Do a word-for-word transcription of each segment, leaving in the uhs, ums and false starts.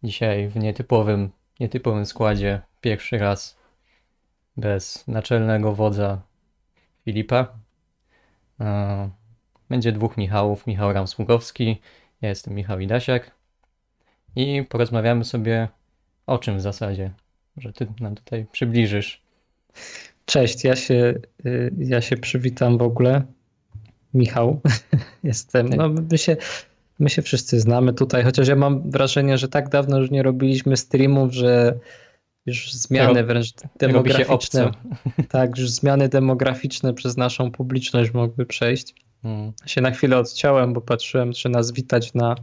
Dzisiaj w nietypowym, nietypowym składzie pierwszy raz bez naczelnego wodza Filipa. E, Będzie dwóch Michałów, Michał Ramsługowski, ja jestem Michał Idasiak i porozmawiamy sobie o czym w zasadzie, że ty nam tutaj przybliżysz. Cześć, ja się, y, ja się przywitam w ogóle. Michał jestem. Tak, No, my się, my się wszyscy znamy tutaj, chociaż ja mam wrażenie, że tak dawno już nie robiliśmy streamów, że już zmiany ro, wręcz robi się demograficzne, obco. tak, już zmiany demograficzne przez naszą publiczność mogły przejść. Mm, Się na chwilę odciąłem, bo patrzyłem, czy nas witać na,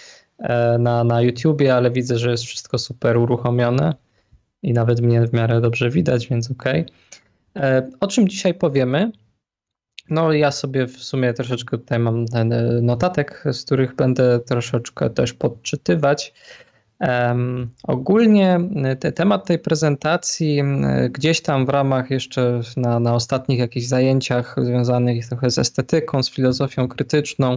e, na, na YouTubie, ale widzę, że jest wszystko super uruchomione i nawet mnie w miarę dobrze widać, więc okej. E, O czym dzisiaj powiemy? No, ja sobie w sumie troszeczkę tutaj mam e, notatek, z których będę troszeczkę też podczytywać. Um, ogólnie te, temat tej prezentacji m, gdzieś tam w ramach jeszcze na, na ostatnich jakichś zajęciach związanych trochę z estetyką, z filozofią krytyczną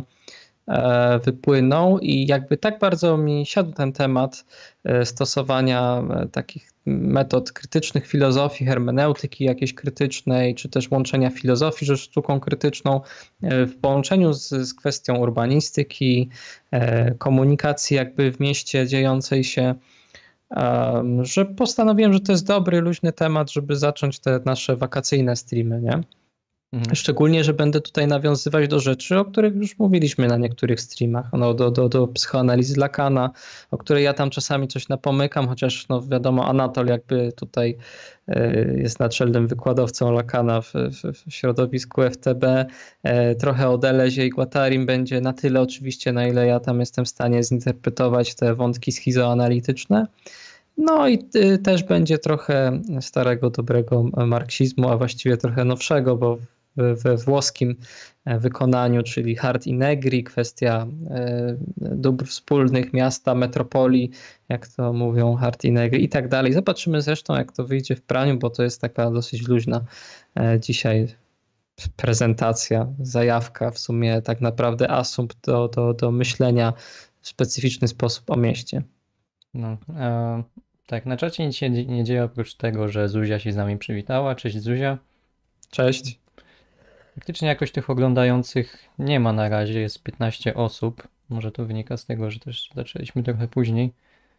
e, wypłynął i jakby tak bardzo mi siadł ten temat e, stosowania e, takich metod krytycznych filozofii, hermeneutyki jakiejś krytycznej, czy też łączenia filozofii ze sztuką krytyczną e, w połączeniu z, z kwestią urbanistyki, e, komunikacji jakby w mieście dziejącej się, em, że postanowiłem, że to jest dobry, luźny temat, żeby zacząć te nasze wakacyjne streamy, nie? mhm. Szczególnie, że będę tutaj nawiązywać do rzeczy, o których już mówiliśmy na niektórych streamach, no, do, do, do psychoanalizy Lacana, o której ja tam czasami coś napomykam, chociaż no wiadomo, Anatol jakby tutaj y, jest naczelnym wykładowcą Lacana w, w, w środowisku F T B. E, trochę o Delezie i Guattarim będzie na tyle oczywiście, na ile ja tam jestem w stanie zinterpretować te wątki schizoanalityczne. No i y, też będzie trochę starego, dobrego marksizmu, a właściwie trochę nowszego, bo we włoskim wykonaniu, czyli Hart i Negri, kwestia e, dóbr wspólnych miasta, metropolii, jak to mówią Hart i Negri i tak dalej. Zobaczymy zresztą, jak to wyjdzie w praniu, bo to jest taka dosyć luźna e, dzisiaj prezentacja, zajawka, w sumie tak naprawdę asumpt do, do, do myślenia w specyficzny sposób o mieście. No, e, tak, na czacie nic się nie dzieje oprócz tego, że Zuzia się z nami przywitała. Cześć Zuzia. Cześć. Faktycznie jakoś tych oglądających nie ma na razie, jest piętnaście osób. Może to wynika z tego, że też zaczęliśmy trochę później.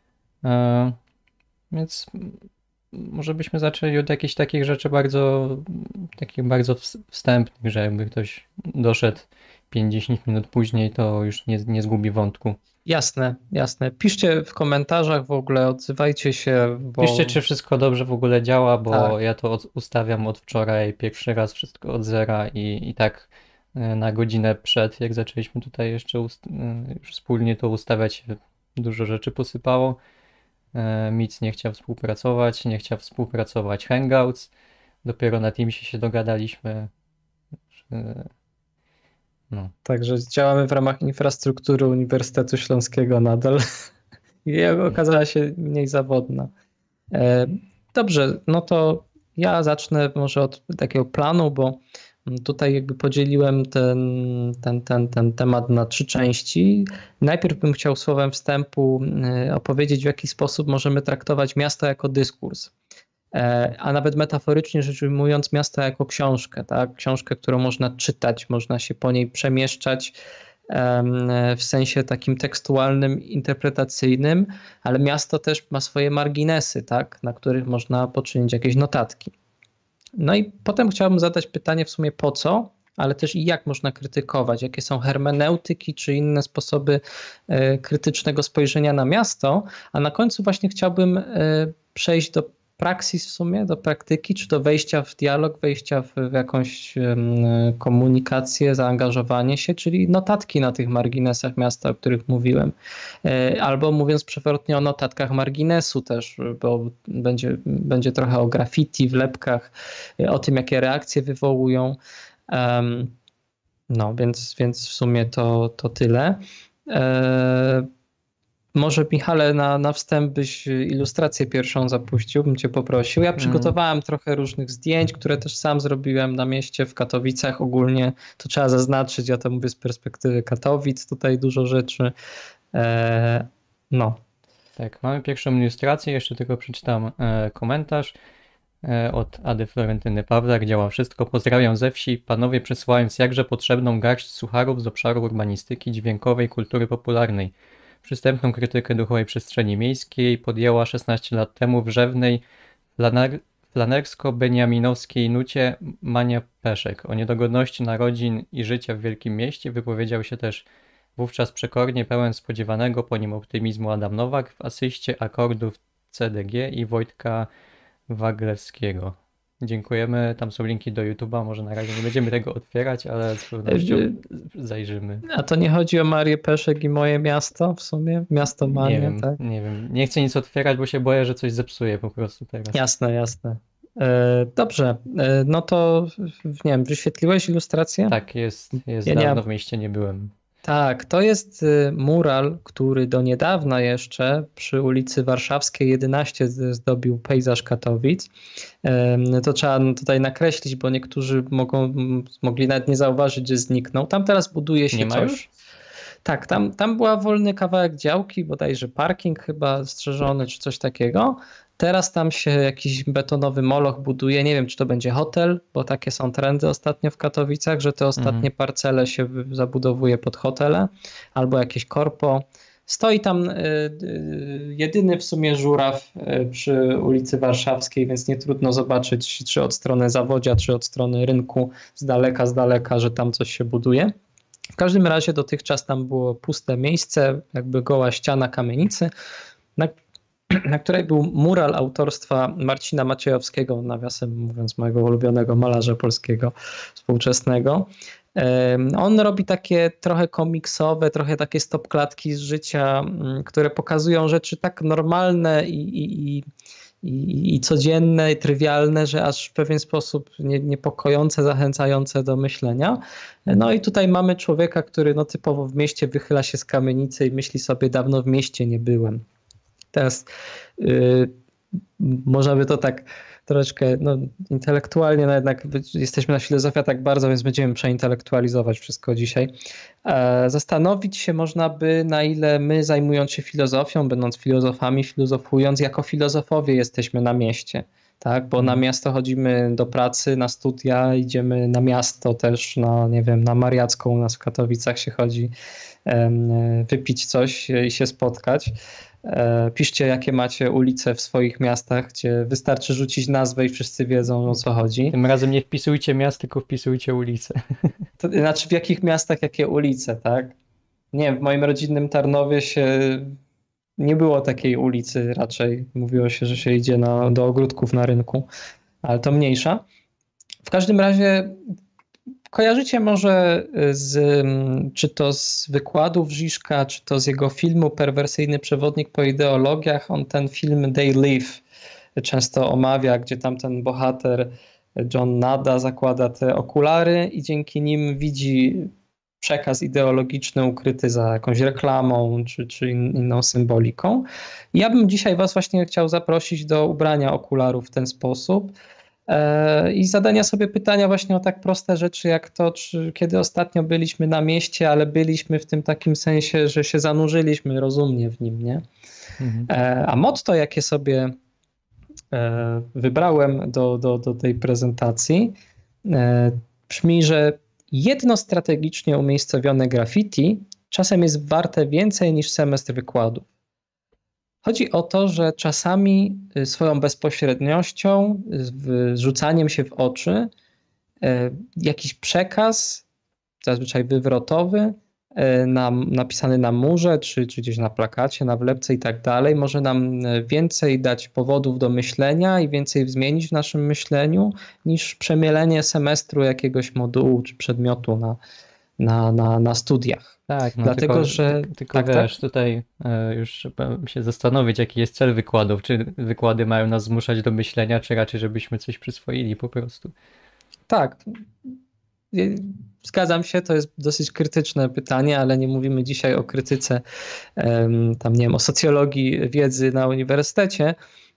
E, więc m- może byśmy zaczęli od jakichś takich rzeczy bardzo, takich bardzo ws- wstępnych, że jakby ktoś doszedł pięć dziesięć minut później, to już nie, nie zgubi wątku. Jasne, jasne. Piszcie w komentarzach w ogóle, odzywajcie się, Piszcie, bo czy wszystko dobrze w ogóle działa, bo tak. ja to od, ustawiam od wczoraj pierwszy raz wszystko od zera i, i tak e, na godzinę przed, jak zaczęliśmy tutaj jeszcze ust- e, już wspólnie to ustawiać, dużo rzeczy posypało. E, Mic nie chciał współpracować, nie chciał współpracować Hangouts. Dopiero na Teamsie się dogadaliśmy. że- No. Także działamy w ramach infrastruktury Uniwersytetu Śląskiego nadal i okazała się mniej zawodna. E, Dobrze, no to ja zacznę może od takiego planu, bo tutaj jakby podzieliłem ten, ten, ten, ten temat na trzy części. Najpierw bym chciał słowem wstępu e, opowiedzieć, w jaki sposób możemy traktować miasto jako dyskurs. E, A nawet metaforycznie rzecz ujmując, miasto jako książkę, tak? Książkę, którą można czytać, można się po niej przemieszczać em, w sensie takim tekstualnym, interpretacyjnym, ale miasto też ma swoje marginesy, tak? Na których można poczynić jakieś notatki. No i potem chciałbym zadać pytanie w sumie po co, ale też i jak można krytykować, jakie są hermeneutyki czy inne sposoby e, krytycznego spojrzenia na miasto, a na końcu właśnie chciałbym e, przejść do praksis w sumie, do praktyki, czy do wejścia w dialog, wejścia w, w jakąś em, komunikację, zaangażowanie się, czyli notatki na tych marginesach miasta, o których mówiłem. E, Albo mówiąc przewrotnie o notatkach marginesu też, bo będzie, będzie trochę o graffiti, wlepkach, e, o tym, jakie reakcje wywołują. Em, No, więc, więc w sumie to, to tyle. E, Może Michale na, na wstęp byś ilustrację pierwszą zapuścił, bym cię poprosił. Ja Mm, przygotowałem trochę różnych zdjęć, które też sam zrobiłem na mieście w Katowicach ogólnie. To trzeba zaznaczyć, ja to mówię z perspektywy Katowic, tutaj dużo rzeczy. E, no. Tak, mamy pierwszą ilustrację, jeszcze tylko przeczytam e, komentarz e, od Ady Florentyny Pawlak. Działa wszystko. Pozdrawiam ze wsi. Panowie, przesyłając jakże potrzebną garść sucharów z obszaru urbanistyki, dźwiękowej, kultury popularnej. Przystępną krytykę duchowej przestrzeni miejskiej podjęła szesnaście lat temu w rzewnej flaner, flanersko-beniaminowskiej nucie Mania Peszek. O niedogodności narodzin i życia w wielkim mieście wypowiedział się też wówczas przekornie, pełen spodziewanego po nim optymizmu Adam Nowak w asyście akordów C D G i Wojtka Waglewskiego. Dziękujemy, tam są linki do YouTube'a, może na razie nie będziemy tego otwierać, ale z pewnością zajrzymy. A to nie chodzi o Marię Peszek i moje miasto w sumie? Miasto Mania, Nie wiem, tak? nie wiem. Nie chcę nic otwierać, bo się boję, że coś zepsuję po prostu teraz. Jasne, jasne. E, dobrze, e, no to nie wiem, wyświetliłeś ilustrację? Tak, jest, jest Ja dawno nie- w mieście nie byłem. Tak, to jest y, mural, który do niedawna jeszcze przy ulicy Warszawskiej jedenaście z- zdobił pejzaż Katowic. Em, To trzeba tutaj nakreślić, bo niektórzy mogą, m, mogli nawet nie zauważyć, że zniknął. Tam teraz buduje się Nie ma coś. już? Tak, tam, tam była wolny kawałek działki, bodajże parking chyba strzeżony czy coś takiego. Teraz tam się jakiś betonowy moloch buduje. Nie wiem, czy to będzie hotel, bo takie są trendy ostatnio w Katowicach, że te ostatnie parcele się wy- zabudowuje pod hotele albo jakieś korpo. Stoi tam y, y, jedyny w sumie żuraw y, przy ulicy Warszawskiej, więc nie trudno zobaczyć, czy od strony Zawodzia, czy od strony rynku z daleka, z daleka, że tam coś się buduje. W każdym razie dotychczas tam było puste miejsce, jakby goła ściana kamienicy, na, na której był mural autorstwa Marcina Maciejowskiego, nawiasem mówiąc mojego ulubionego malarza polskiego współczesnego. Em, On robi takie trochę komiksowe, trochę takie stopklatki z życia, mm, które pokazują rzeczy tak normalne i, i, i, i, i codzienne, i trywialne, że aż w pewien sposób nie, niepokojące, zachęcające do myślenia. No i tutaj mamy człowieka, który no typowo w mieście wychyla się z kamienicy i myśli sobie, dawno w mieście nie byłem. Teraz yy, można by to tak troszeczkę no, intelektualnie, no jednak jesteśmy na filozofia tak bardzo, więc będziemy przeintelektualizować wszystko dzisiaj. E, Zastanowić się można by, na ile my, zajmując się filozofią, będąc filozofami, filozofując, jako filozofowie jesteśmy na mieście. Tak, bo na miasto chodzimy do pracy, na studia, idziemy na miasto też, na, nie wiem, na Mariacką, u nas w Katowicach się chodzi em, wypić coś i się spotkać. E, Piszcie, jakie macie ulice w swoich miastach, gdzie wystarczy rzucić nazwę i wszyscy wiedzą, o co chodzi. Tym razem nie wpisujcie miast, tylko wpisujcie ulicę. To znaczy w jakich miastach, jakie ulice, tak? Nie, w moim rodzinnym Tarnowie się nie było takiej ulicy raczej. Mówiło się, że się idzie na, do ogródków na rynku, ale to mniejsza. W każdym razie kojarzycie może z, mm, czy to z wykładów Žižka, czy to z jego filmu Perwersyjny przewodnik po ideologiach. On ten film They Live często omawia, gdzie tam ten bohater John Nada zakłada te okulary i dzięki nim widzi przekaz ideologiczny ukryty za jakąś reklamą czy, czy in, inną symboliką. I ja bym dzisiaj was właśnie chciał zaprosić do ubrania okularów w ten sposób e, i zadania sobie pytania właśnie o tak proste rzeczy jak to, czy kiedy ostatnio byliśmy na mieście, ale byliśmy w tym takim sensie, że się zanurzyliśmy rozumnie w nim, nie? Mhm. E, a motto, jakie sobie e, wybrałem do, do, do tej prezentacji, e, brzmi, że jedno strategicznie umiejscowione graffiti czasem jest warte więcej niż semestr wykładów. Chodzi o to, że czasami y, swoją bezpośredniością, z- rzucaniem się w oczy, e, jakiś przekaz, zazwyczaj wywrotowy, e, na, napisany na murze, czy, czy gdzieś na plakacie, na wlepce i tak dalej, może nam e, więcej dać powodów do myślenia i więcej zmienić w naszym myśleniu, niż przemielenie semestru jakiegoś modułu czy przedmiotu na, na, na, na studiach. Tak, no Dlatego, tylko, że- ty- tylko tak, tak. wiesz, tutaj e, już trzeba się zastanowić, jaki jest cel wykładów. Czy wykłady mają nas zmuszać do myślenia, czy raczej, żebyśmy coś przyswoili po prostu. Tak, y, zgadzam się, to jest dosyć krytyczne pytanie, ale nie mówimy dzisiaj o krytyce, em, tam nie wiem, o socjologii wiedzy na uniwersytecie.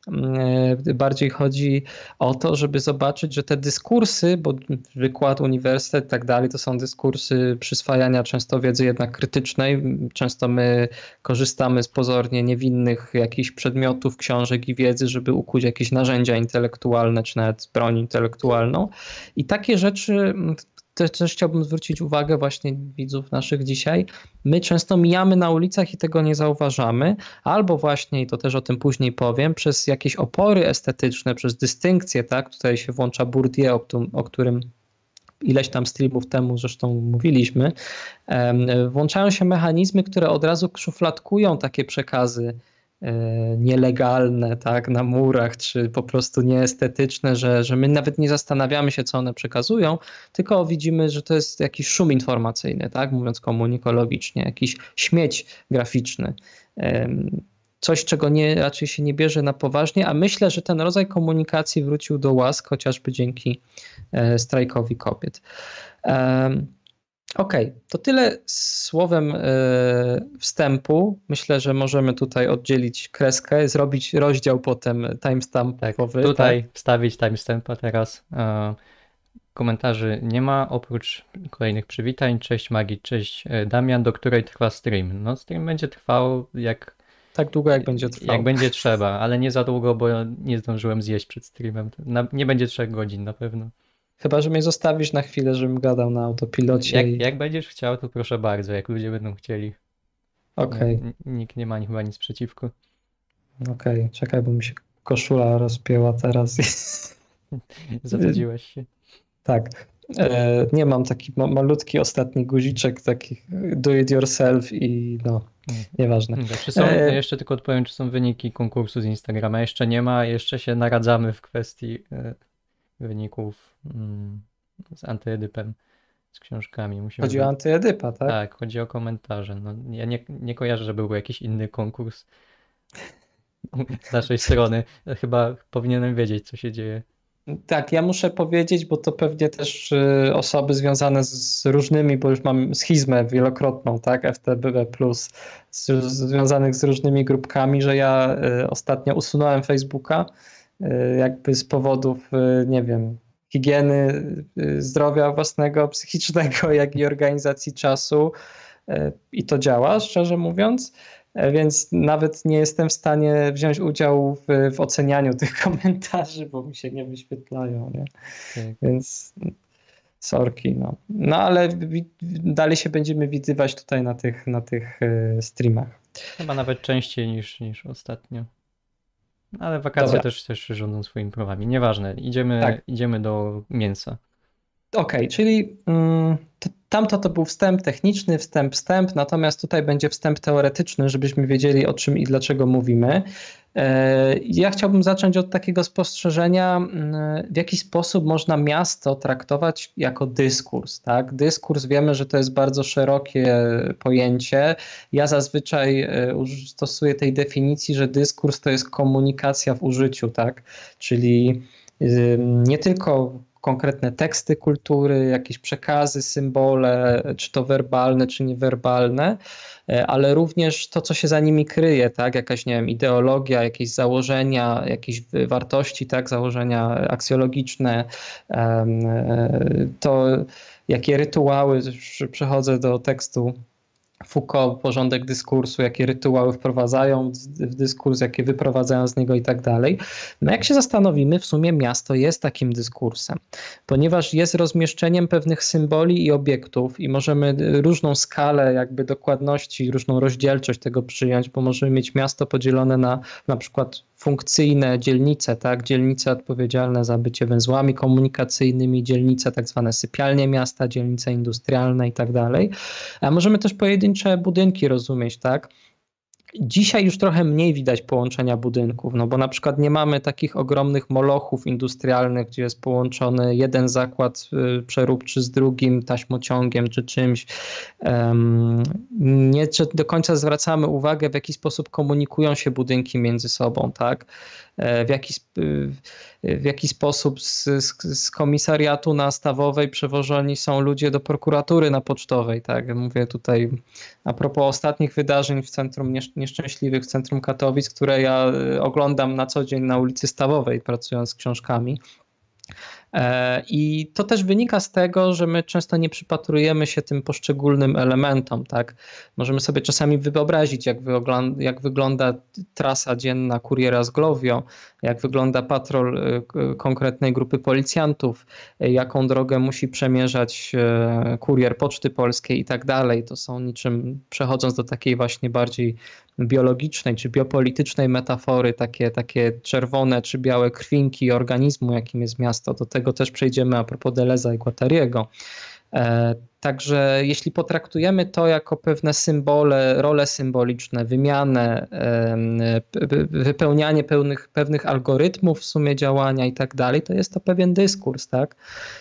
Bardziej chodzi o to, żeby zobaczyć, że te dyskursy, bo wykład, uniwersytet i tak dalej, to są dyskursy przyswajania często wiedzy jednak krytycznej. Często my korzystamy z pozornie niewinnych jakichś przedmiotów, książek i wiedzy, żeby ukuć jakieś narzędzia intelektualne, czy nawet broń intelektualną. I takie rzeczy też, też chciałbym zwrócić uwagę właśnie widzów naszych dzisiaj. My często mijamy na ulicach i tego nie zauważamy, albo właśnie, i to też o tym później powiem, przez jakieś opory estetyczne, przez dystynkcje, tak? Tutaj się włącza Bourdieu, o którym, o którym ileś tam streamów temu zresztą mówiliśmy. Włączają się mechanizmy, które od razu szufladkują takie przekazy nielegalne, tak, na murach, czy po prostu nieestetyczne, że, że my nawet nie zastanawiamy się, co one przekazują, tylko widzimy, że to jest jakiś szum informacyjny, tak, mówiąc komunikologicznie, jakiś śmieć graficzny. Coś, czego nie, raczej się nie bierze na poważnie, a myślę, że ten rodzaj komunikacji wrócił do łask, chociażby dzięki strajkowi kobiet. Okej, okay, to tyle słowem wstępu. Myślę, że możemy tutaj oddzielić kreskę, zrobić rozdział potem timestampowy. Tak, tutaj tak? Wstawić timestampa teraz. Komentarzy nie ma, oprócz kolejnych przywitań. Cześć Magii, cześć Damian, do której trwa stream. No stream będzie trwał jak... Tak długo jak będzie trwał. Jak będzie trzeba, ale nie za długo, bo nie zdążyłem zjeść przed streamem. Nie będzie trzech godzin na pewno. Chyba, że mnie zostawisz na chwilę, żebym gadał na autopilocie. Jak, i... jak będziesz chciał, to proszę bardzo, jak ludzie będą chcieli. Okej. Okay. Nikt nie ma chyba nic przeciwko. Okej, okay. Czekaj, bo mi się koszula rozpięła teraz. Zawodziłeś się. Tak. E, nie mam taki ma malutki ostatni guziczek, taki do it yourself i no, nieważne. Czy są, e... jeszcze tylko odpowiem, czy są wyniki konkursu z Instagrama. Jeszcze nie ma, jeszcze się naradzamy w kwestii e, wyników mm, z antyedypem, z książkami. Musimy chodzi o antyedypa, tak? Tak, chodzi o komentarze. No, ja nie, nie kojarzę, że był jakiś inny konkurs z naszej strony. Chyba powinienem wiedzieć, co się dzieje. Tak, ja muszę powiedzieć, bo to pewnie też osoby związane z różnymi, bo już mam schizmę wielokrotną, tak, F T B plus, z, związanych z różnymi grupkami, że ja ostatnio usunąłem Facebooka jakby z powodów, nie wiem, higieny zdrowia własnego, psychicznego, jak i organizacji czasu i to działa, szczerze mówiąc. Więc nawet nie jestem w stanie wziąć udziału w, w ocenianiu tych komentarzy, bo mi się nie wyświetlają, nie? Tak. Więc sorki, no. No ale dalej się będziemy widywać tutaj na tych, na tych streamach. Chyba nawet częściej niż, niż ostatnio. Ale wakacje też, też rządzą swoimi prawami. Nieważne, idziemy, tak. idziemy do mięsa. Okej, okay, czyli mm, to, tamto to był wstęp techniczny, wstęp, wstęp, natomiast tutaj będzie wstęp teoretyczny, żebyśmy wiedzieli, o czym i dlaczego mówimy. E, ja chciałbym zacząć od takiego spostrzeżenia, w jaki sposób można miasto traktować jako dyskurs. Tak? Dyskurs, wiemy, że to jest bardzo szerokie pojęcie. Ja zazwyczaj stosuję tej definicji, że dyskurs to jest komunikacja w użyciu, tak? Czyli nie tylko konkretne teksty kultury, jakieś przekazy, symbole, czy to werbalne, czy niewerbalne, ale również to, co się za nimi kryje, tak? Jakaś, nie wiem, ideologia, jakieś założenia, jakieś wartości, tak? Założenia aksjologiczne, to jakie rytuały, przechodzę do tekstu Foucault, porządek dyskursu, jakie rytuały wprowadzają w dyskurs, jakie wyprowadzają z niego i tak dalej. No jak się zastanowimy, w sumie miasto jest takim dyskursem, ponieważ jest rozmieszczeniem pewnych symboli i obiektów i możemy różną skalę jakby dokładności, różną rozdzielczość tego przyjąć, bo możemy mieć miasto podzielone na na przykład funkcyjne dzielnice, tak, dzielnice odpowiedzialne za bycie węzłami komunikacyjnymi, dzielnice tak zwane sypialnie miasta, dzielnice industrialne i tak dalej. A możemy też pojedyncze budynki rozumieć, tak. Dzisiaj już trochę mniej widać połączenia budynków, no bo na przykład nie mamy takich ogromnych molochów industrialnych, gdzie jest połączony jeden zakład przeróbczy z drugim, taśmociągiem czy czymś. Nie do końca zwracamy uwagę, w jaki sposób komunikują się budynki między sobą, tak? W jaki, w jaki sposób z, z, z komisariatu na Stawowej przewożeni są ludzie do prokuratury na Pocztowej, tak? Mówię tutaj a propos ostatnich wydarzeń w centrum nieszczęśliwych w centrum Katowic, które ja oglądam na co dzień na ulicy Stawowej, pracując z książkami. I to też wynika z tego, że my często nie przypatrujemy się tym poszczególnym elementom, tak? Możemy sobie czasami wyobrazić, jak, wygląda, jak wygląda trasa dzienna kuriera z Glowio, jak wygląda patrol konkretnej grupy policjantów, jaką drogę musi przemierzać kurier Poczty Polskiej i tak dalej. To są niczym, przechodząc do takiej właśnie bardziej biologicznej czy biopolitycznej metafory, takie, takie czerwone czy białe krwinki organizmu, jakim jest miasto. Do tego też przejdziemy a propos Deleuze'a i Guattariego. Także jeśli potraktujemy to jako pewne symbole, role symboliczne, wymianę, wypełnianie pewnych, pewnych algorytmów w sumie działania i tak dalej, to jest to pewien dyskurs, tak?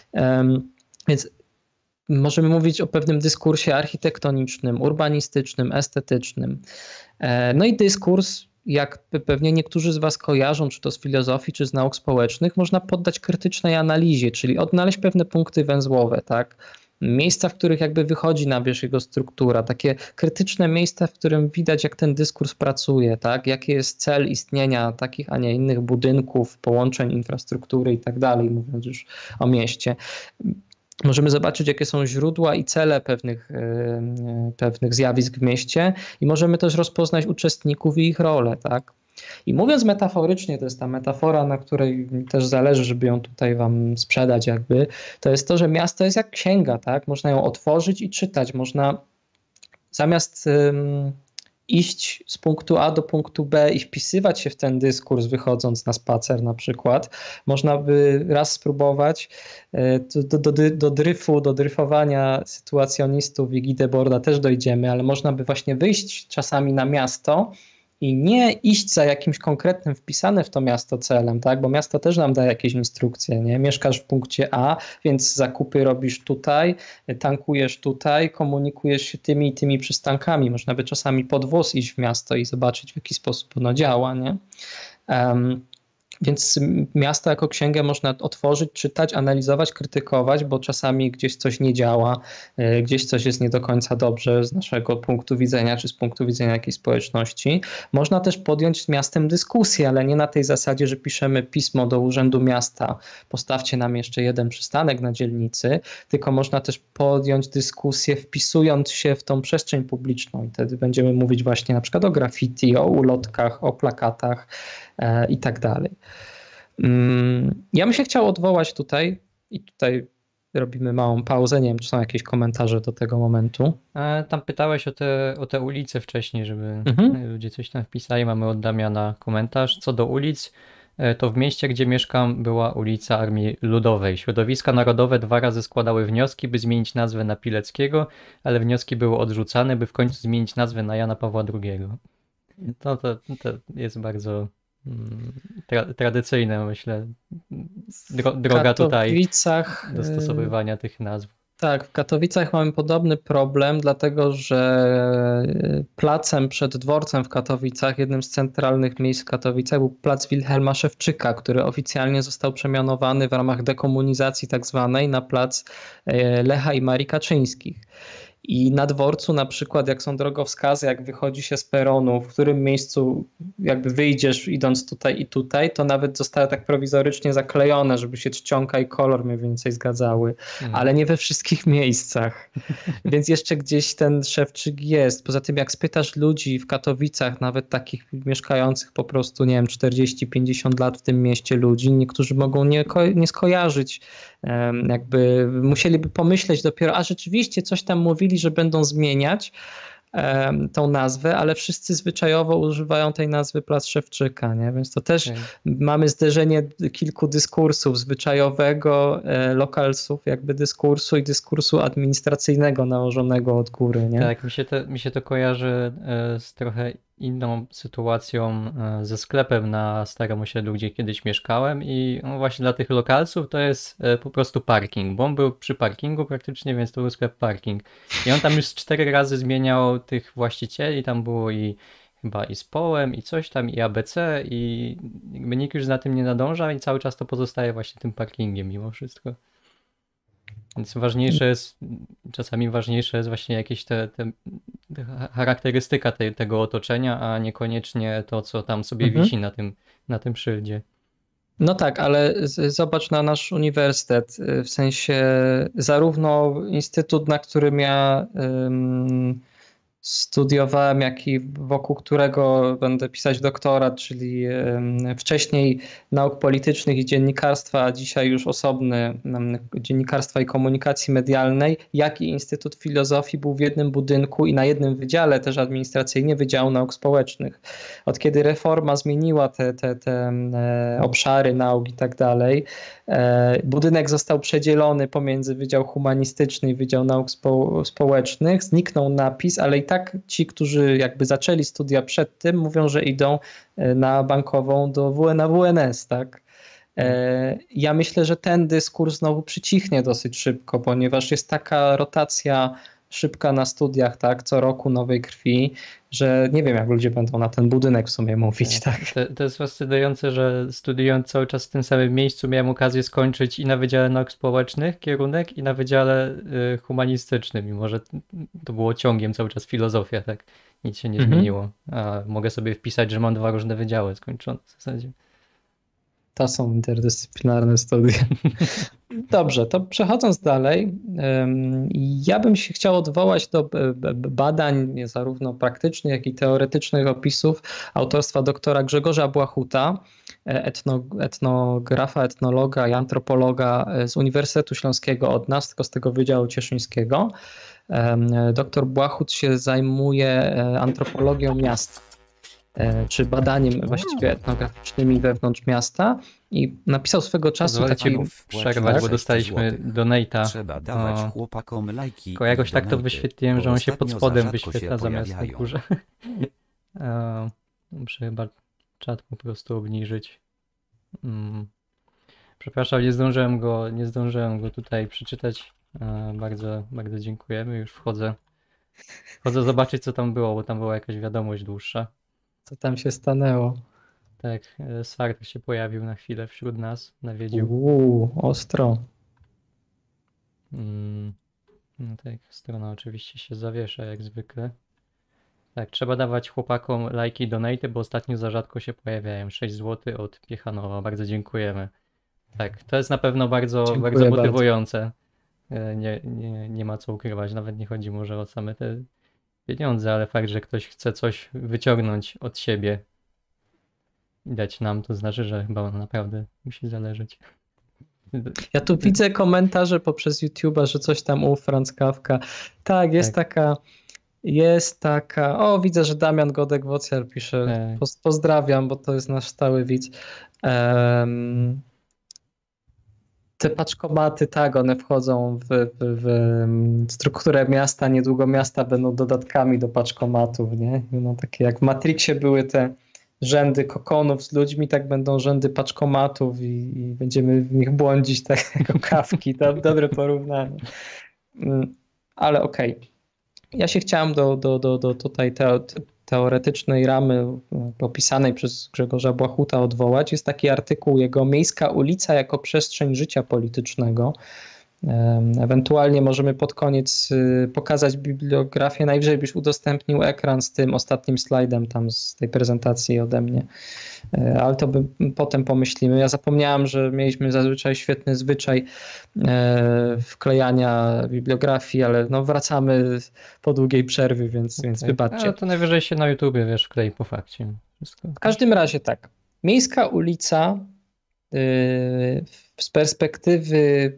Więc możemy mówić o pewnym dyskursie architektonicznym, urbanistycznym, estetycznym. No i dyskurs, jak pewnie niektórzy z Was kojarzą, czy to z filozofii, czy z nauk społecznych, można poddać krytycznej analizie, czyli odnaleźć pewne punkty węzłowe, tak? Miejsca, w których jakby wychodzi na wierzch jego struktura, takie krytyczne miejsca, w którym widać, jak ten dyskurs pracuje, tak? Jaki jest cel istnienia takich, a nie innych budynków, połączeń, infrastruktury i tak dalej, mówiąc już o mieście. Możemy zobaczyć, jakie są źródła i cele pewnych, pewnych zjawisk w mieście i możemy też rozpoznać uczestników i ich rolę, tak? I mówiąc metaforycznie, to jest ta metafora, na której mi też zależy, żeby ją tutaj wam sprzedać jakby, to jest to, że miasto jest jak księga, tak? Można ją otworzyć i czytać, można zamiast um, iść z punktu A do punktu B i wpisywać się w ten dyskurs, wychodząc na spacer na przykład, można by raz spróbować do, do, do, do dryfu, do dryfowania sytuacjonistów i Guy Deborda też dojdziemy, ale można by właśnie wyjść czasami na miasto i nie iść za jakimś konkretnym wpisanym w to miasto celem, tak? Bo miasto też nam da jakieś instrukcje, nie? Mieszkasz w punkcie A, więc zakupy robisz tutaj, tankujesz tutaj, komunikujesz się tymi i tymi przystankami. Można by czasami pod wóz iść w miasto i zobaczyć, w jaki sposób ono działa, nie? Um, Więc miasto jako księgę można otworzyć, czytać, analizować, krytykować, bo czasami gdzieś coś nie działa, gdzieś coś jest nie do końca dobrze z naszego punktu widzenia, czy z punktu widzenia jakiejś społeczności. Można też podjąć z miastem dyskusję, ale nie na tej zasadzie, że piszemy pismo do Urzędu Miasta, postawcie nam jeszcze jeden przystanek na dzielnicy, tylko można też podjąć dyskusję, wpisując się w tą przestrzeń publiczną. I wtedy będziemy mówić właśnie na przykład o graffiti, o ulotkach, o plakatach, i tak dalej. Ja bym się chciał odwołać tutaj i tutaj robimy małą pauzę. Nie wiem, czy są jakieś komentarze do tego momentu. Tam pytałeś o te, o te ulice wcześniej, żeby Mhm. ludzie coś tam wpisali. Mamy od Damiana komentarz. Co do ulic, to w mieście, gdzie mieszkam, była ulica Armii Ludowej. Środowiska narodowe dwa razy składały wnioski, by zmienić nazwę na Pileckiego, ale wnioski były odrzucane, by w końcu zmienić nazwę na Jana Pawła drugiego. To, to, to jest bardzo Tra- tradycyjne, myślę, dro- droga tutaj dostosowywania tych nazw. Tak, w Katowicach mamy podobny problem, dlatego że placem przed dworcem w Katowicach, jednym z centralnych miejsc w Katowicach, był plac Wilhelma Szewczyka, który oficjalnie został przemianowany w ramach dekomunizacji tak zwanej na plac Lecha i Marii Kaczyńskich. I na dworcu na przykład, jak są drogowskazy, jak wychodzi się z peronu, w którym miejscu jakby wyjdziesz idąc tutaj i tutaj, to nawet zostały tak prowizorycznie zaklejone, żeby się czcionka i kolor mniej więcej zgadzały, mhm. ale nie we wszystkich miejscach. Więc jeszcze gdzieś ten Szewczyk jest. Poza tym jak spytasz ludzi w Katowicach, nawet takich mieszkających po prostu, nie wiem, czterdzieści pięćdziesiąt lat w tym mieście ludzi, niektórzy mogą nie, ko- nie skojarzyć, jakby musieliby pomyśleć dopiero, a rzeczywiście coś tam mówili, że będą zmieniać um, tą nazwę, ale wszyscy zwyczajowo używają tej nazwy Plac Szewczyka, nie? Więc to też okay. mamy zderzenie kilku dyskursów, zwyczajowego, e, lokalsów jakby dyskursu i dyskursu administracyjnego nałożonego od góry, nie? Tak, mi się to, mi się to kojarzy e, z trochę inną sytuacją e, ze sklepem na Starym Osiedlu, gdzie kiedyś mieszkałem i no właśnie dla tych lokalców to jest e, po prostu parking, bo on był przy parkingu praktycznie, więc to był sklep parking. I on tam już cztery razy zmieniał tych właścicieli, tam było i chyba i z Połem, i coś tam, i A B C, i jakby nikt już na tym nie nadąża i cały czas to pozostaje właśnie tym parkingiem mimo wszystko. Więc ważniejsze jest, czasami ważniejsze jest właśnie jakieś te, te te charakterystyka tej, tego otoczenia, a niekoniecznie to, co tam sobie Mhm. wisi na tym, na tym szyldzie. No tak, ale z- zobacz na nasz uniwersytet, y, w sensie zarówno instytut, na którym ja ym, studiowałem, jak i wokół którego będę pisać doktorat, czyli ym, wcześniej nauk politycznych i dziennikarstwa, a dzisiaj już osobny ym, dziennikarstwa i komunikacji medialnej, jak i Instytut Filozofii był w jednym budynku i na jednym wydziale, też administracyjnie, Wydziału Nauk Społecznych. Od kiedy reforma zmieniła te, te, te e, obszary nauk i tak dalej, e, budynek został przedzielony pomiędzy Wydział Humanistyczny i Wydział Nauk Spo, Społecznych. Zniknął napis, ale i tak ci, którzy jakby zaczęli studia przed tym, mówią, że idą e, na bankową do W N, na W N S, tak? E, Ja myślę, że ten dyskurs znowu przycichnie dosyć szybko, ponieważ jest taka rotacja szybka na studiach, tak, co roku nowej krwi, że nie wiem, jak ludzie będą na ten budynek w sumie mówić, tak. To, to jest fascynujące, że studiując cały czas w tym samym miejscu miałem okazję skończyć i na Wydziale Nauk Społecznych kierunek i na Wydziale y, Humanistycznym, mimo że to było ciągiem cały czas filozofia, tak? Nic się nie Mhm. zmieniło. A mogę sobie wpisać, że mam dwa różne wydziały skończone w zasadzie. To są interdyscyplinarne studia. Dobrze, to przechodząc dalej, ym, ja bym się chciał odwołać do b- b- badań zarówno praktycznych, jak i teoretycznych opisów autorstwa doktora Grzegorza Błachuta, e, etno, etnografa, etnologa i antropologa e, z Uniwersytetu Śląskiego od nas, tylko z tego Wydziału Cieszyńskiego. Em, Doktor Błachut się zajmuje e, antropologią miast, e, czy badaniem właściwie etnograficznymi wewnątrz miasta i napisał swego czasu Pozwolicie taki... mi przerwać, Tak? bo dostaliśmy donate'a. Trzeba dawać O, chłopakom lajki. tylko jakoś i tak to donaty, wyświetliłem, bo że on się pod ostatnio spodem za rzadko wyświetla się zamiast na pojawiają. górze. E, Muszę chyba czat po prostu obniżyć. Mm. Przepraszam, nie zdążyłem go, nie zdążyłem go tutaj przeczytać. E, Bardzo, bardzo dziękujemy. Już wchodzę. Wchodzę zobaczyć, co tam było, bo tam była jakaś wiadomość dłuższa. Co tam się stanęło? Tak, e, Sartre się pojawił na chwilę wśród nas, nawiedził. Uuu, ostro. Mm. No tak, strona oczywiście się zawiesza jak zwykle. Tak, trzeba dawać chłopakom lajki i donaty, bo ostatnio za rzadko się pojawiają. sześć złotych od Piechanowa, bardzo dziękujemy. Tak, to jest na pewno bardzo, Dziękuję bardzo bardzo. motywujące. E, Nie, nie, nie ma co ukrywać, nawet nie chodzi może o same te pieniądze, ale fakt, że ktoś chce coś wyciągnąć od siebie i dać nam, to znaczy, że chyba naprawdę musi zależeć. Ja tu widzę komentarze poprzez YouTube'a, że coś tam u Franz Kafka. Tak, jest Tak. taka, jest taka, o widzę, że Damian Godek-Wocjal pisze, Tak. Poz- pozdrawiam, bo to jest nasz stały widz. Em, te paczkomaty, tak, one wchodzą w, w, w em, strukturę miasta, niedługo miasta będą dodatkami do paczkomatów, nie? No, takie jak w Matrixie były te rzędy kokonów z ludźmi, tak będą rzędy paczkomatów i, i będziemy w nich błądzić tak jako kawki. To dobre porównanie. Mm, Ale okej. Ja się chciałem do, do, do, do tutaj teo, teoretycznej ramy opisanej przez Grzegorza Błachuta odwołać. Jest taki artykuł jego Miejska ulica jako przestrzeń życia politycznego. Ewentualnie możemy pod koniec pokazać bibliografię. Najwyżej byś udostępnił ekran z tym ostatnim slajdem tam z tej prezentacji ode mnie. Ale to by, potem pomyślimy. Ja zapomniałem, że mieliśmy zazwyczaj świetny zwyczaj wklejania bibliografii, ale no wracamy po długiej przerwie, więc, więc Tak. wybaczcie. A to najwyżej się na YouTubie, wiesz, wklei po fakcie. Wszystko. W każdym razie tak. Miejska ulica yy, z perspektywy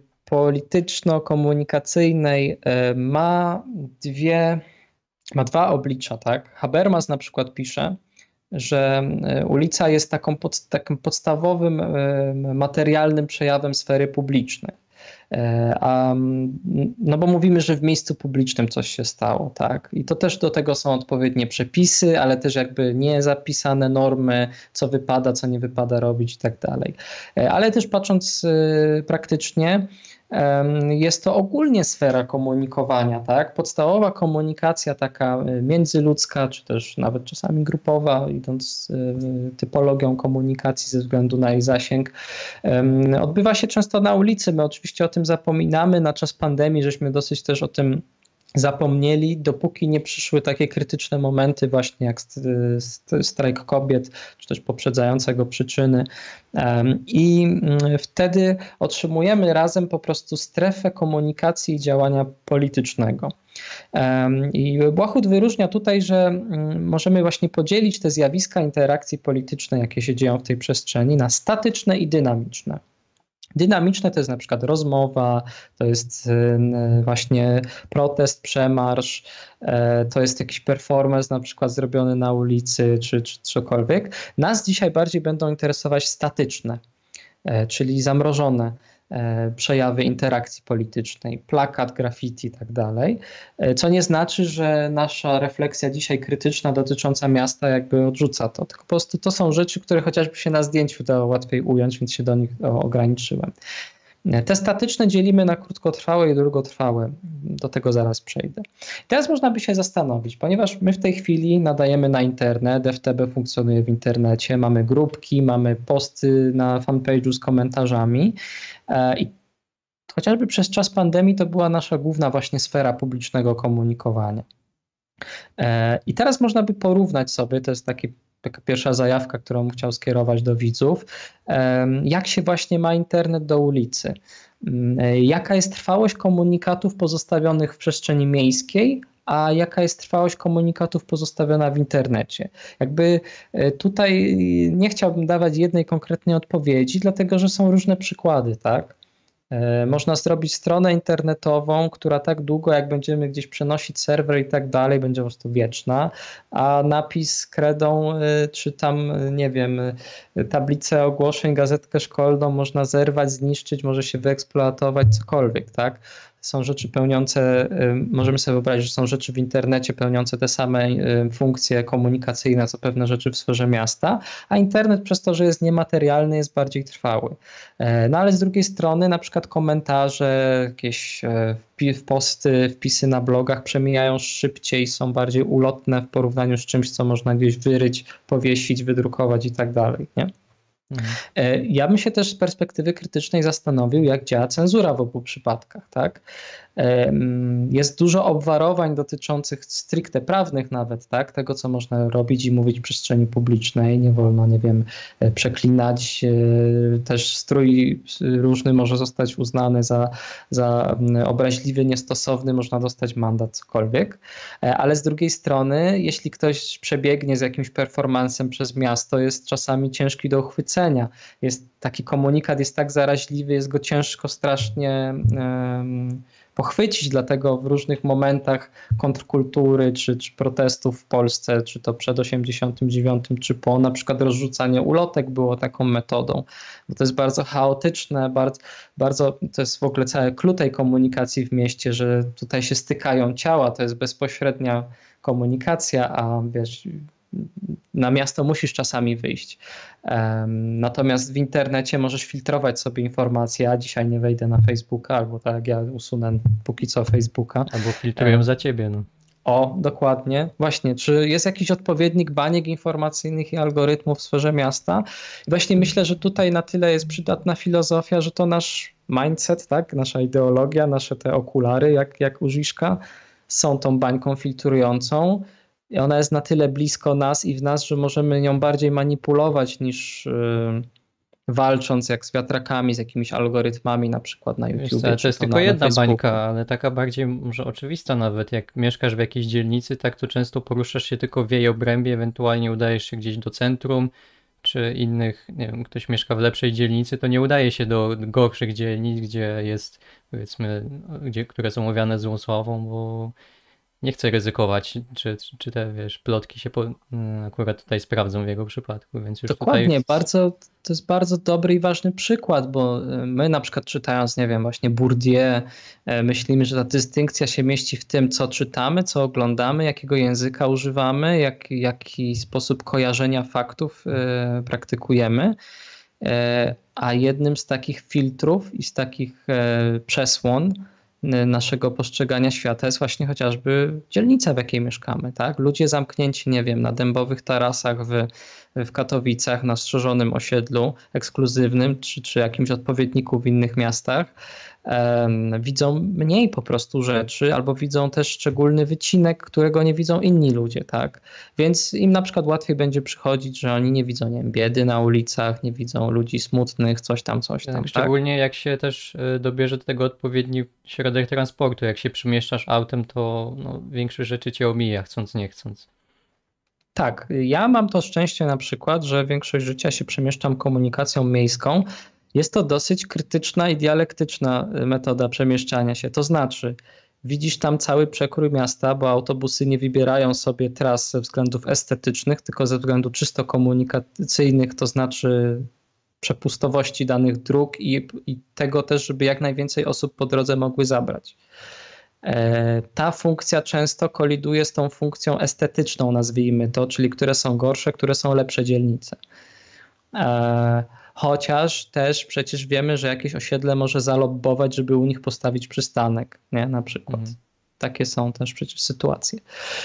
polityczno-komunikacyjnej yy, ma dwie, ma dwa oblicza, tak? Habermas na przykład pisze, że yy, ulica jest taką pod, takim podstawowym yy, materialnym przejawem sfery publicznej. A, no bo mówimy, że w miejscu publicznym coś się stało, tak? I to też do tego są odpowiednie przepisy, ale też jakby niezapisane normy, co wypada, co nie wypada robić i tak dalej. Ale też patrząc praktycznie, jest to ogólnie sfera komunikowania, tak? Podstawowa komunikacja taka międzyludzka, czy też nawet czasami grupowa, idąc typologią komunikacji ze względu na jej zasięg, odbywa się często na ulicy. My oczywiście o tym tym zapominamy. Na czas pandemii żeśmy dosyć też o tym zapomnieli, dopóki nie przyszły takie krytyczne momenty właśnie jak strajk kobiet, czy też poprzedzającego przyczyny. I wtedy otrzymujemy razem po prostu strefę komunikacji i działania politycznego. I Błachut wyróżnia tutaj, że możemy właśnie podzielić te zjawiska interakcji politycznej, jakie się dzieją w tej przestrzeni, na statyczne i dynamiczne. Dynamiczne to jest na przykład rozmowa, to jest właśnie protest, przemarsz, to jest jakiś performance na przykład zrobiony na ulicy czy, czy cokolwiek. Nas dzisiaj bardziej będą interesować statyczne, czyli zamrożone przejawy interakcji politycznej, plakat, graffiti i tak dalej, co nie znaczy, że nasza refleksja dzisiaj krytyczna dotycząca miasta jakby odrzuca to, tylko po prostu to są rzeczy, które chociażby się na zdjęciu dało łatwiej ująć, więc się do nich ograniczyłem. Te statyczne dzielimy na krótkotrwałe i długotrwałe. Do tego zaraz przejdę. Teraz można by się zastanowić, ponieważ my w tej chwili nadajemy na internet, F T B funkcjonuje w internecie, mamy grupki, mamy posty na fanpage'u z komentarzami i chociażby przez czas pandemii to była nasza główna właśnie sfera publicznego komunikowania. I teraz można by porównać sobie, to jest taki taka pierwsza zajawka, którą chciał skierować do widzów, jak się właśnie ma internet do ulicy, jaka jest trwałość komunikatów pozostawionych w przestrzeni miejskiej, a jaka jest trwałość komunikatów pozostawiona w internecie. Jakby tutaj nie chciałbym dawać jednej konkretnej odpowiedzi, dlatego że są różne przykłady, tak? Można zrobić stronę internetową, która tak długo, jak będziemy gdzieś przenosić serwer i tak dalej, będzie po prostu wieczna, a napis kredą, czy tam, nie wiem, tablicę ogłoszeń, gazetkę szkolną można zerwać, zniszczyć, może się wyeksploatować, cokolwiek, tak? Są rzeczy pełniące, możemy sobie wyobrazić, że są rzeczy w internecie pełniące te same funkcje komunikacyjne, co pewne rzeczy w sferze miasta, a internet przez to, że jest niematerialny, jest bardziej trwały. No ale z drugiej strony na przykład komentarze, jakieś posty, wpisy na blogach przemijają szybciej, są bardziej ulotne w porównaniu z czymś, co można gdzieś wyryć, powiesić, wydrukować i tak dalej, nie? Ja bym się też z perspektywy krytycznej zastanowił, jak działa cenzura w obu przypadkach. Tak? Jest dużo obwarowań dotyczących stricte prawnych nawet, tak? Tego, co można robić i mówić w przestrzeni publicznej. Nie wolno, nie wiem, przeklinać. Też strój różny może zostać uznany za, za obraźliwy, niestosowny, można dostać mandat, cokolwiek. Ale z drugiej strony, jeśli ktoś przebiegnie z jakimś performansem przez miasto, jest czasami ciężki do uchwycenia. Jest, taki komunikat jest tak zaraźliwy, jest go ciężko strasznie um, pochwycić, dlatego w różnych momentach kontrkultury czy, czy protestów w Polsce, czy to przed osiemdziesiątym dziewiątym, czy po, na przykład rozrzucanie ulotek było taką metodą, bo to jest bardzo chaotyczne, bardzo, bardzo to jest w ogóle cały klucz tej komunikacji w mieście, że tutaj się stykają ciała, to jest bezpośrednia komunikacja, a wiesz, na miasto musisz czasami wyjść. Um, natomiast w internecie możesz filtrować sobie informacje, a dzisiaj nie wejdę na Facebooka, albo tak jak ja usunę póki co Facebooka. Albo filtrują um, za ciebie. No. O, dokładnie. Właśnie, czy jest jakiś odpowiednik baniek informacyjnych i algorytmów w sferze miasta? I właśnie myślę, że tutaj na tyle jest przydatna filozofia, że to nasz mindset, tak, nasza ideologia, nasze te okulary, jak, jak u Žižka, są tą bańką filtrującą. I ona jest na tyle blisko nas i w nas, że możemy nią bardziej manipulować niż yy, walcząc jak z wiatrakami, z jakimiś algorytmami na przykład na YouTube. Wiesz, to jest tylko jedna bańka, ale taka bardziej może oczywista nawet. Jak mieszkasz w jakiejś dzielnicy, tak to często poruszasz się tylko w jej obrębie, ewentualnie udajesz się gdzieś do centrum, czy innych, nie wiem, ktoś mieszka w lepszej dzielnicy, to nie udaje się do gorszych dzielnic, gdzie jest, powiedzmy, gdzie, które są owiane złą sławą, bo nie chcę ryzykować, czy, czy te, wiesz, plotki się po, akurat tutaj sprawdzą w jego przypadku, więc już Dokładnie, tutaj... bardzo, to jest bardzo dobry i ważny przykład, bo my na przykład czytając, nie wiem, właśnie Bourdieu, myślimy, że ta dystynkcja się mieści w tym, co czytamy, co oglądamy, jakiego języka używamy, jak, jaki sposób kojarzenia faktów e, praktykujemy, e, a jednym z takich filtrów i z takich e, przesłon naszego postrzegania świata jest właśnie chociażby dzielnica, w jakiej mieszkamy, tak? Ludzie zamknięci, nie wiem, na dębowych tarasach w, w Katowicach na strzeżonym osiedlu ekskluzywnym, czy, czy jakimś odpowiedniku w innych miastach, um, widzą mniej po prostu rzeczy, albo widzą też szczególny wycinek, którego nie widzą inni ludzie, tak? Więc im na przykład łatwiej będzie przychodzić, że oni nie widzą, nie wiem, biedy na ulicach, nie widzą ludzi smutnych, coś tam, coś tam, Tak, tak? szczególnie jak się też y, dobierze do tego odpowiedni środek transportu. Jak się przemieszczasz autem, to no, większość rzeczy cię omija, chcąc nie chcąc. Tak, ja mam to szczęście na przykład, że większość życia się przemieszczam komunikacją miejską. Jest to dosyć krytyczna i dialektyczna metoda przemieszczania się. To znaczy, widzisz tam cały przekrój miasta, bo autobusy nie wybierają sobie tras ze względów estetycznych, tylko ze względów czysto komunikacyjnych, to znaczy przepustowości danych dróg i, i tego też, żeby jak najwięcej osób po drodze mogły zabrać. Ta funkcja często koliduje z tą funkcją estetyczną, nazwijmy to, czyli które są gorsze, które są lepsze dzielnice. Chociaż też przecież wiemy, że jakieś osiedle może zalobbować, żeby u nich postawić przystanek, nie? Na przykład. Mhm. Takie są też przecież sytuacje.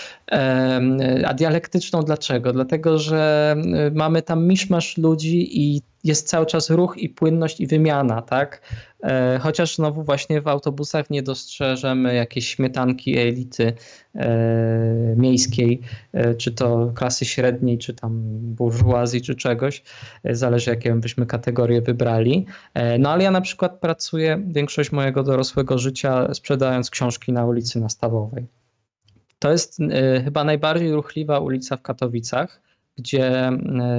A dialektyczną dlaczego? Dlatego, że mamy tam miszmasz ludzi i jest cały czas ruch i płynność i wymiana, tak? Chociaż znowu właśnie w autobusach nie dostrzeżemy jakiejś śmietanki elity miejskiej, czy to klasy średniej, czy tam burżuazji, czy czegoś. Zależy, jakie byśmy kategorie wybrali. No ale ja na przykład pracuję większość mojego dorosłego życia sprzedając książki na ulicy Nastawowej. To jest chyba najbardziej ruchliwa ulica w Katowicach, gdzie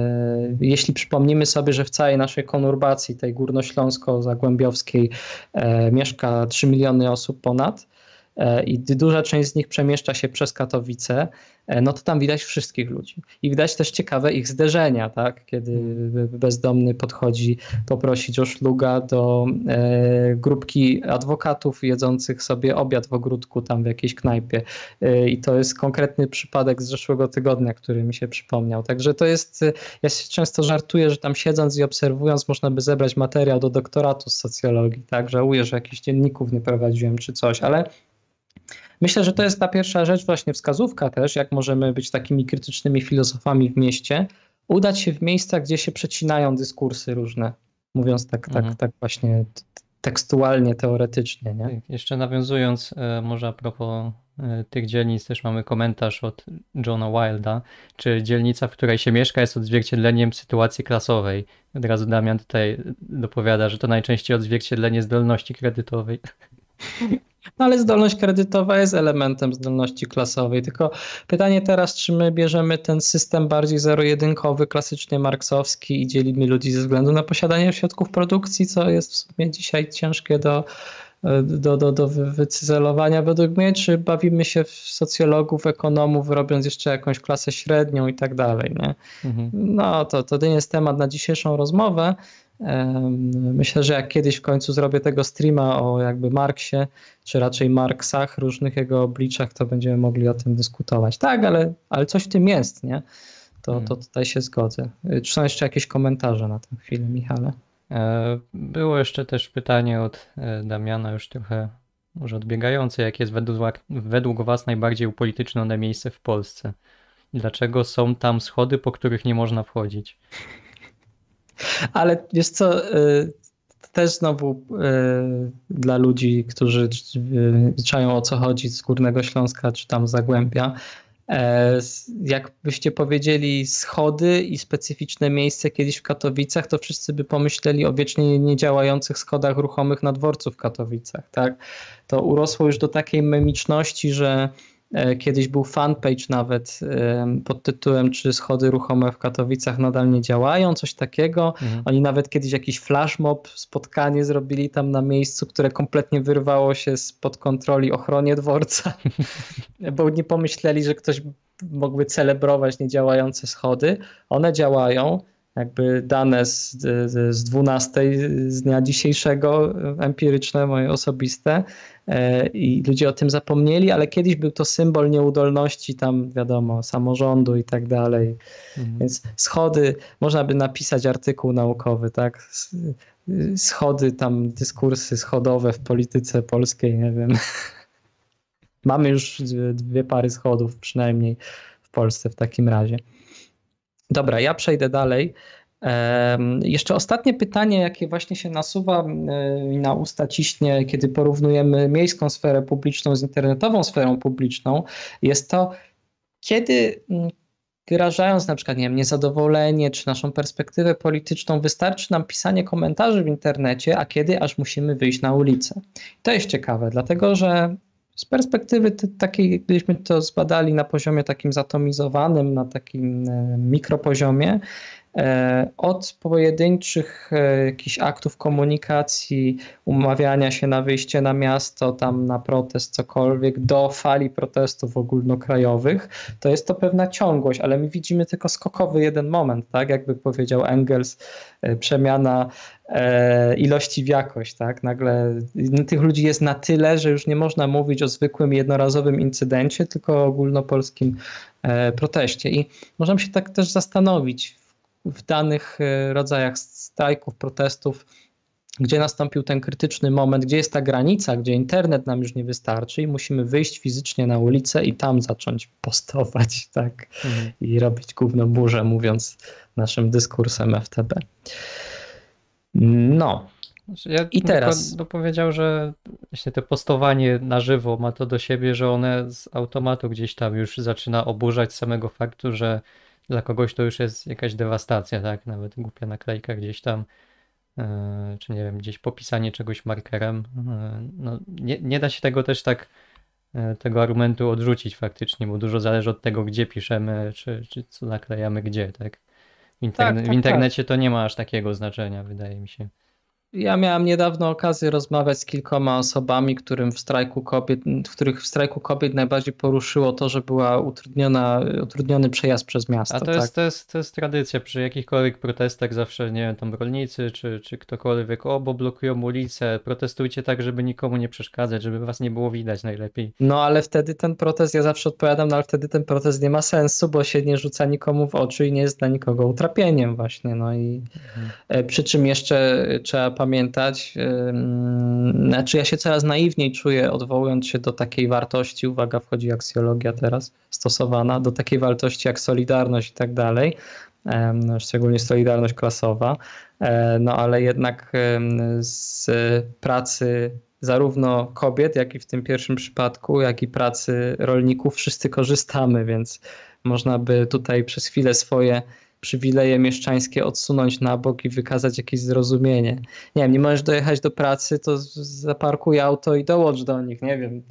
jeśli przypomnimy sobie, że w całej naszej konurbacji, tej górnośląsko-zagłębiowskiej mieszka trzy miliony osób ponad i duża część z nich przemieszcza się przez Katowice, no to tam widać wszystkich ludzi. I widać też ciekawe ich zderzenia, tak? Kiedy bezdomny podchodzi poprosić o szluga do e, grupki adwokatów jedzących sobie obiad w ogródku tam w jakiejś knajpie. E, I to jest konkretny przypadek z zeszłego tygodnia, który mi się przypomniał. Także to jest, ja się często żartuję, że tam siedząc i obserwując można by zebrać materiał do doktoratu z socjologii, tak? Żałuję, że jakichś dzienników nie prowadziłem czy coś, ale myślę, że to jest ta pierwsza rzecz, właśnie wskazówka też, jak możemy być takimi krytycznymi filozofami w mieście, udać się w miejsca, gdzie się przecinają dyskursy różne, mówiąc tak, mhm. tak, tak właśnie tekstualnie, teoretycznie. Nie? Jeszcze nawiązując, może a propos tych dzielnic, też mamy komentarz od Johna Wilda, czy dzielnica, w której się mieszka, jest odzwierciedleniem sytuacji klasowej. Od razu Damian tutaj dopowiada, że to najczęściej odzwierciedlenie zdolności kredytowej. No ale zdolność kredytowa jest elementem zdolności klasowej, tylko pytanie teraz, czy my bierzemy ten system bardziej zero-jedynkowy, klasycznie marksowski i dzielimy ludzi ze względu na posiadanie środków produkcji, co jest w sumie dzisiaj ciężkie do, do, do, do wycyzelowania według mnie, czy bawimy się w socjologów, ekonomów, robiąc jeszcze jakąś klasę średnią i tak dalej. Nie? Mhm. No to, to nie jest temat na dzisiejszą rozmowę. Myślę, że jak kiedyś w końcu zrobię tego streama o jakby Marksie, czy raczej Marksach, różnych jego obliczach, to będziemy mogli o tym dyskutować. Tak, ale, ale coś w tym jest, nie? To, hmm. to tutaj się zgodzę. Czy są jeszcze jakieś komentarze na tę chwilę, Michale? Było jeszcze też pytanie od Damiana, już trochę może odbiegające, jakie jest według, według was najbardziej upolitycznione miejsce w Polsce? Dlaczego są tam schody, po których nie można wchodzić? Ale wiesz co, też znowu dla ludzi, którzy czają o co chodzi z Górnego Śląska czy tam z Zagłębia, jakbyście powiedzieli schody i specyficzne miejsce kiedyś w Katowicach, to wszyscy by pomyśleli o wiecznie niedziałających schodach ruchomych na dworcu w Katowicach. Tak? To urosło już do takiej memiczności, że kiedyś był fanpage nawet pod tytułem, czy schody ruchome w Katowicach nadal nie działają, coś takiego. Mhm. Oni nawet kiedyś jakiś flashmob, spotkanie zrobili tam na miejscu, które kompletnie wyrwało się spod kontroli ochronie dworca, bo nie pomyśleli, że ktoś mógłby celebrować niedziałające schody. One działają. Jakby dane z, z dwunastej z dnia dzisiejszego, empiryczne, moje osobiste, i ludzie o tym zapomnieli, ale kiedyś był to symbol nieudolności tam, wiadomo, samorządu i tak dalej. Mhm. Więc schody, można by napisać artykuł naukowy, tak? Schody, tam dyskursy schodowe w polityce polskiej, nie wiem. Mamy już dwie pary schodów przynajmniej w Polsce w takim razie. Dobra, ja przejdę dalej. Jeszcze ostatnie pytanie, jakie właśnie się nasuwa i na usta ciśnie, kiedy porównujemy miejską sferę publiczną z internetową sferą publiczną, jest to, kiedy wyrażając na przykład, nie wiem, niezadowolenie czy naszą perspektywę polityczną, wystarczy nam pisanie komentarzy w internecie, a kiedy aż musimy wyjść na ulicę. To jest ciekawe, dlatego że z perspektywy takiej, gdybyśmy to zbadali na poziomie takim zatomizowanym, na takim mikropoziomie, od pojedynczych jakichś aktów komunikacji, umawiania się na wyjście na miasto, tam na protest, cokolwiek, do fali protestów ogólnokrajowych, to jest to pewna ciągłość, ale my widzimy tylko skokowy jeden moment, tak? Jakby powiedział Engels, przemiana ilości w jakość, tak? Nagle tych ludzi jest na tyle, że już nie można mówić o zwykłym jednorazowym incydencie, tylko o ogólnopolskim proteście. I możemy się tak też zastanowić w danych rodzajach strajków, protestów, gdzie nastąpił ten krytyczny moment, gdzie jest ta granica, gdzie internet nam już nie wystarczy i musimy wyjść fizycznie na ulicę i tam zacząć postować, tak? Mhm. I robić gówno burzę, mówiąc naszym dyskursem F T B. No. Ja I teraz dopowiedział, że właśnie to postowanie na żywo ma to do siebie, że one z automatu gdzieś tam już zaczyna oburzać samego faktu, że dla kogoś to już jest jakaś dewastacja, tak? Nawet głupia naklejka gdzieś tam, yy, czy nie wiem, gdzieś popisanie czegoś markerem. Yy, no, nie, nie da się tego też tak, yy, tego argumentu odrzucić faktycznie, bo dużo zależy od tego, gdzie piszemy, czy, czy co naklejamy gdzie, tak? W, interne- tak, tak, w internecie tak. To nie ma aż takiego znaczenia, wydaje mi się. Ja miałem niedawno okazję rozmawiać z kilkoma osobami, którym w strajku kobiet, w których w strajku kobiet najbardziej poruszyło to, że była utrudniona, utrudniony przejazd przez miasto. A to, tak? jest, to, jest, to jest tradycja, przy jakichkolwiek protestach zawsze, nie wiem, tam rolnicy czy, czy ktokolwiek, o, bo blokują ulicę, protestujcie tak, żeby nikomu nie przeszkadzać, żeby was nie było widać najlepiej. No ale wtedy ten protest, ja zawsze odpowiadam, no ale wtedy ten protest nie ma sensu, bo się nie rzuca nikomu w oczy i nie jest dla nikogo utrapieniem właśnie, no i mhm. Przy czym jeszcze trzeba pamiętać, yy, znaczy ja się coraz naiwniej czuję, odwołując się do takiej wartości, uwaga, wchodzi aksjologia teraz stosowana, do takiej wartości jak solidarność i tak dalej, yy, szczególnie solidarność klasowa, yy, no ale jednak yy, z pracy zarówno kobiet, jak i w tym pierwszym przypadku, jak i pracy rolników wszyscy korzystamy, więc można by tutaj przez chwilę swoje przywileje mieszczańskie odsunąć na bok i wykazać jakieś zrozumienie. Nie wiem, nie możesz dojechać do pracy, to zaparkuj auto i dołącz do nich, nie wiem.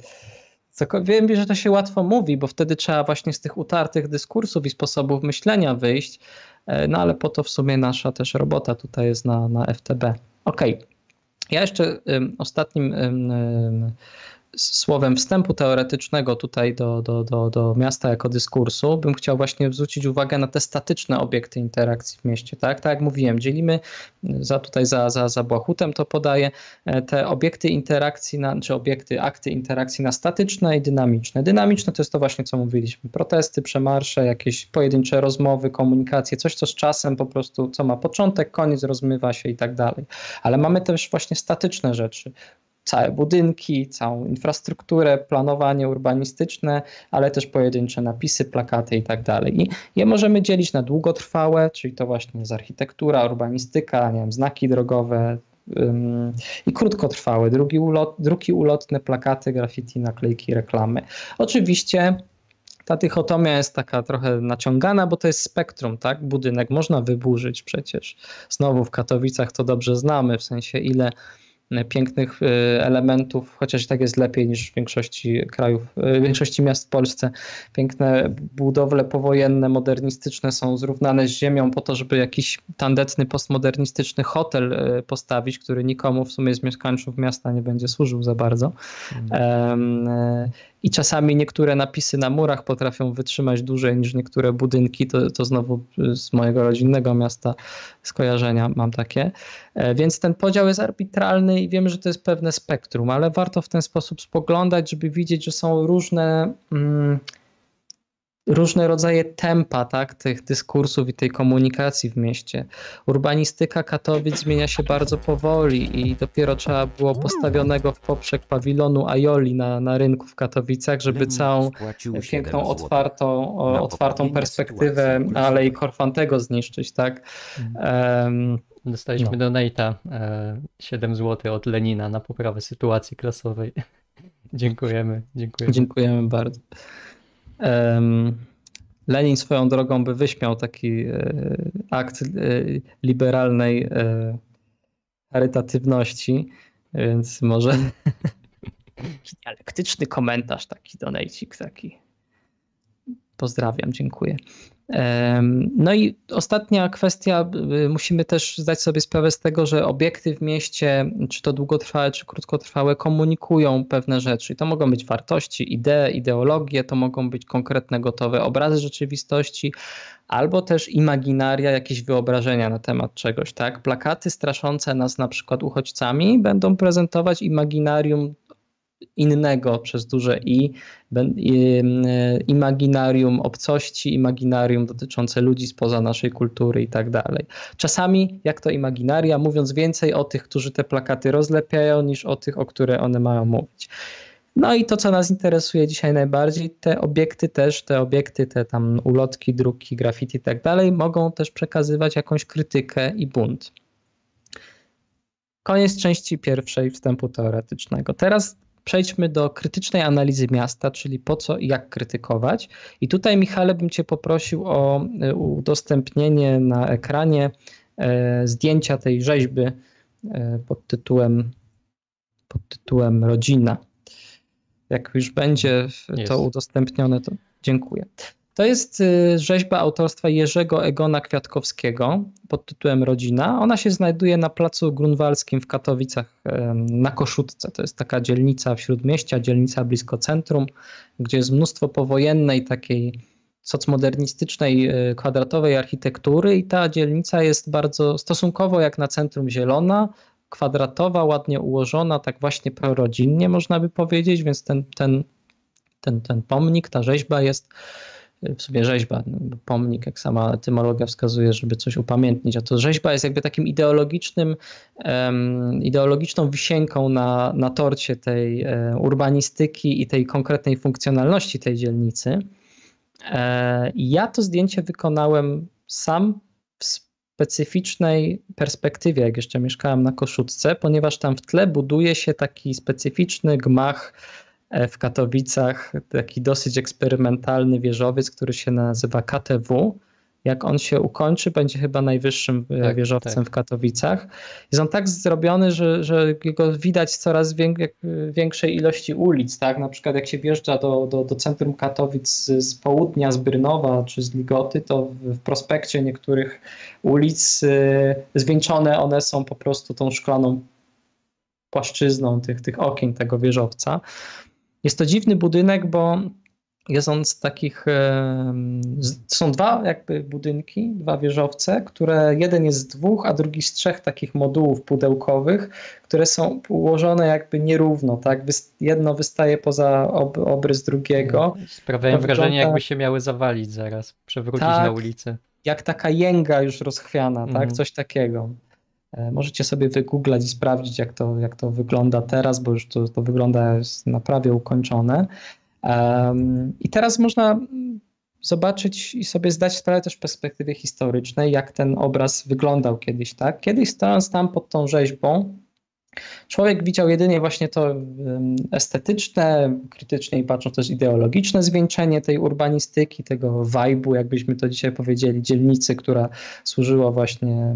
Wiem, że to się łatwo mówi, bo wtedy trzeba właśnie z tych utartych dyskursów i sposobów myślenia wyjść, no ale po to w sumie nasza też robota tutaj jest na, na F T B. Okej, okay. Ja jeszcze um, ostatnim um, um, słowem wstępu teoretycznego tutaj do, do, do, do miasta jako dyskursu bym chciał właśnie zwrócić uwagę na te statyczne obiekty interakcji w mieście. Tak, tak jak mówiłem, dzielimy, za tutaj za, za, za Błachutem to podaję, te obiekty interakcji, na, czy obiekty, akty interakcji na statyczne i dynamiczne. Dynamiczne to jest to właśnie, co mówiliśmy, protesty, przemarsze, jakieś pojedyncze rozmowy, komunikacje, coś, co z czasem po prostu, co ma początek, koniec, rozmywa się i tak dalej. Ale mamy też właśnie statyczne rzeczy. Całe budynki, całą infrastrukturę, planowanie urbanistyczne, ale też pojedyncze napisy, plakaty i tak dalej. I je możemy dzielić na długotrwałe, czyli to właśnie jest architektura, urbanistyka, nie wiem, znaki drogowe ym, i krótkotrwałe, drugi ulot, druki ulotne, plakaty, graffiti, naklejki, reklamy. Oczywiście ta dychotomia jest taka trochę naciągana, bo to jest spektrum, tak? Budynek można wyburzyć przecież. Znowu w Katowicach to dobrze znamy, w sensie ile pięknych elementów, chociaż i tak jest lepiej niż w większości krajów, w większości miast w Polsce. Piękne budowle powojenne, modernistyczne są zrównane z ziemią po to, żeby jakiś tandetny, postmodernistyczny hotel postawić, który nikomu w sumie z mieszkańców miasta nie będzie służył za bardzo. Mm. I czasami niektóre napisy na murach potrafią wytrzymać dłużej niż niektóre budynki. To, to znowu z mojego rodzinnego miasta skojarzenia mam takie. Więc ten podział jest arbitralny i wiemy, że to jest pewne spektrum, ale warto w ten sposób spoglądać, żeby widzieć, że są różne, różne rodzaje tempa, tak, tych dyskursów i tej komunikacji w mieście. Urbanistyka Katowic zmienia się bardzo powoli i dopiero trzeba było postawionego w poprzek pawilonu Aioli na, na rynku w Katowicach, żeby całą piękną, otwartą, otwartą perspektywę Alei Korfantego zniszczyć, tak. Um, Dostaliśmy no. donate'a e, siedem złotych od Lenina na poprawę sytuacji klasowej. Dziękujemy, dziękujemy. Dziękujemy bardzo. Um, Lenin swoją drogą by wyśmiał taki e, akt e, liberalnej e, charytatywności, więc może dialektyczny komentarz, taki donajcik taki. Pozdrawiam, dziękuję. No i ostatnia kwestia, musimy też zdać sobie sprawę z tego, że obiekty w mieście, czy to długotrwałe, czy krótkotrwałe, komunikują pewne rzeczy. I to mogą być wartości, idee, ideologie, to mogą być konkretne, gotowe obrazy rzeczywistości, albo też imaginaria, jakieś wyobrażenia na temat czegoś. Tak? Plakaty straszące nas na przykład uchodźcami będą prezentować imaginarium innego przez duże i, imaginarium obcości, imaginarium dotyczące ludzi spoza naszej kultury i tak dalej. Czasami, jak to imaginaria, mówiąc więcej o tych, którzy te plakaty rozlepiają, niż o tych, o które one mają mówić. No i to, co nas interesuje dzisiaj najbardziej, te obiekty też, te obiekty, te tam ulotki, druki, graffiti i tak dalej, mogą też przekazywać jakąś krytykę i bunt. Koniec części pierwszej wstępu teoretycznego. Teraz przejdźmy do krytycznej analizy miasta, czyli po co i jak krytykować. I tutaj, Michale, bym cię poprosił o udostępnienie na ekranie zdjęcia tej rzeźby pod tytułem, pod tytułem Rodzina. Jak już będzie to Jest. udostępnione, to dziękuję. To jest rzeźba autorstwa Jerzego Egona Kwiatkowskiego pod tytułem Rodzina. Ona się znajduje na placu Grunwaldzkim w Katowicach na Koszutce. To jest taka dzielnica w Śródmieścia, dzielnica blisko centrum, gdzie jest mnóstwo powojennej, takiej socmodernistycznej, kwadratowej architektury i ta dzielnica jest bardzo stosunkowo jak na centrum zielona, kwadratowa, ładnie ułożona, tak właśnie prorodzinnie można by powiedzieć, więc ten, ten, ten, ten pomnik, ta rzeźba jest w sumie rzeźba, pomnik, jak sama etymologia wskazuje, żeby coś upamiętnić, a to rzeźba jest jakby takim ideologicznym, um, ideologiczną wisienką na, na torcie tej e, urbanistyki i tej konkretnej funkcjonalności tej dzielnicy. E, ja to zdjęcie wykonałem sam w specyficznej perspektywie, jak jeszcze mieszkałem na Koszutce, ponieważ tam w tle buduje się taki specyficzny gmach w Katowicach, taki dosyć eksperymentalny wieżowiec, który się nazywa K T W. Jak on się ukończy, będzie chyba najwyższym tak, wieżowcem tak. w Katowicach. Jest on tak zrobiony, że, że go widać z coraz większej ilości ulic. Tak? Na przykład jak się wjeżdża do, do, do centrum Katowic z, z południa, z Brynowa czy z Ligoty, to w prospekcie niektórych ulic y, zwieńczone one są po prostu tą szklaną płaszczyzną tych, tych okien tego wieżowca. Jest to dziwny budynek, bo jest on z takich, są dwa jakby budynki, dwa wieżowce, które jeden jest z dwóch, a drugi z trzech takich modułów pudełkowych, które są ułożone jakby nierówno, tak? Jedno wystaje poza ob, obrys drugiego. Sprawiają to wrażenie, wygląda... jakby się miały zawalić zaraz, przewrócić tak, na ulicy. Jak taka jęga już rozchwiana, mhm. tak? Coś takiego. Możecie sobie wygooglać i sprawdzić, jak to, jak to wygląda teraz, bo już to, to wygląda jest na prawie ukończone. Um, I teraz można zobaczyć i sobie zdać sprawę też w perspektywie historycznej, jak ten obraz wyglądał kiedyś. Tak? Kiedyś stojąc tam pod tą rzeźbą, człowiek widział jedynie właśnie to estetyczne, krytycznie patrząc też ideologiczne zwieńczenie tej urbanistyki, tego vibe'u, jakbyśmy to dzisiaj powiedzieli, dzielnicy, która służyła właśnie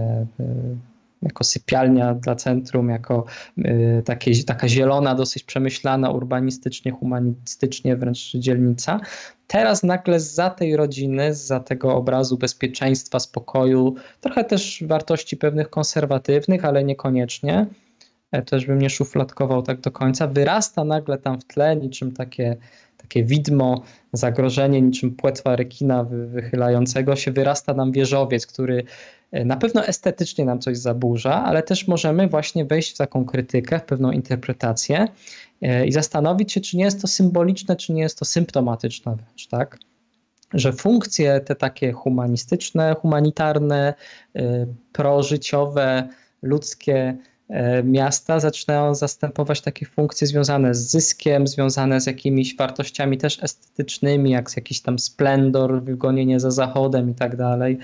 jako sypialnia dla centrum, jako takie, taka zielona, dosyć przemyślana urbanistycznie, humanistycznie wręcz dzielnica. Teraz nagle zza tej rodziny, zza tego obrazu bezpieczeństwa, spokoju, trochę też wartości pewnych konserwatywnych, ale niekoniecznie, też bym nie szufladkował tak do końca, wyrasta nagle tam w tle niczym takie, takie widmo, zagrożenie, niczym płetwa rekina wychylającego się, wyrasta nam wieżowiec, który na pewno estetycznie nam coś zaburza, ale też możemy właśnie wejść w taką krytykę, w pewną interpretację i zastanowić się, czy nie jest to symboliczne, czy nie jest to symptomatyczne wręcz, tak? że funkcje te takie humanistyczne, humanitarne, prożyciowe, ludzkie miasta zaczynają zastępować takie funkcje związane z zyskiem, związane z jakimiś wartościami też estetycznymi, jak z jakiś tam splendor, gonienie za zachodem i tak dalej.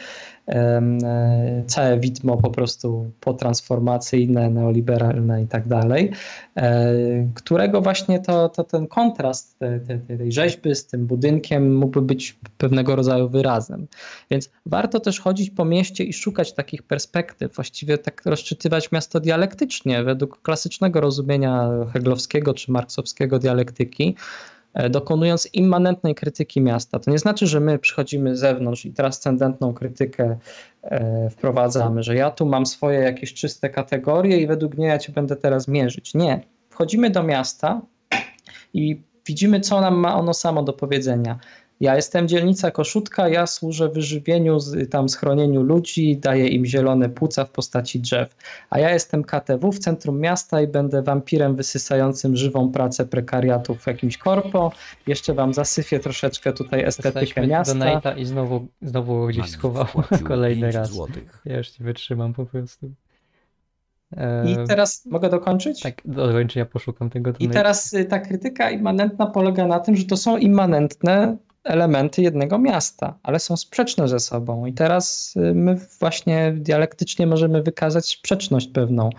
Całe widmo po prostu potransformacyjne, neoliberalne i tak dalej, którego właśnie to, to ten kontrast tej, tej, tej rzeźby z tym budynkiem mógłby być pewnego rodzaju wyrazem. Więc warto też chodzić po mieście i szukać takich perspektyw, właściwie tak rozczytywać miasto dialektycznie, według klasycznego rozumienia heglowskiego czy marksowskiego dialektyki, dokonując immanentnej krytyki miasta. To nie znaczy, że my przychodzimy z zewnątrz i transcendentną krytykę wprowadzamy, że ja tu mam swoje jakieś czyste kategorie i według niej ja cię będę teraz mierzyć. Nie. Wchodzimy do miasta i widzimy, co nam ma ono samo do powiedzenia. Ja jestem dzielnica Koszutka, ja służę wyżywieniu, tam schronieniu ludzi, daję im zielone płuca w postaci drzew. A ja jestem K T W w centrum miasta i będę wampirem wysysającym żywą pracę prekariatów w jakimś korpo. Jeszcze wam zasyfię troszeczkę tutaj estetykę Jesteśmy miasta. Donate'a i znowu, znowu gdzieś Magik schowało wpłacił kolejny pięć raz. złotych. Ja już nie wytrzymam po prostu. I E, teraz mogę dokończyć? tak, dokończę, ja poszukam tego I Donate'a. teraz y, ta krytyka immanentna polega na tym, że to są immanentne elementy jednego miasta, ale są sprzeczne ze sobą. I teraz y, my właśnie dialektycznie możemy wykazać sprzeczność pewną,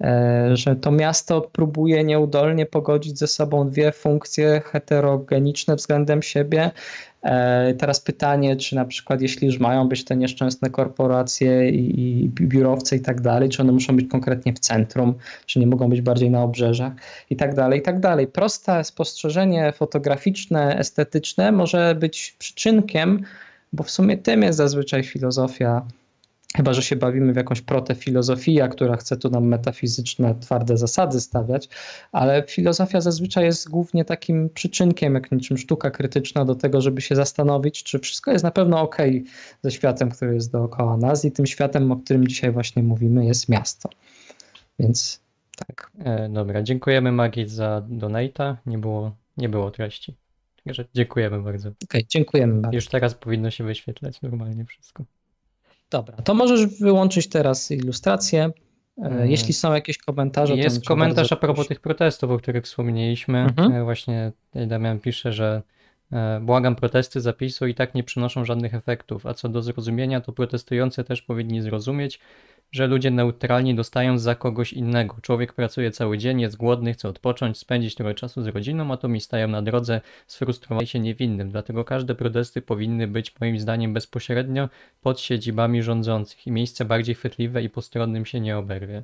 e, że to miasto próbuje nieudolnie pogodzić ze sobą dwie funkcje heterogeniczne względem siebie. E, Teraz pytanie, czy na przykład jeśli już mają być te nieszczęsne korporacje i, i biurowce i tak dalej, czy one muszą być konkretnie w centrum, czy nie mogą być bardziej na obrzeżach i tak dalej, i tak dalej. Proste spostrzeżenie fotograficzne, estetyczne może być przyczynkiem, bo w sumie tym jest zazwyczaj filozofia, chyba że się bawimy w jakąś protefilozofię, która chce tu nam metafizyczne, twarde zasady stawiać, ale filozofia zazwyczaj jest głównie takim przyczynkiem, jak niczym sztuka krytyczna do tego, żeby się zastanowić, czy wszystko jest na pewno okej ze światem, który jest dookoła nas i tym światem, o którym dzisiaj właśnie mówimy, jest miasto. Więc tak. E, dobra, dziękujemy Magii za Donate'a. Nie było, nie było treści. Także dziękujemy bardzo. Okej, dziękujemy bardzo. Już teraz powinno się wyświetlać normalnie wszystko. Dobra, to możesz wyłączyć teraz ilustrację. E, Mm. Jeśli są jakieś komentarze, to bym Jest cię komentarz bardzo a propos prosił. tych protestów, o których wspomnieliśmy. Mhm. E, Właśnie tutaj Damian pisze, że e, błagam, protesty zapisu i tak nie przynoszą żadnych efektów, a co do zrozumienia, to protestujący też powinni zrozumieć, że ludzie neutralni dostają za kogoś innego. Człowiek pracuje cały dzień, jest głodny, chce odpocząć, spędzić trochę czasu z rodziną, a to mi stają na drodze, sfrustrowani się niewinnym. Dlatego każde protesty powinny być moim zdaniem bezpośrednio pod siedzibami rządzących i miejsce bardziej chwytliwe i postronnym się nie oberwie.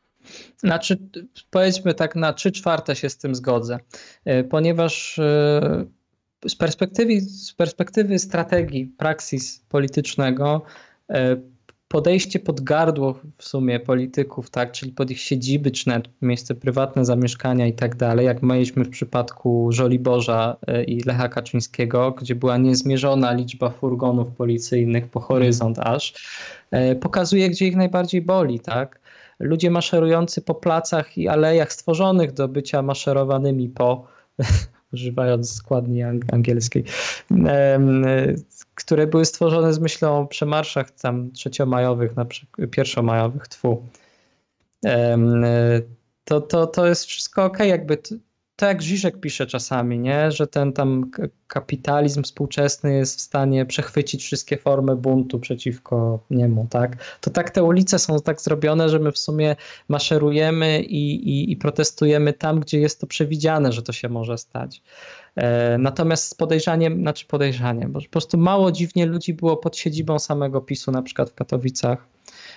Znaczy, powiedzmy tak, na trzy czwarte się z tym zgodzę, e, ponieważ e, z perspektywy, z perspektywy strategii, praksis politycznego, e, podejście pod gardło w sumie polityków, tak, czyli pod ich siedziby, czy nawet miejsce prywatne, zamieszkania i tak dalej, jak mieliśmy w przypadku Żoliborza e, i Lecha Kaczyńskiego, gdzie była niezmierzona liczba furgonów policyjnych po horyzont aż, e, pokazuje, gdzie ich najbardziej boli, tak. Ludzie maszerujący po placach i alejach stworzonych do bycia maszerowanymi po, używając składni ang- angielskiej, em, które były stworzone z myślą o przemarszach tam trzeciomajowych, na przykład pierwszomajowych, tfu. Em, To, to, to jest wszystko okej, jakby to, to jak Žižek pisze czasami, nie? Że ten tam k- kapitalizm współczesny jest w stanie przechwycić wszystkie formy buntu przeciwko niemu, tak? To tak te ulice są tak zrobione, że my w sumie maszerujemy i, i, i protestujemy tam, gdzie jest to przewidziane, że to się może stać. E, Natomiast z podejrzaniem, znaczy podejrzaniem, bo po prostu mało dziwnie ludzi było pod siedzibą samego PiSu, na przykład w Katowicach.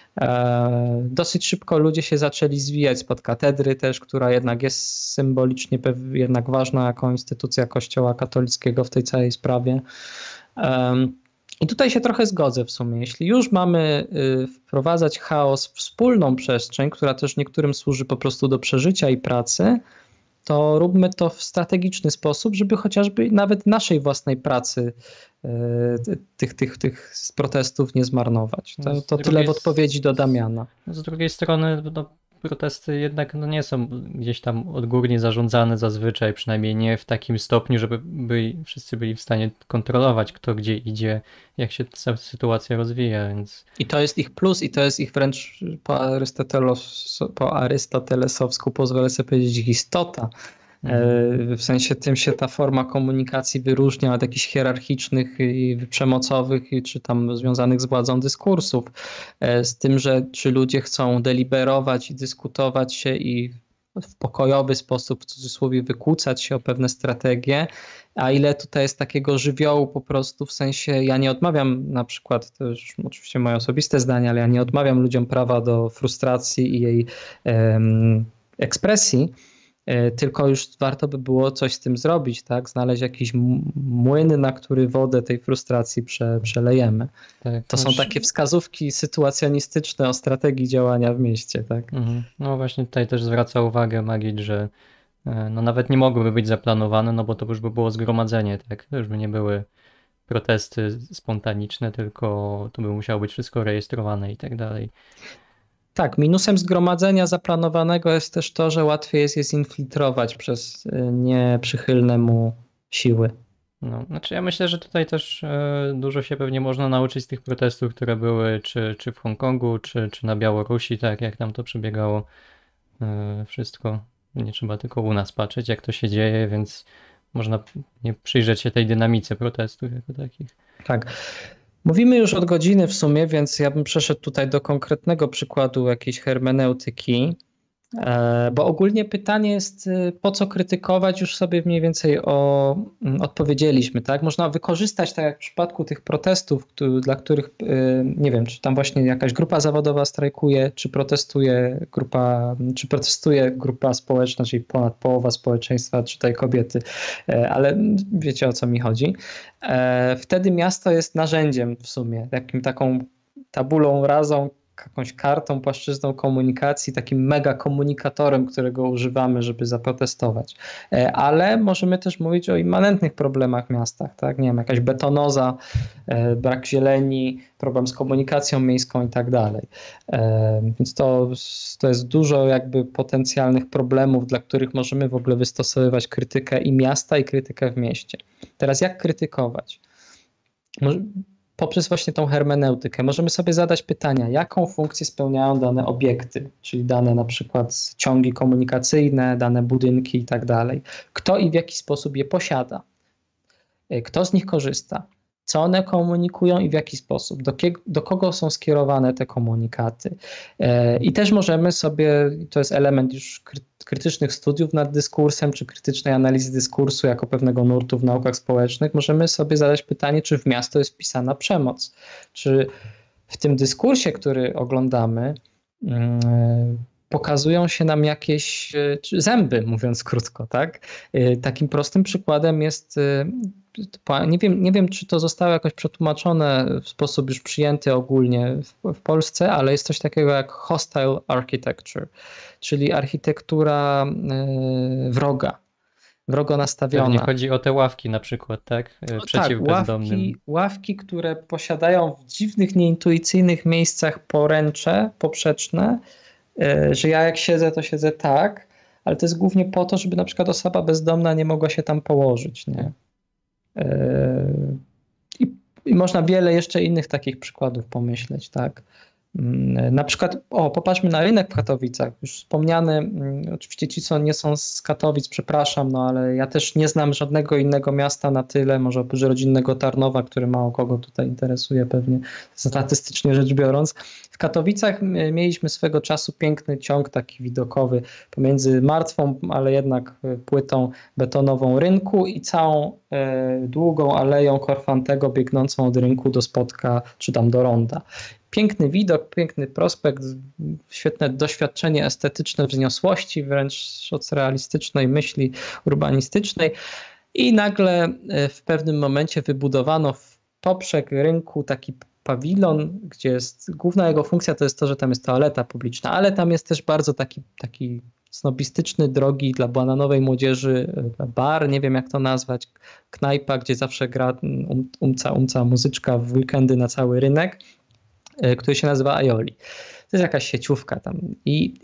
E, Dosyć szybko ludzie się zaczęli zwijać spod katedry też, która jednak jest symbolicznie pew- jednak ważna jako instytucja Kościoła katolickiego w tej całej sprawie. Em, I tutaj się trochę zgodzę w sumie. Jeśli już mamy y, wprowadzać chaos w wspólną przestrzeń, która też niektórym służy po prostu do przeżycia i pracy, to róbmy to w strategiczny sposób, żeby chociażby nawet naszej własnej pracy y, tych, tych, tych protestów nie zmarnować. To, No, z to tyle drugiej w odpowiedzi do Damiana. Z drugiej strony, no, protesty jednak no, nie są gdzieś tam odgórnie zarządzane zazwyczaj, przynajmniej nie w takim stopniu, żeby byli, wszyscy byli w stanie kontrolować, kto gdzie idzie, jak się ta sytuacja rozwija, więc... I to jest ich plus i to jest ich wręcz po, arystotelos, po arystotelesowsku, pozwolę sobie powiedzieć, ich istota. Mhm. W sensie tym się ta forma komunikacji wyróżnia od jakichś hierarchicznych i przemocowych, czy tam związanych z władzą dyskursów. Z tym, że czy ludzie chcą deliberować i dyskutować się i w pokojowy sposób, w cudzysłowie, wykłócać się o pewne strategie, a ile tutaj jest takiego żywiołu po prostu, w sensie ja nie odmawiam na przykład, to już oczywiście moje osobiste zdanie, ale ja nie odmawiam ludziom prawa do frustracji i jej um, ekspresji, tylko już warto by było coś z tym zrobić, tak? Znaleźć jakiś młyn, na który wodę tej frustracji prze, przelejemy. Tak, to są takie wskazówki sytuacjonistyczne o strategii działania w mieście, tak? Mhm. No właśnie tutaj też zwraca uwagę Magid, że no nawet nie mogłyby być zaplanowane, no bo to już by było zgromadzenie, tak? To już by nie były protesty spontaniczne, tylko to by musiało być wszystko rejestrowane i tak dalej. Tak, minusem zgromadzenia zaplanowanego jest też to, że łatwiej jest je zinfiltrować przez nieprzychylne mu siły. No, znaczy ja myślę, że tutaj też e, dużo się pewnie można nauczyć z tych protestów, które były czy, czy w Hongkongu, czy, czy na Białorusi, tak jak tam to przebiegało e, wszystko. Nie trzeba tylko u nas patrzeć, jak to się dzieje, więc można nie przyjrzeć się tej dynamice protestów jako takich. Tak. Mówimy już od godziny w sumie, więc ja bym przeszedł tutaj do konkretnego przykładu jakiejś hermeneutyki, bo ogólnie pytanie jest, po co krytykować, już sobie mniej więcej o, odpowiedzieliśmy, tak? Można wykorzystać, tak jak w przypadku tych protestów, dla których, nie wiem, czy tam właśnie jakaś grupa zawodowa strajkuje, czy protestuje grupa, czy protestuje grupa społeczna, czyli ponad połowa społeczeństwa, czy tutaj kobiety, ale wiecie, o co mi chodzi. Wtedy miasto jest narzędziem w sumie, takim taką tabulą razą, jakąś kartą, płaszczyzną komunikacji, takim mega komunikatorem, którego używamy, żeby zaprotestować. Ale możemy też mówić o immanentnych problemach w miastach, tak? Nie wiem, jakaś betonoza, brak zieleni, problem z komunikacją miejską i tak dalej. Więc to, to jest dużo jakby potencjalnych problemów, dla których możemy w ogóle wystosowywać krytykę i miasta, i krytykę w mieście. Teraz jak krytykować? Może poprzez właśnie tą hermeneutykę możemy sobie zadać pytania, jaką funkcję spełniają dane obiekty, czyli dane na przykład ciągi komunikacyjne, dane budynki i tak dalej. Kto i w jaki sposób je posiada? Kto z nich korzysta? Co one komunikują i w jaki sposób? Do, kie, do kogo są skierowane te komunikaty? I też możemy sobie, to jest element już krytycznych studiów nad dyskursem, czy krytycznej analizy dyskursu jako pewnego nurtu w naukach społecznych, możemy sobie zadać pytanie, czy w miasto jest wpisana przemoc? Czy w tym dyskursie, który oglądamy, pokazują się nam jakieś zęby, mówiąc krótko, tak? Takim prostym przykładem jest, nie wiem, nie wiem, czy to zostało jakoś przetłumaczone w sposób już przyjęty ogólnie w, w Polsce, ale jest coś takiego jak hostile architecture, czyli architektura wroga, wrogo nastawiona. Pewnie chodzi o te ławki na przykład, tak? Przeciw tak, bezdomnym. Ławki, ławki, które posiadają w dziwnych, nieintuicyjnych miejscach poręcze poprzeczne, że ja jak siedzę, to siedzę tak, ale to jest głównie po to, żeby na przykład osoba bezdomna nie mogła się tam położyć, nie? I, I można wiele jeszcze innych takich przykładów pomyśleć, tak? Na przykład, o, popatrzmy na rynek w Katowicach, już wspomniany, oczywiście ci, co nie są z Katowic, przepraszam, no ale ja też nie znam żadnego innego miasta na tyle, może oprócz rodzinnego Tarnowa, który mało kogo tutaj interesuje pewnie, statystycznie rzecz biorąc. W Katowicach mieliśmy swego czasu piękny ciąg taki widokowy pomiędzy martwą, ale jednak płytą betonową rynku i całą e, długą aleją Korfantego biegnącą od rynku do Spotka, czy tam do ronda. Piękny widok, piękny prospekt, świetne doświadczenie estetyczne wzniosłości, wręcz socrealistycznej myśli urbanistycznej i nagle w pewnym momencie wybudowano w poprzek rynku taki pawilon, gdzie jest, główna jego funkcja to jest to, że tam jest toaleta publiczna, ale tam jest też bardzo taki, taki snobistyczny, drogi dla bananowej młodzieży bar, nie wiem jak to nazwać, knajpa, gdzie zawsze gra um, umca, umca muzyczka w weekendy na cały rynek, który się nazywa Aioli. To jest jakaś sieciówka tam i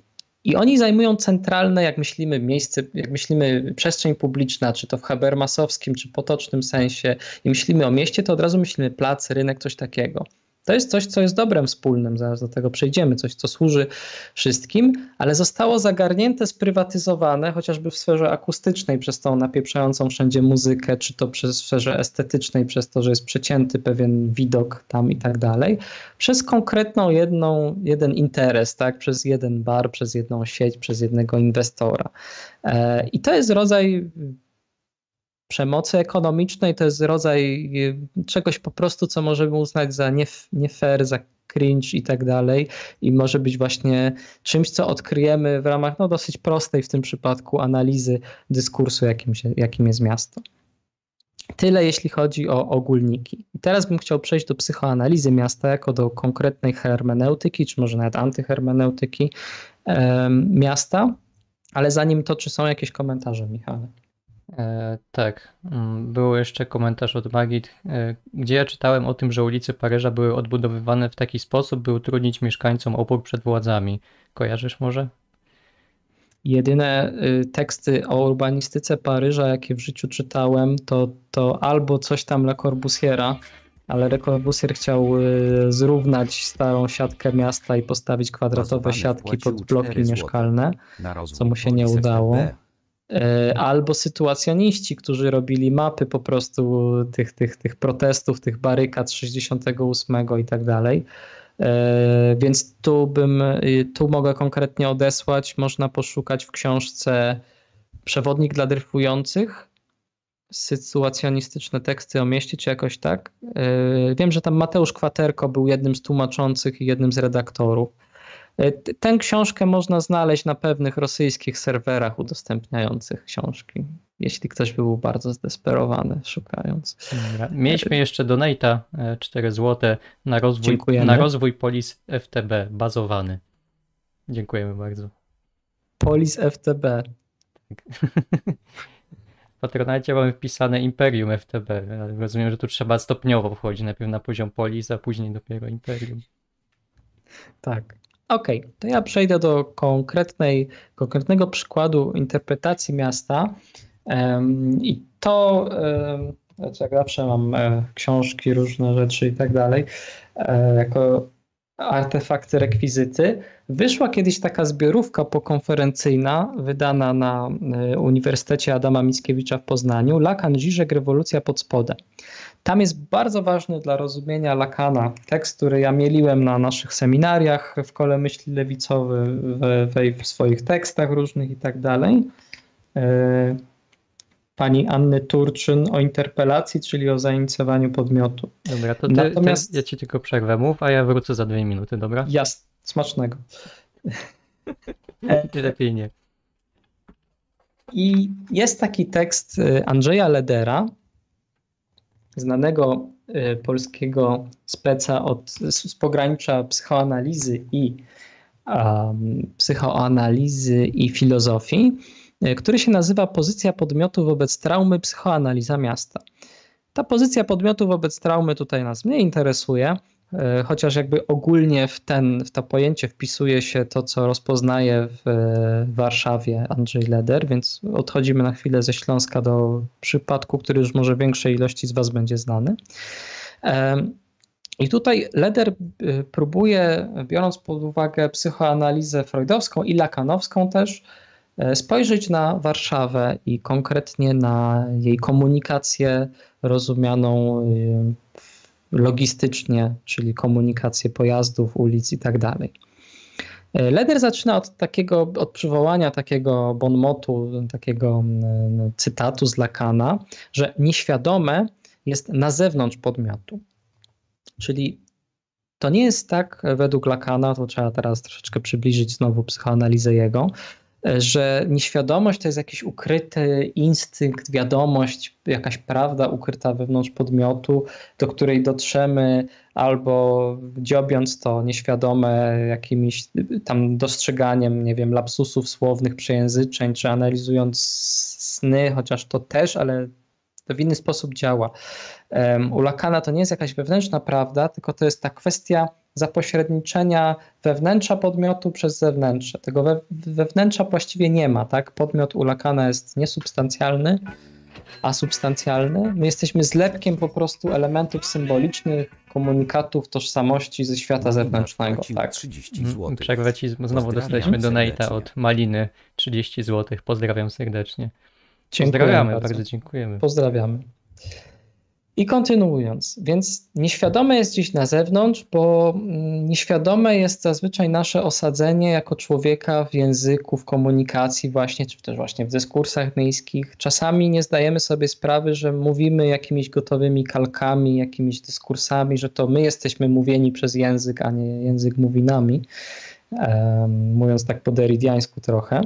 I oni zajmują centralne, jak myślimy, miejsce, jak myślimy przestrzeń publiczna, czy to w habermasowskim, czy potocznym sensie, i myślimy o mieście, to od razu myślimy plac, rynek, coś takiego. To jest coś, co jest dobrem wspólnym, zaraz do tego przejdziemy, coś, co służy wszystkim, ale zostało zagarnięte, sprywatyzowane, chociażby w sferze akustycznej przez tą napieprzającą wszędzie muzykę, czy to przez sferze estetycznej, przez to, że jest przecięty pewien widok tam i tak dalej, przez konkretną jedną, jeden interes, tak, przez jeden bar, przez jedną sieć, przez jednego inwestora. I to jest rodzaj przemocy ekonomicznej, to jest rodzaj czegoś po prostu, co możemy uznać za nie, nie fair, za cringe i tak dalej, i może być właśnie czymś, co odkryjemy w ramach no, dosyć prostej w tym przypadku analizy dyskursu, jakim, się, jakim jest miasto. Tyle jeśli chodzi o ogólniki. I teraz bym chciał przejść do psychoanalizy miasta jako do konkretnej hermeneutyki, czy może nawet antyhermeneutyki e, miasta, ale zanim to, czy są jakieś komentarze, Michale? E, tak, był jeszcze komentarz od Magit, e, gdzie ja czytałem o tym, że ulice Paryża były odbudowywane w taki sposób, by utrudnić mieszkańcom opór przed władzami. Kojarzysz może? Jedyne y, teksty o urbanistyce Paryża, jakie w życiu czytałem, to, to albo coś tam Le Corbusiera, ale Le Corbusier chciał y, zrównać starą siatkę miasta i postawić kwadratowe siatki pod bloki mieszkalne, co mu się nie udało. Albo sytuacjoniści, którzy robili mapy po prostu tych, tych, tych protestów, tych barykad z sześćdziesiątego ósmego i tak dalej. Więc tu bym, tu mogę konkretnie odesłać, można poszukać w książce Przewodnik dla dryfujących, sytuacjonistyczne teksty o mieście, czy jakoś tak. Wiem, że tam Mateusz Kwaterko był jednym z tłumaczących i jednym z redaktorów. Tę książkę można znaleźć na pewnych rosyjskich serwerach udostępniających książki, jeśli ktoś by był bardzo zdesperowany szukając. Dobra. Mieliśmy jeszcze donate'a cztery złote na rozwój, na rozwój Polis F T B bazowany. Dziękujemy bardzo. Polis F T B. Tak. W Patronite mamy wpisane Imperium F T B, ale rozumiem, że tu trzeba stopniowo wchodzić, najpierw na poziom Polis, a później dopiero Imperium. Tak. Okej, okay, to ja przejdę do konkretnej, konkretnego przykładu interpretacji miasta um, i to, um, jak zawsze mam e, książki, różne rzeczy i tak dalej, e, jako artefakty, rekwizyty. Wyszła kiedyś taka zbiorówka pokonferencyjna wydana na e, Uniwersytecie Adama Mickiewicza w Poznaniu, Lacan, Žižek, rewolucja pod spodem. Tam jest bardzo ważny dla rozumienia Lacana tekst, który ja mieliłem na naszych seminariach w Kole Myśli Lewicowy, w, w, w swoich tekstach różnych i tak dalej. Pani Anny Turczyn o interpelacji, czyli o zainicjowaniu podmiotu. Dobra, to ty, Natomiast... ty, ja ci tylko przerwę mów, a ja wrócę za dwie minuty, dobra? Jasne, smacznego. Ty lepiej nie. I jest taki tekst Andrzeja Ledera, znanego y, polskiego speca od, z, z pogranicza psychoanalizy i um, psychoanalizy i filozofii, y, który się nazywa Pozycja podmiotu wobec traumy, psychoanaliza miasta. Ta pozycja podmiotu wobec traumy tutaj nas nie interesuje, y, chociaż jakby ogólnie w, ten, w to pojęcie wpisuje się to, co rozpoznaje w, w Warszawie Andrzej Leder, więc odchodzimy na chwilę ze Śląska do przypadku, który już może większej ilości z was będzie znany. I tutaj Leder próbuje, biorąc pod uwagę psychoanalizę freudowską i lacanowską też, spojrzeć na Warszawę i konkretnie na jej komunikację rozumianą logistycznie, czyli komunikację pojazdów, ulic i tak dalej. Leder zaczyna od takiego, od przywołania takiego bon motu, takiego cytatu z Lacana, że nieświadome jest na zewnątrz podmiotu. Czyli to nie jest tak według Lacana, to trzeba teraz troszeczkę przybliżyć znowu psychoanalizę jego, że nieświadomość to jest jakiś ukryty instynkt, wiadomość, jakaś prawda ukryta wewnątrz podmiotu, do której dotrzemy albo dziobiąc to nieświadome jakimiś tam dostrzeganiem, nie wiem, lapsusów słownych, przejęzyczeń, czy analizując sny, chociaż to też, ale to w inny sposób działa. U Lacana to nie jest jakaś wewnętrzna prawda, tylko to jest ta kwestia zapośredniczenia wewnętrza podmiotu przez zewnętrzne. Tego we, wewnętrza właściwie nie ma, tak? Podmiot u Lacana jest niesubstancjalny, a substancjalny. My jesteśmy zlepkiem po prostu elementów symbolicznych, komunikatów, tożsamości ze świata zewnętrznego. Tak. trzydzieści złotych. Przerwę ci, znowu Pozdrawiam dostaliśmy donate'a serdecznie. od Maliny, trzydzieści złotych. Pozdrawiam serdecznie. Dziękuję Pozdrawiamy, bardzo. bardzo dziękujemy. Pozdrawiamy. I kontynuując, więc nieświadome jest gdzieś na zewnątrz, bo nieświadome jest zazwyczaj nasze osadzenie jako człowieka w języku, w komunikacji właśnie, czy też właśnie w dyskursach miejskich. Czasami nie zdajemy sobie sprawy, że mówimy jakimiś gotowymi kalkami, jakimiś dyskursami, że to my jesteśmy mówieni przez język, a nie język mówi nami, um, mówiąc tak po derridiańsku trochę.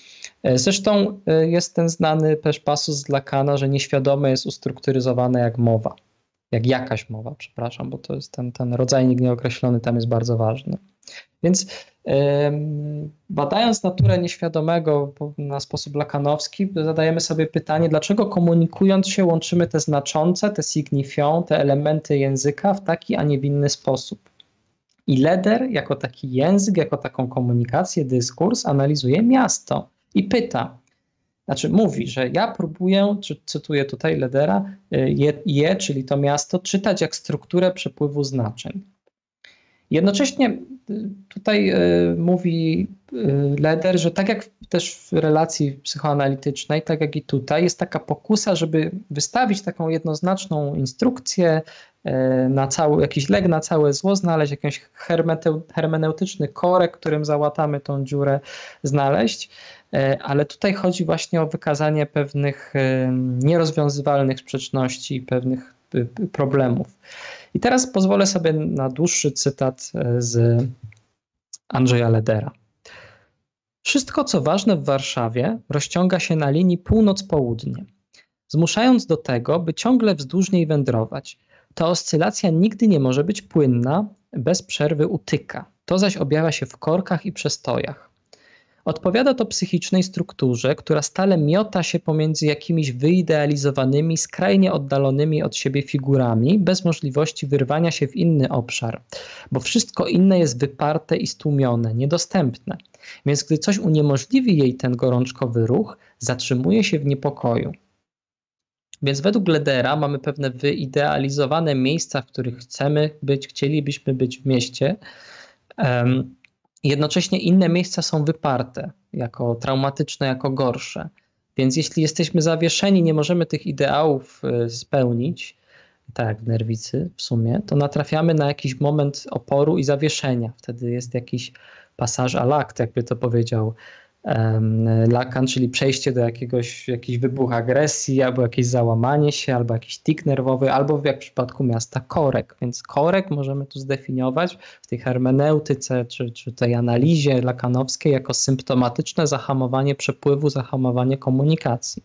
Zresztą jest ten znany też pasus z Lacana, że nieświadome jest ustrukturyzowane jak mowa, jak jakaś mowa, przepraszam, bo to jest ten, ten rodzajnik nieokreślony, tam jest bardzo ważny. Więc yy, badając naturę nieświadomego na sposób lakanowski, zadajemy sobie pytanie, dlaczego komunikując się łączymy te znaczące, te signifiant, te elementy języka w taki, a nie w inny sposób. I Leder jako taki język, jako taką komunikację, dyskurs analizuje miasto. I pyta, znaczy mówi, że ja próbuję, czy cytuję tutaj Ledera, je, je, czyli to miasto, czytać jak strukturę przepływu znaczeń. Jednocześnie tutaj y, mówi y, Leder, że tak jak też w relacji psychoanalitycznej, tak jak i tutaj, jest taka pokusa, żeby wystawić taką jednoznaczną instrukcję, y, na cały, jakiś lek na całe zło, znaleźć jakiś hermeneutyczny korek, którym załatamy tą dziurę, znaleźć. Ale tutaj chodzi właśnie o wykazanie pewnych nierozwiązywalnych sprzeczności, pewnych problemów. I teraz pozwolę sobie na dłuższy cytat z Andrzeja Ledera. Wszystko, co ważne w Warszawie, rozciąga się na linii północ-południe, zmuszając do tego, by ciągle wzdłuż niej wędrować. Ta oscylacja nigdy nie może być płynna, bez przerwy utyka. To zaś objawia się w korkach i przestojach. Odpowiada to psychicznej strukturze, która stale miota się pomiędzy jakimiś wyidealizowanymi, skrajnie oddalonymi od siebie figurami, bez możliwości wyrwania się w inny obszar, bo wszystko inne jest wyparte i stłumione, niedostępne. Więc gdy coś uniemożliwi jej ten gorączkowy ruch, zatrzymuje się w niepokoju. Więc według Ledera mamy pewne wyidealizowane miejsca, w których chcemy być, chcielibyśmy być w mieście. Um, Jednocześnie inne miejsca są wyparte, jako traumatyczne, jako gorsze. Więc jeśli jesteśmy zawieszeni, nie możemy tych ideałów spełnić, tak jak w Nerwicy w sumie, to natrafiamy na jakiś moment oporu i zawieszenia. Wtedy jest jakiś passage à l'acte, jakby to powiedział um, Lacan, czyli przejście do jakiegoś jakiś wybuch agresji, albo jakieś załamanie się, albo jakiś tik nerwowy, albo jak w przypadku miasta korek. Więc korek możemy tu zdefiniować w tej hermeneutyce, czy, czy tej analizie lakanowskiej jako symptomatyczne zahamowanie przepływu, zahamowanie komunikacji.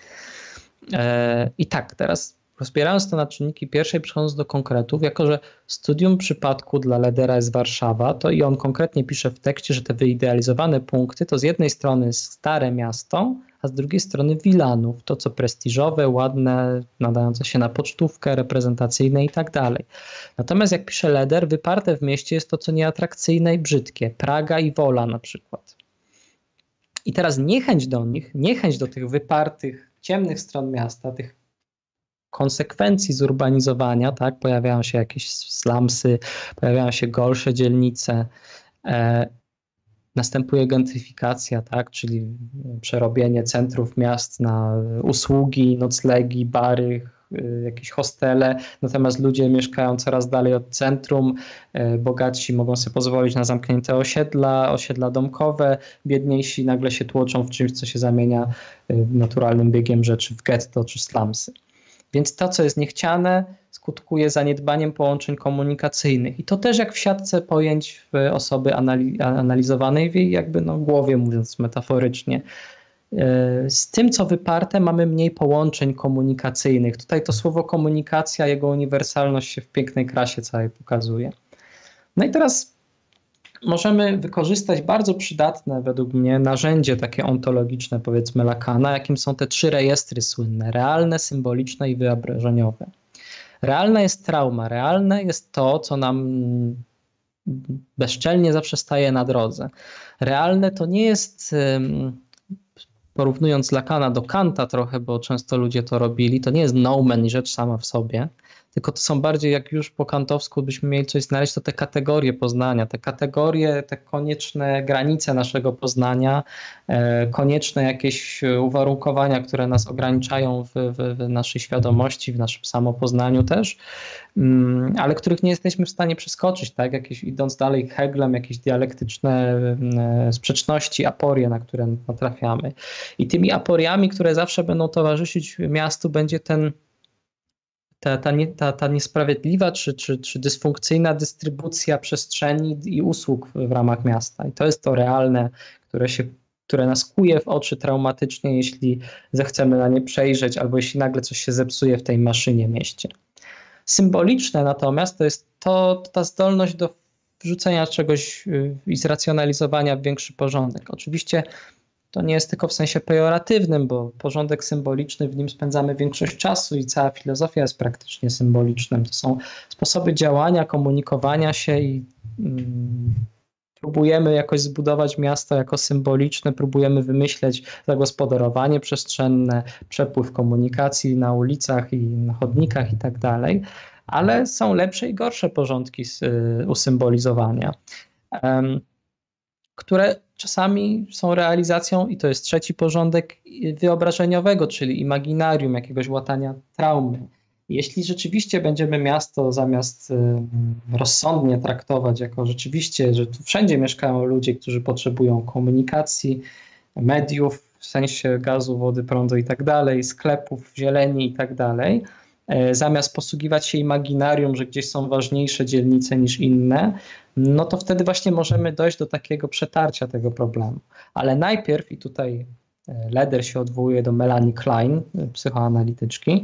E, I tak, teraz rozbierając to na czynniki pierwsze i przechodząc do konkretów, jako że studium przypadku dla Ledera jest Warszawa, to i on konkretnie pisze w tekście, że te wyidealizowane punkty to z jednej strony stare miasto, a z drugiej strony Wilanów, to co prestiżowe, ładne, nadające się na pocztówkę, reprezentacyjne i tak dalej. Natomiast jak pisze Leder, wyparte w mieście jest to co nieatrakcyjne i brzydkie, Praga i Wola na przykład. I teraz niechęć do nich, niechęć do tych wypartych, ciemnych stron miasta, tych konsekwencji zurbanizowania, tak, pojawiają się jakieś slumsy, pojawiają się gorsze dzielnice, e, następuje gentryfikacja, tak, czyli przerobienie centrów miast na usługi, noclegi, bary, y, jakieś hostele, natomiast ludzie mieszkają coraz dalej od centrum, y, bogatsi mogą sobie pozwolić na zamknięte osiedla, osiedla domkowe, biedniejsi nagle się tłoczą w czymś, co się zamienia y, naturalnym biegiem rzeczy w getto czy slumsy. Więc to, co jest niechciane, skutkuje zaniedbaniem połączeń komunikacyjnych. I to też jak w siatce pojęć w osoby anali- analizowanej w jej jakby no, głowie, mówiąc metaforycznie. Z tym, co wyparte, mamy mniej połączeń komunikacyjnych. Tutaj to słowo komunikacja, jego uniwersalność się w pięknej krasie całej pokazuje. No i teraz możemy wykorzystać bardzo przydatne według mnie narzędzie takie ontologiczne, powiedzmy Lacana, jakim są te trzy rejestry słynne: realne, symboliczne i wyobrażeniowe. Realne jest trauma, realne jest to, co nam bezczelnie zawsze staje na drodze. Realne to nie jest, porównując Lacana do Kanta trochę, bo często ludzie to robili, to nie jest noumen i rzecz sama w sobie, tylko to są bardziej, jak już po kantowsku byśmy mieli coś znaleźć, to te kategorie poznania, te kategorie, te konieczne granice naszego poznania, e, konieczne jakieś uwarunkowania, które nas ograniczają w, w, w naszej świadomości, w naszym samopoznaniu też, mm, ale których nie jesteśmy w stanie przeskoczyć, tak? Jakieś, idąc dalej Heglem, jakieś dialektyczne e, sprzeczności, aporie, na które natrafiamy. I tymi aporiami, które zawsze będą towarzyszyć miastu, będzie ten Ta, ta, nie, ta, ta niesprawiedliwa czy, czy, czy dysfunkcyjna dystrybucja przestrzeni i usług w ramach miasta. I to jest to realne, które, się, które nas kuje w oczy traumatycznie, jeśli zechcemy na nie przejrzeć, albo jeśli nagle coś się zepsuje w tej maszynie mieście. Symboliczne natomiast to jest to, to ta zdolność do wrzucenia czegoś i zracjonalizowania w większy porządek. Oczywiście to nie jest tylko w sensie pejoratywnym, bo porządek symboliczny, w nim spędzamy większość czasu i cała filozofia jest praktycznie symbolicznym. To są sposoby działania, komunikowania się i mm, próbujemy jakoś zbudować miasto jako symboliczne, próbujemy wymyśleć zagospodarowanie przestrzenne, przepływ komunikacji na ulicach i na chodnikach i tak dalej, ale są lepsze i gorsze porządki z, y, usymbolizowania. Um, które czasami są realizacją, i to jest trzeci porządek, wyobrażeniowego, czyli imaginarium, jakiegoś łatania traumy. Jeśli rzeczywiście będziemy miasto zamiast rozsądnie traktować jako rzeczywiście, że tu wszędzie mieszkają ludzie, którzy potrzebują komunikacji, mediów, w sensie gazu, wody, prądu i tak dalej, sklepów, zieleni i tak dalej, zamiast posługiwać się imaginarium, że gdzieś są ważniejsze dzielnice niż inne, no to wtedy właśnie możemy dojść do takiego przetarcia tego problemu. Ale najpierw, i tutaj Leder się odwołuje do Melanie Klein, psychoanalityczki,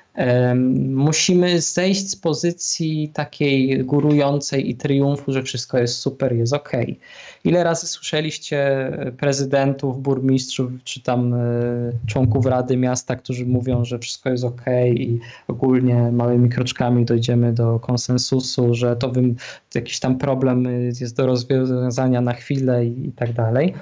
musimy zejść z pozycji takiej górującej i triumfu, że wszystko jest super, jest okej. Ile razy słyszeliście prezydentów, burmistrzów, czy tam członków Rady Miasta, którzy mówią, że wszystko jest okej i ogólnie małymi kroczkami dojdziemy do konsensusu, że to jakiś tam problem jest do rozwiązania na chwilę i, i tak dalej.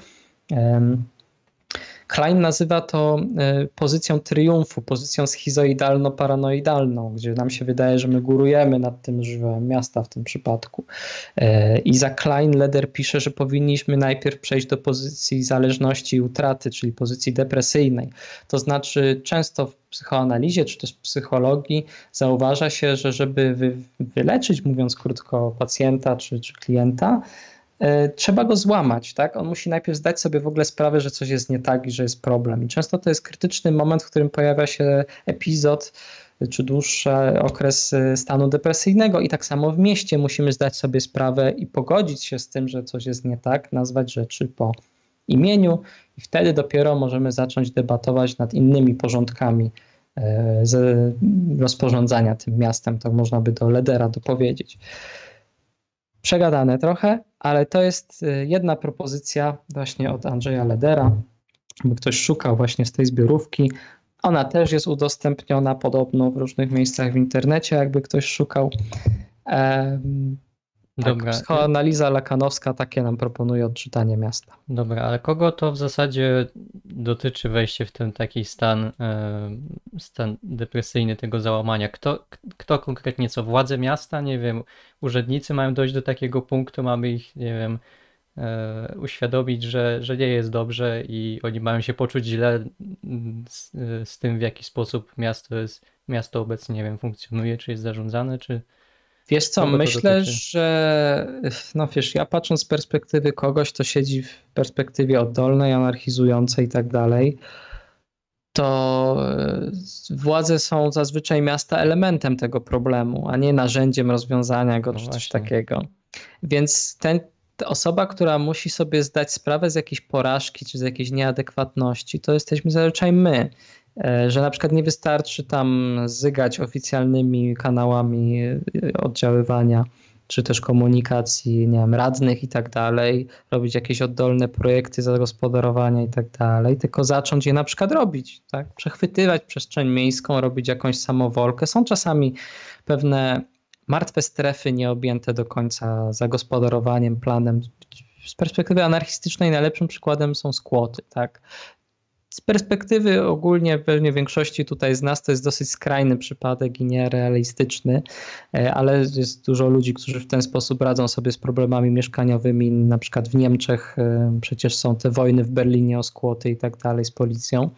Klein nazywa to pozycją triumfu, pozycją schizoidalno-paranoidalną, gdzie nam się wydaje, że my górujemy nad tym żywiołem miasta w tym przypadku. I za Klein Leder pisze, że powinniśmy najpierw przejść do pozycji zależności i utraty, czyli pozycji depresyjnej. To znaczy często w psychoanalizie, czy też w psychologii zauważa się, że żeby wy, wyleczyć, mówiąc krótko, pacjenta czy, czy klienta, trzeba go złamać, tak? On musi najpierw zdać sobie w ogóle sprawę, że coś jest nie tak i że jest problem. I często to jest krytyczny moment, w którym pojawia się epizod czy dłuższy okres stanu depresyjnego. I tak samo w mieście musimy zdać sobie sprawę i pogodzić się z tym, że coś jest nie tak, nazwać rzeczy po imieniu i wtedy dopiero możemy zacząć debatować nad innymi porządkami z rozporządzania tym miastem. To można by do Ledera dopowiedzieć. Przegadane trochę, ale to jest jedna propozycja właśnie od Andrzeja Ledera, by ktoś szukał właśnie z tej zbiorówki. Ona też jest udostępniona podobno w różnych miejscach w internecie, jakby ktoś szukał. Ehm, Dobra. Tak, psychoanaliza lakanowska takie nam proponuje odczytanie miasta. Dobra, ale kogo to w zasadzie dotyczy wejście w ten taki stan, e, stan depresyjny tego załamania? Kto, kto konkretnie, co? Władze miasta? Nie wiem, urzędnicy mają dojść do takiego punktu, mamy ich, nie wiem, e, uświadomić, że, że nie jest dobrze i oni mają się poczuć źle z, z tym, w jaki sposób miasto jest, miasto obecnie, nie wiem, funkcjonuje, czy jest zarządzane, czy... Wiesz co, myślę, że no wiesz, ja patrząc z perspektywy kogoś, kto siedzi w perspektywie oddolnej, anarchizującej i tak dalej, to władze są zazwyczaj miasta elementem tego problemu, a nie narzędziem rozwiązania go, no czy coś właśnie. Takiego. Więc ten, ta osoba, która musi sobie zdać sprawę z jakiejś porażki, czy z jakiejś nieadekwatności, to jesteśmy zazwyczaj my. Że na przykład nie wystarczy tam zygać oficjalnymi kanałami oddziaływania czy też komunikacji, nie wiem, radnych i tak dalej, robić jakieś oddolne projekty zagospodarowania i tak dalej, tylko zacząć je na przykład robić, tak? Przechwytywać przestrzeń miejską, robić jakąś samowolkę. Są czasami pewne martwe strefy nieobjęte do końca zagospodarowaniem, planem. Z perspektywy anarchistycznej najlepszym przykładem są skłoty, tak? Z perspektywy ogólnie pewnie większości tutaj z nas to jest dosyć skrajny przypadek i nierealistyczny, ale jest dużo ludzi, którzy w ten sposób radzą sobie z problemami mieszkaniowymi. Na przykład w Niemczech przecież są te wojny w Berlinie o skłoty i tak dalej z policją.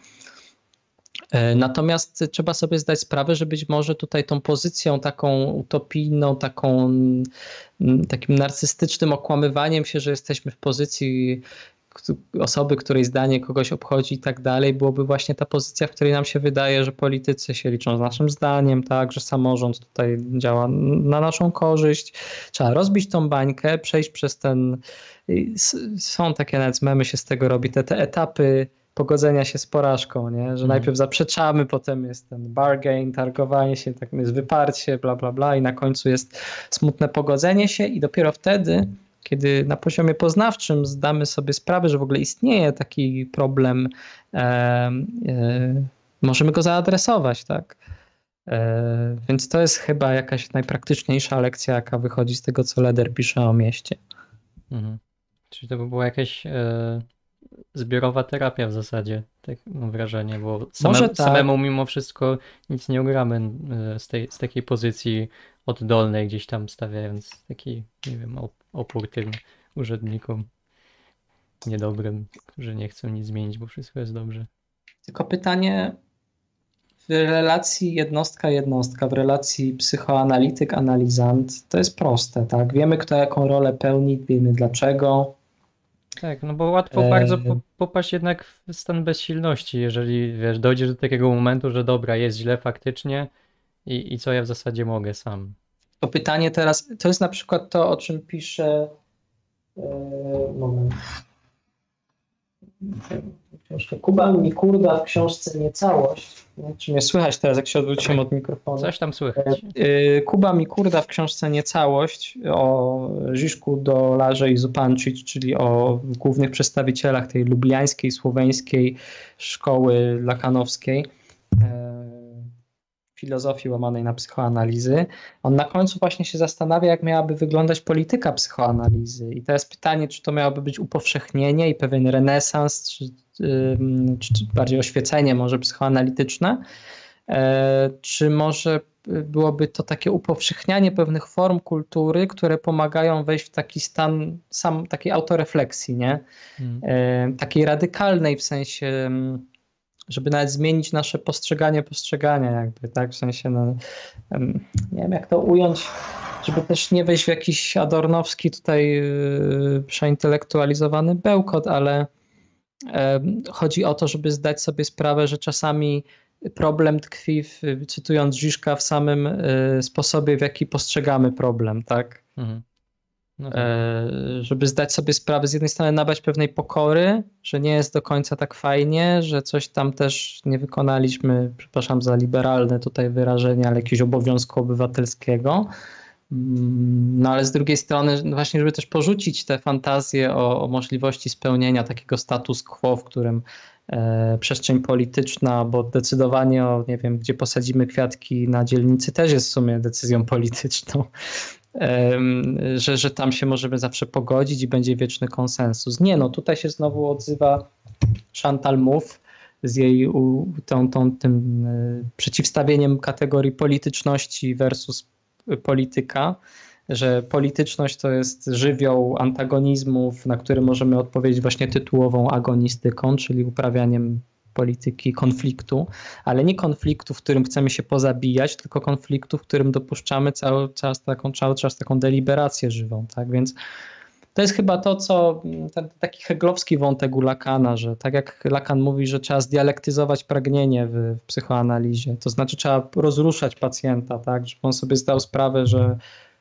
Natomiast trzeba sobie zdać sprawę, że być może tutaj tą pozycją taką utopijną, taką, takim narcystycznym okłamywaniem się, że jesteśmy w pozycji osoby, której zdanie kogoś obchodzi i tak dalej, byłoby właśnie ta pozycja, w której nam się wydaje, że politycy się liczą z naszym zdaniem, tak, że samorząd tutaj działa na naszą korzyść. Trzeba rozbić tą bańkę, przejść przez ten... Są takie nawet memy się z tego robi, te, te etapy pogodzenia się z porażką, nie? Że mm. najpierw zaprzeczamy, potem jest ten bargain, targowanie się, tak jest wyparcie, bla, bla, bla i na końcu jest smutne pogodzenie się i dopiero wtedy, kiedy na poziomie poznawczym zdamy sobie sprawę, że w ogóle istnieje taki problem, e, e, możemy go zaadresować, tak? E, więc to jest chyba jakaś najpraktyczniejsza lekcja, jaka wychodzi z tego, co Leder pisze o mieście. Mhm. Czyli to by była jakaś e, zbiorowa terapia w zasadzie, tak mam wrażenie, bo same, Może tak. samemu mimo wszystko nic nie ugramy e, z, tej, z takiej pozycji oddolnej, gdzieś tam stawiając taki, nie wiem, opór tym urzędnikom niedobrym, którzy nie chcą nic zmienić, bo wszystko jest dobrze. Tylko pytanie w relacji jednostka-jednostka, w relacji psychoanalityk-analizant, to jest proste, tak? Wiemy, kto jaką rolę pełni, wiemy dlaczego. Tak, no bo łatwo e... bardzo po, popaść jednak w stan bezsilności, jeżeli, wiesz, dojdziesz do takiego momentu, że dobra, jest źle faktycznie i, i co ja w zasadzie mogę sam. To pytanie teraz, to jest na przykład to, o czym pisze e, moment. Kuba Mikurda w książce Niecałość. Czy mnie słychać teraz, jak się odwróciłem od mikrofonu? Coś tam słychać. Kuba Mikurda w książce Niecałość o Zizku Dolarze i Zupancic, czyli o głównych przedstawicielach tej lubliańskiej, słoweńskiej szkoły lakanowskiej, filozofii łamanej na psychoanalizy. On na końcu właśnie się zastanawia, jak miałaby wyglądać polityka psychoanalizy. I teraz pytanie, czy to miałoby być upowszechnienie i pewien renesans, czy, czy, czy bardziej oświecenie może psychoanalityczne, czy może byłoby to takie upowszechnianie pewnych form kultury, które pomagają wejść w taki stan sam takiej autorefleksji, nie? Hmm. Takiej radykalnej w sensie, żeby nawet zmienić nasze postrzeganie postrzegania jakby, tak, w sensie, no, nie wiem jak to ująć, żeby też nie wejść w jakiś adornowski tutaj yy, przeintelektualizowany bełkot, ale yy, chodzi o to, żeby zdać sobie sprawę, że czasami problem tkwi, w, cytując Zizka, w samym yy, sposobie, w jaki postrzegamy problem, tak? Mhm. No tak. Żeby zdać sobie sprawę, z jednej strony nabrać pewnej pokory, że nie jest do końca tak fajnie, że coś tam też nie wykonaliśmy, przepraszam za liberalne tutaj wyrażenie, ale jakiegoś obowiązku obywatelskiego. No ale z drugiej strony właśnie, żeby też porzucić te fantazje o, o możliwości spełnienia takiego status quo, w którym e, przestrzeń polityczna, bo decydowanie o, nie wiem, gdzie posadzimy kwiatki na dzielnicy też jest w sumie decyzją polityczną. Że, że tam się możemy zawsze pogodzić i będzie wieczny konsensus. Nie, no tutaj się znowu odzywa Chantal Mouffe z jej u, tą, tą, tym przeciwstawieniem kategorii polityczności versus polityka, że polityczność to jest żywioł antagonizmów, na który możemy odpowiedzieć właśnie tytułową agonistyką, czyli uprawianiem polityki konfliktu, ale nie konfliktu, w którym chcemy się pozabijać, tylko konfliktu, w którym dopuszczamy cały czas taką, cały czas taką deliberację żywą, tak, więc to jest chyba to, co ten taki heglowski wątek u Lacana, że tak jak Lacan mówi, że trzeba zdialektyzować pragnienie w, w psychoanalizie, to znaczy trzeba rozruszać pacjenta, tak, żeby on sobie zdał sprawę, że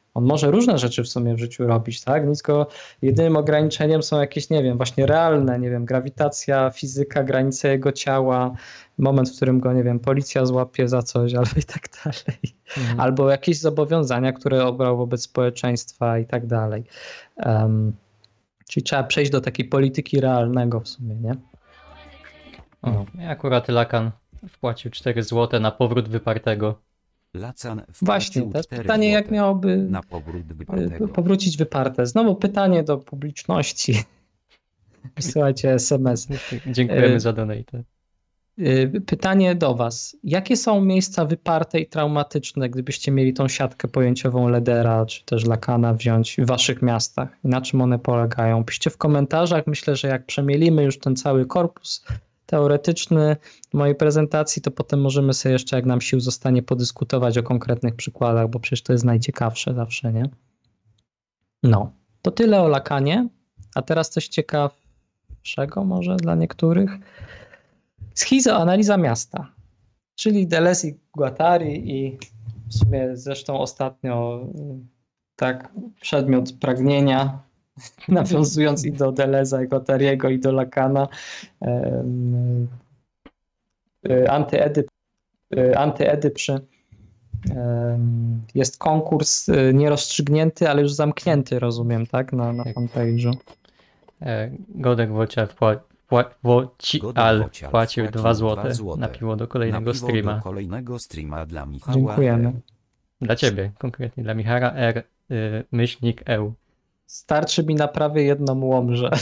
On może różne rzeczy w sumie w życiu robić, tak? Nic go, jedynym ograniczeniem są jakieś, nie wiem, właśnie realne, nie wiem, grawitacja, fizyka, granice jego ciała, moment, w którym go, nie wiem, policja złapie za coś, albo i tak dalej. Mhm. Albo jakieś zobowiązania, które obrał wobec społeczeństwa i tak dalej. Um, czyli trzeba przejść do takiej polityki realnego w sumie, nie? O, akurat Lakan wpłacił cztery złote na powrót wypartego. Lacan Właśnie, to jest pytanie, jak miałoby na powrót wypartego. powrócić wyparte. Znowu pytanie do publiczności. Słuchajcie, es em es. Dziękujemy y za donate. Pytanie do was. Jakie są miejsca wyparte i traumatyczne, gdybyście mieli tą siatkę pojęciową Ledera, czy też Lakana wziąć w waszych miastach? I na czym one polegają? Piszcie w komentarzach. Myślę, że jak przemielimy już ten cały korpus teoretyczny mojej prezentacji, to potem możemy sobie jeszcze, jak nam sił zostanie, podyskutować o konkretnych przykładach, bo przecież to jest najciekawsze zawsze, nie? No, to tyle o Lakanie. A teraz coś ciekawszego może dla niektórych. Schizoanaliza miasta, czyli Deleuze i Guattari i w sumie zresztą ostatnio tak przedmiot pragnienia, nawiązując i do Deleuze'a, i Guattariego, i do Lacana, antyedyp, antyedyp przy jest konkurs nierozstrzygnięty, ale już zamknięty, rozumiem, tak? Na, na fanpage'u. Godek Wocia Wocial płacił dwa złote na piwo do kolejnego na piwo streama. Do kolejnego streama dla Michała. Dziękujemy. Dla ciebie, konkretnie dla Michała R. Y, myślnik E U. Starczy mi na prawie jedną łomżę.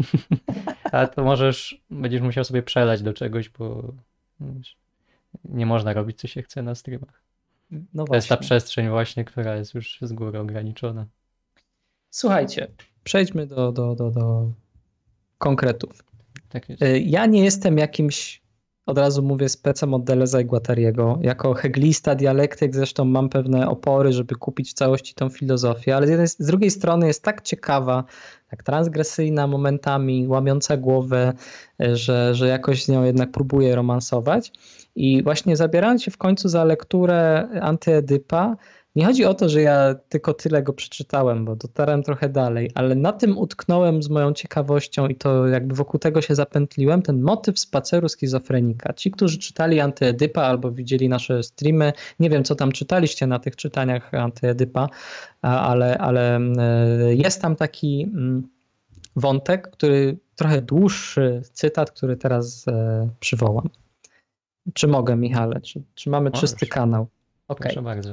A to możesz, będziesz musiał sobie przelać do czegoś, bo wiesz, nie można robić co się chce na streamach. No to jest ta przestrzeń właśnie, która jest już z góry ograniczona. Słuchajcie, przejdźmy do, do, do, do konkretów. Tak jest. Ja nie jestem jakimś, od razu mówię, specem od Deleuze'a i Guattariego. Jako heglista, dialektyk zresztą mam pewne opory, żeby kupić w całości tą filozofię, ale z, jednej, z drugiej strony jest tak ciekawa, tak transgresyjna momentami, łamiąca głowę, że, że jakoś z nią jednak próbuję romansować. I właśnie zabierając się w końcu za lekturę Antyedypa, nie chodzi o to, że ja tylko tyle go przeczytałem, bo dotarłem trochę dalej, ale na tym utknąłem z moją ciekawością i to jakby wokół tego się zapętliłem, ten motyw spaceru schizofrenika. Ci, którzy czytali Antyedypa albo widzieli nasze streamy, nie wiem co tam czytaliście na tych czytaniach Antyedypa, ale, ale jest tam taki wątek, który trochę dłuższy cytat, który teraz przywołam. Czy mogę, Michale? Czy, czy mamy Możesz. czysty kanał? Okay. Proszę bardzo.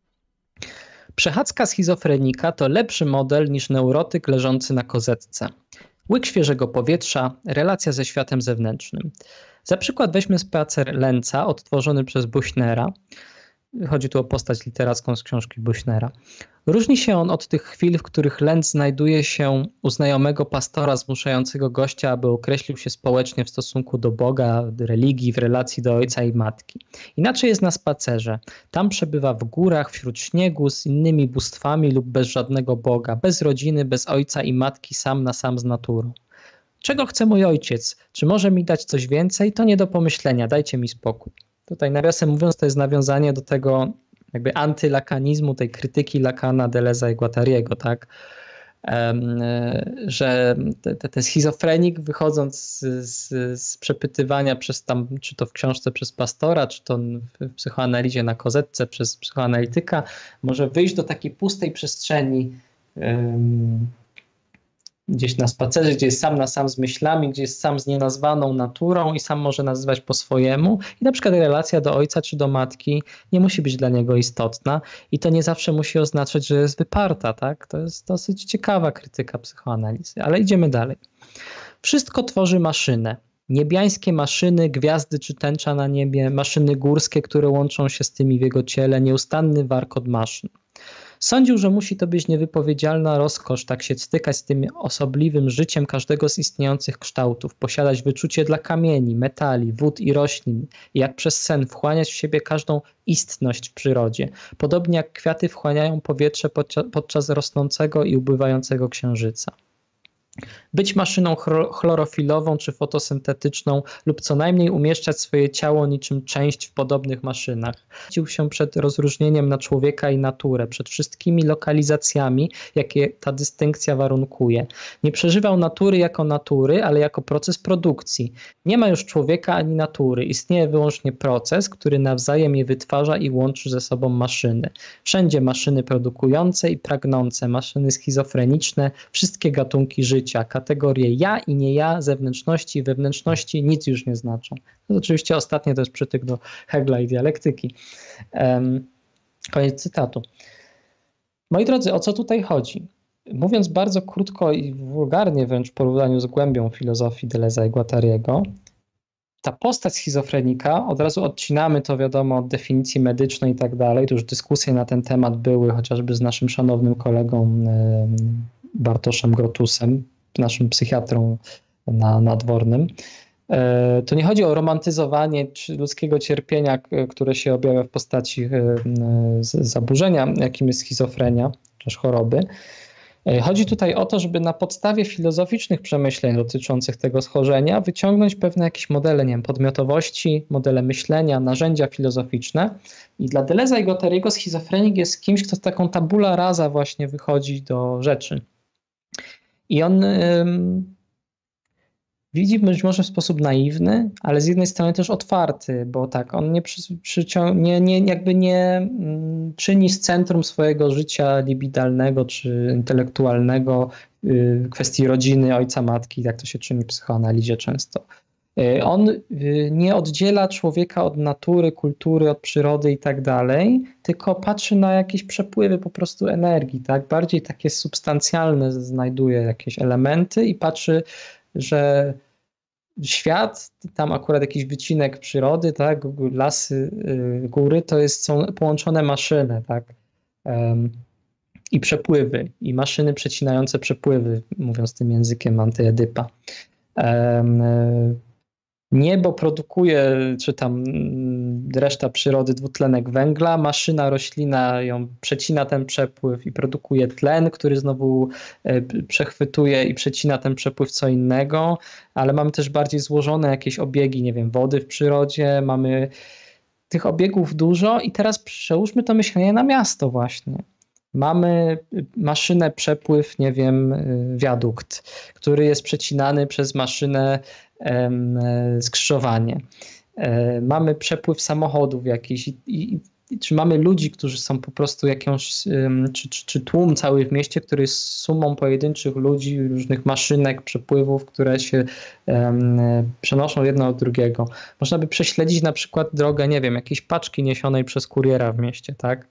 Przechadzka schizofrenika to lepszy model niż neurotyk leżący na kozetce. Łyk świeżego powietrza, relacja ze światem zewnętrznym. Za przykład weźmy spacer Lenza, odtworzony przez Bushnera. Chodzi tu o postać literacką z książki Bushnera. Różni się on od tych chwil, w których Lenz znajduje się u znajomego pastora zmuszającego gościa, aby określił się społecznie w stosunku do Boga, religii, w relacji do ojca i matki. Inaczej jest na spacerze. Tam przebywa w górach, wśród śniegu, z innymi bóstwami lub bez żadnego Boga, bez rodziny, bez ojca i matki, sam na sam z naturą. Czego chce mój ojciec? Czy może mi dać coś więcej? To nie do pomyślenia, dajcie mi spokój. Tutaj nawiasem mówiąc, to jest nawiązanie do tego jakby antylakanizmu, tej krytyki Lacana, Deleuze'a i Guattariego, tak? Um, że ten schizofrenik wychodząc z, z, z przepytywania przez tam, czy to w książce przez pastora, czy to w psychoanalizie na kozetce przez psychoanalityka, może wyjść do takiej pustej przestrzeni um, gdzieś na spacerze, gdzie jest sam na sam z myślami, gdzie jest sam z nienazwaną naturą i sam może nazywać po swojemu. I na przykład relacja do ojca czy do matki nie musi być dla niego istotna i to nie zawsze musi oznaczać, że jest wyparta, tak? To jest dosyć ciekawa krytyka psychoanalizy, ale idziemy dalej. Wszystko tworzy maszynę. Niebiańskie maszyny, gwiazdy czy tęcza na niebie, maszyny górskie, które łączą się z tymi w jego ciele, nieustanny warkot maszyn. Sądził, że musi to być niewypowiedzialna rozkosz, tak się stykać z tym osobliwym życiem każdego z istniejących kształtów, posiadać wyczucie dla kamieni, metali, wód i roślin i jak przez sen wchłaniać w siebie każdą istność w przyrodzie, podobnie jak kwiaty wchłaniają powietrze podczas, podczas rosnącego i ubywającego księżyca. Być maszyną chlorofilową czy fotosyntetyczną lub co najmniej umieszczać swoje ciało niczym część w podobnych maszynach. Chwycił się przed rozróżnieniem na człowieka i naturę, przed wszystkimi lokalizacjami, jakie ta dystynkcja warunkuje. Nie przeżywał natury jako natury, ale jako proces produkcji. Nie ma już człowieka ani natury. Istnieje wyłącznie proces, który nawzajem je wytwarza i łączy ze sobą maszyny. Wszędzie maszyny produkujące i pragnące, maszyny schizofreniczne, wszystkie gatunki życia, kategorie ja i nie ja, zewnętrzności i wewnętrzności nic już nie znaczą. To oczywiście ostatnie to jest przytyk do Hegla i dialektyki. Um, koniec cytatu. Moi drodzy, o co tutaj chodzi? Mówiąc bardzo krótko i wulgarnie wręcz w porównaniu z głębią filozofii Deleuze'a i Guattariego, ta postać schizofrenika, od razu odcinamy to wiadomo od definicji medycznej i tak dalej, to już dyskusje na ten temat były chociażby z naszym szanownym kolegą Bartoszem Grotusem, naszym psychiatrą na Nadwornym. To nie chodzi o romantyzowanie ludzkiego cierpienia, które się objawia w postaci zaburzenia, jakim jest schizofrenia, czy choroby. Chodzi tutaj o to, żeby na podstawie filozoficznych przemyśleń dotyczących tego schorzenia wyciągnąć pewne jakieś modele, nie wiem, podmiotowości, modele myślenia, narzędzia filozoficzne. I dla Deleuze'a i Guattariego schizofrenik jest kimś, kto z taką tabula rasa właśnie wychodzi do rzeczy. I on ym, widzi być może w sposób naiwny, ale z jednej strony też otwarty, bo tak, on nie, przy, przycią- nie, nie, jakby nie mm, czyni z centrum swojego życia libidalnego czy intelektualnego y, kwestii rodziny, ojca, matki, jak to się czyni w psychoanalizie często. Y, on y, nie oddziela człowieka od natury, kultury, od przyrody i tak dalej, tylko patrzy na jakieś przepływy po prostu energii, tak? Bardziej takie substancjalne znajduje jakieś elementy i patrzy, że świat, tam akurat jakiś wycinek przyrody, tak, lasy, góry, to jest, są połączone maszyny, tak, um, i przepływy, i maszyny przecinające przepływy, mówiąc tym językiem Antyedypa. Um, Niebo produkuje, czy tam reszta przyrody, dwutlenek węgla, maszyna, roślina ją przecina ten przepływ i produkuje tlen, który znowu przechwytuje i przecina ten przepływ co innego, ale mamy też bardziej złożone jakieś obiegi, nie wiem, wody w przyrodzie, mamy tych obiegów dużo i teraz przełóżmy to myślenie na miasto właśnie. Mamy maszynę, przepływ, nie wiem, wiadukt, który jest przecinany przez maszynę skrzyżowanie. Mamy przepływ samochodów jakiś i, i, i czy mamy ludzi, którzy są po prostu jakąś, czy, czy, czy tłum cały w mieście, który jest sumą pojedynczych ludzi, różnych maszynek, przepływów, które się um, przenoszą jedno od drugiego. Można by prześledzić na przykład drogę, nie wiem, jakiejś paczki niesionej przez kuriera w mieście, tak?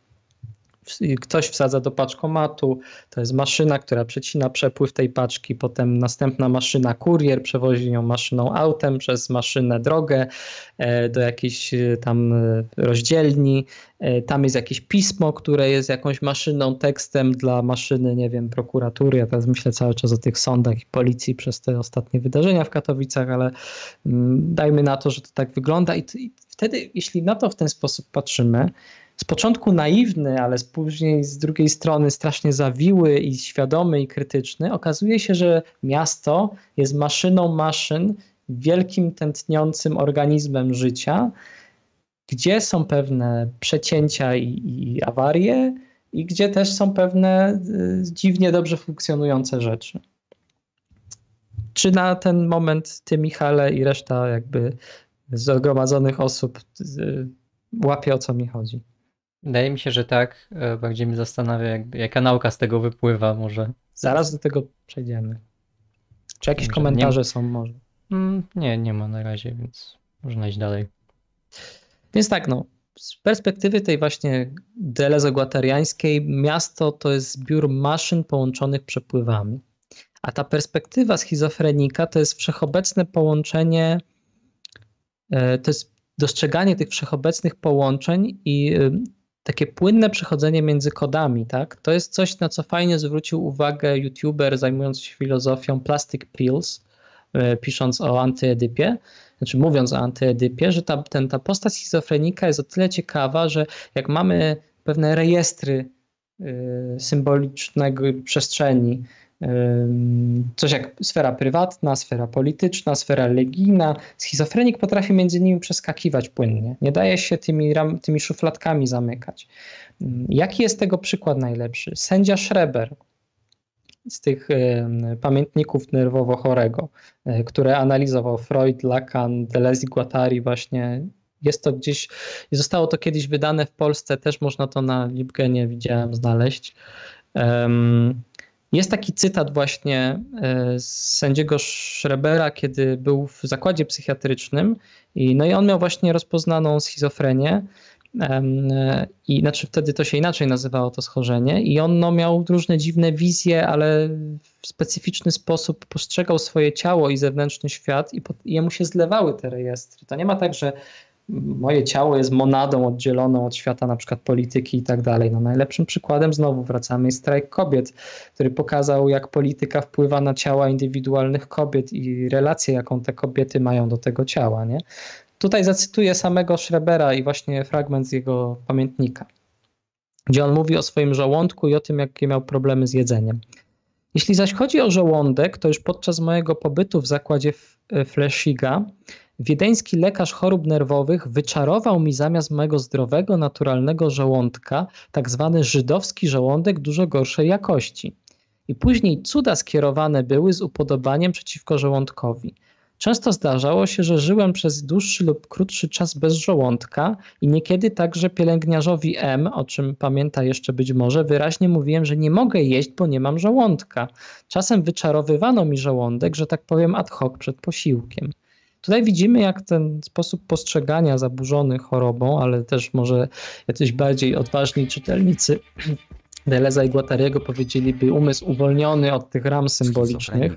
Ktoś wsadza do paczkomatu, to jest maszyna, która przecina przepływ tej paczki, potem następna maszyna, kurier przewozi ją maszyną autem przez maszynę drogę do jakiejś tam rozdzielni, tam jest jakieś pismo, które jest jakąś maszyną, tekstem dla maszyny, nie wiem, prokuratury. Ja teraz myślę cały czas o tych sądach i policji przez te ostatnie wydarzenia w Katowicach, ale dajmy na to, że to tak wygląda i wtedy, jeśli na to w ten sposób patrzymy, z początku naiwny, ale później z drugiej strony strasznie zawiły i świadomy i krytyczny, okazuje się, że miasto jest maszyną maszyn, wielkim tętniącym organizmem życia, gdzie są pewne przecięcia i, i awarie i gdzie też są pewne y, dziwnie dobrze funkcjonujące rzeczy. Czy na ten moment ty, Michale, i reszta jakby zgromadzonych osób y, łapie, o co mi chodzi? Wydaje mi się, że tak. Bardziej mnie zastanawia, jakby, jaka nauka z tego wypływa może. Zaraz do tego przejdziemy. Czy jakieś Może komentarze nie... są może? Mm, nie, nie ma na razie, więc można iść dalej. Więc tak, no, z perspektywy tej właśnie delezo-guattariańskiej miasto to jest zbiór maszyn połączonych przepływami. A ta perspektywa schizofrenika to jest wszechobecne połączenie, to jest dostrzeganie tych wszechobecnych połączeń i takie płynne przechodzenie między kodami, tak? To jest coś, na co fajnie zwrócił uwagę youtuber zajmujący się filozofią Plastic Pills, pisząc o Antyedypie, znaczy mówiąc o Antyedypie, że ta, ten, ta postać schizofrenika jest o tyle ciekawa, że jak mamy pewne rejestry y, symbolicznego przestrzeni, Coś jak sfera prywatna, sfera polityczna, sfera religijna. Schizofrenik potrafi między nimi przeskakiwać płynnie. Nie daje się tymi, ram, tymi szufladkami zamykać. Jaki jest tego przykład najlepszy? Sędzia Schreber z tych pamiętników nerwowo chorego, które analizował Freud, Lacan, Deleuze i Guattari właśnie. Jest to gdzieś, zostało to kiedyś wydane w Polsce, też można to na Libgenie, widziałem, znaleźć. Jest taki cytat właśnie z sędziego Schrebera, kiedy był w zakładzie psychiatrycznym i, no i on miał właśnie rozpoznaną schizofrenię i znaczy wtedy to się inaczej nazywało to schorzenie i on no, miał różne dziwne wizje, ale w specyficzny sposób postrzegał swoje ciało i zewnętrzny świat i, po, i jemu się zlewały te rejestry. To nie ma tak, że moje ciało jest monadą oddzieloną od świata na przykład polityki i tak dalej. No najlepszym przykładem znowu wracamy jest strajk kobiet, który pokazał, jak polityka wpływa na ciała indywidualnych kobiet i relacje, jaką te kobiety mają do tego ciała. Nie? Tutaj zacytuję samego Schrebera i właśnie fragment z jego pamiętnika, gdzie on mówi o swoim żołądku i o tym, jakie miał problemy z jedzeniem. Jeśli zaś chodzi o żołądek, to już podczas mojego pobytu w zakładzie Fleshiga wiedeński lekarz chorób nerwowych wyczarował mi zamiast mojego zdrowego, naturalnego żołądka tak zwany żydowski żołądek dużo gorszej jakości. I później cuda skierowane były z upodobaniem przeciwko żołądkowi. Często zdarzało się, że żyłem przez dłuższy lub krótszy czas bez żołądka i niekiedy także pielęgniarzowi M, o czym pamięta jeszcze być może, wyraźnie mówiłem, że nie mogę jeść, bo nie mam żołądka. Czasem wyczarowywano mi żołądek, że tak powiem ad hoc przed posiłkiem. Tutaj widzimy, jak ten sposób postrzegania zaburzony chorobą, ale też może jacyś bardziej odważni czytelnicy Deleuze'a i Guattariego powiedzieliby umysł uwolniony od tych ram symbolicznych.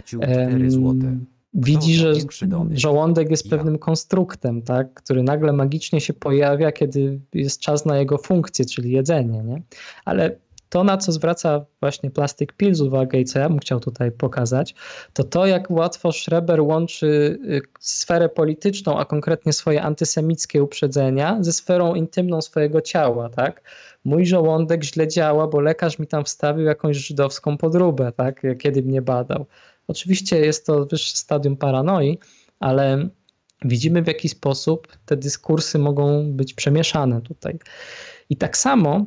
Em, widzi, że żołądek jest pewnym konstruktem, tak, który nagle magicznie się pojawia, kiedy jest czas na jego funkcję, czyli jedzenie. Nie? Ale to, na co zwraca właśnie Plastic Pills uwagę i co ja bym chciał tutaj pokazać, to to, jak łatwo Schreber łączy sferę polityczną, a konkretnie swoje antysemickie uprzedzenia ze sferą intymną swojego ciała. Tak? Mój żołądek źle działa, bo lekarz mi tam wstawił jakąś żydowską podróbę, tak? Kiedy mnie badał. Oczywiście jest to wyższe stadium paranoi, ale widzimy, w jaki sposób te dyskursy mogą być przemieszane tutaj. I tak samo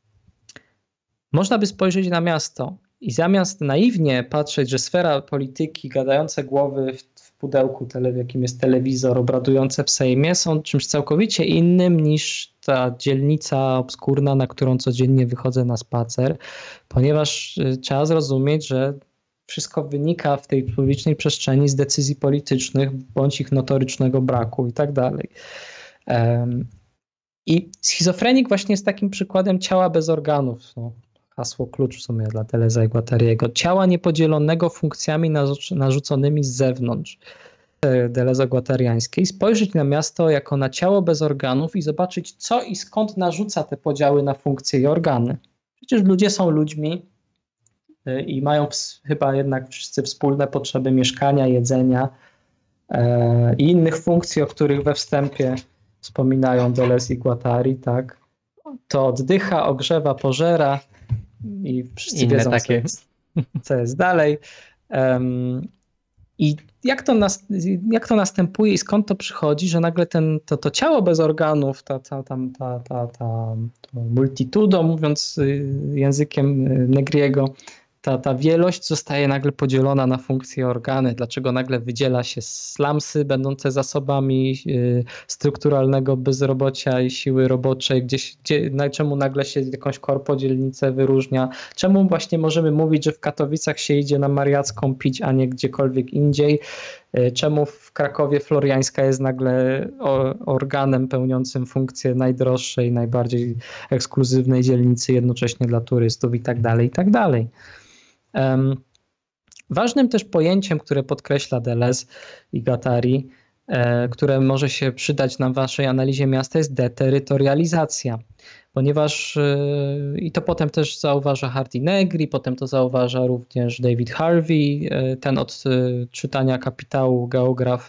można by spojrzeć na miasto i zamiast naiwnie patrzeć, że sfera polityki, gadające głowy w pudełku, tele, w jakim jest telewizor, obradujące w Sejmie, są czymś całkowicie innym niż ta dzielnica obskurna, na którą codziennie wychodzę na spacer, ponieważ trzeba zrozumieć, że wszystko wynika w tej publicznej przestrzeni z decyzji politycznych, bądź ich notorycznego braku i tak dalej. I schizofrenik właśnie jest takim przykładem ciała bez organów. No, hasło klucz w sumie dla Deleuze'a i Guattariego. Ciała niepodzielonego funkcjami narzuconymi z zewnątrz. Delezo-guattariańskiej, spojrzeć na miasto jako na ciało bez organów i zobaczyć, co i skąd narzuca te podziały na funkcje i organy. Przecież ludzie są ludźmi i mają chyba jednak wszyscy wspólne potrzeby mieszkania, jedzenia e, i innych funkcji, o których we wstępie wspominają Deleuze i Guattari, tak? To oddycha, ogrzewa, pożera i wszyscy Inne wiedzą, takie. Co, jest, co jest dalej. Um, I jak to, nas, jak to następuje i skąd to przychodzi, że nagle ten, to, to ciało bez organów, ta, ta, ta, ta, ta, ta to multitudo, mówiąc językiem Negriego, ta, ta wielość zostaje nagle podzielona na funkcje i organy. Dlaczego nagle wydziela się slumsy będące zasobami y, strukturalnego bezrobocia i siły roboczej, gdzieś, gdzie, na, czemu nagle się jakąś korpodzielnicę wyróżnia? Czemu właśnie możemy mówić, że w Katowicach się idzie na Mariacką pić, a nie gdziekolwiek indziej? Y, czemu w Krakowie Floriańska jest nagle o, organem pełniącym funkcję najdroższej, najbardziej ekskluzywnej dzielnicy, jednocześnie dla turystów i tak dalej, i tak dalej. Um, ważnym też pojęciem, które podkreśla Deleuze i Guattari, e, które może się przydać na waszej analizie miasta, jest deterytorializacja, ponieważ e, i to potem też zauważa Hardy Negri, potem to zauważa również David Harvey, e, ten od e, czytania Kapitału geograf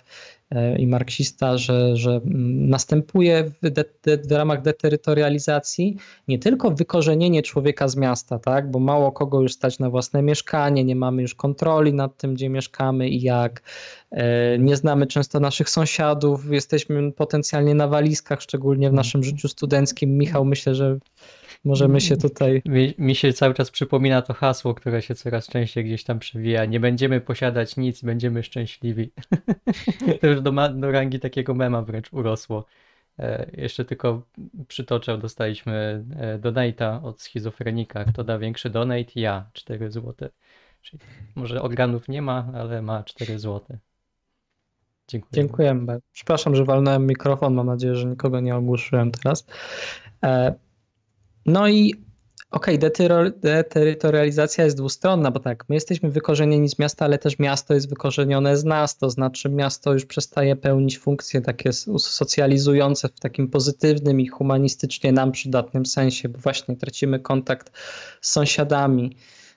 i marksista, że, że następuje w, de, de, w ramach deterytorializacji nie tylko wykorzenienie człowieka z miasta, tak? Bo mało kogo już stać na własne mieszkanie, nie mamy już kontroli nad tym, gdzie mieszkamy i jak. Nie znamy często naszych sąsiadów, jesteśmy potencjalnie na walizkach, szczególnie w naszym życiu studenckim. Michał, myślę, że możemy się tutaj... Mi, mi się cały czas przypomina to hasło, które się coraz częściej gdzieś tam przewija. Nie będziemy posiadać nic, będziemy szczęśliwi. To już do, ma, do rangi takiego mema wręcz urosło. E, jeszcze tylko przytoczę, dostaliśmy e, donate'a od schizofrenika. Kto da większy donate? Ja, cztery złote. Czyli może organów nie ma, ale ma cztery złote. Dziękuję. Dziękujemy. Przepraszam, że walnąłem mikrofon. Mam nadzieję, że nikogo nie ogłuszyłem teraz. E, no i okej, okay, deterytorializacja jest dwustronna, bo tak, my jesteśmy wykorzenieni z miasta, ale też miasto jest wykorzenione z nas, to znaczy miasto już przestaje pełnić funkcje takie socjalizujące w takim pozytywnym i humanistycznie nam przydatnym sensie, bo właśnie tracimy kontakt z sąsiadami.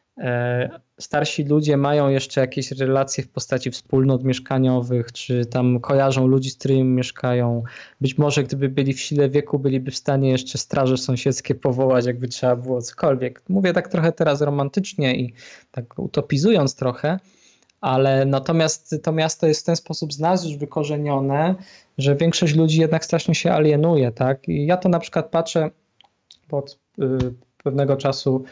Starsi ludzie mają jeszcze jakieś relacje w postaci wspólnot mieszkaniowych, czy tam kojarzą ludzi, z którymi mieszkają. Być może gdyby byli w sile wieku, byliby w stanie jeszcze straże sąsiedzkie powołać, jakby trzeba było cokolwiek. Mówię tak trochę teraz romantycznie i tak utopizując trochę, ale natomiast to miasto jest w ten sposób z nas już wykorzenione, że większość ludzi jednak strasznie się alienuje, tak? I ja to na przykład patrzę, bo od y, pewnego czasu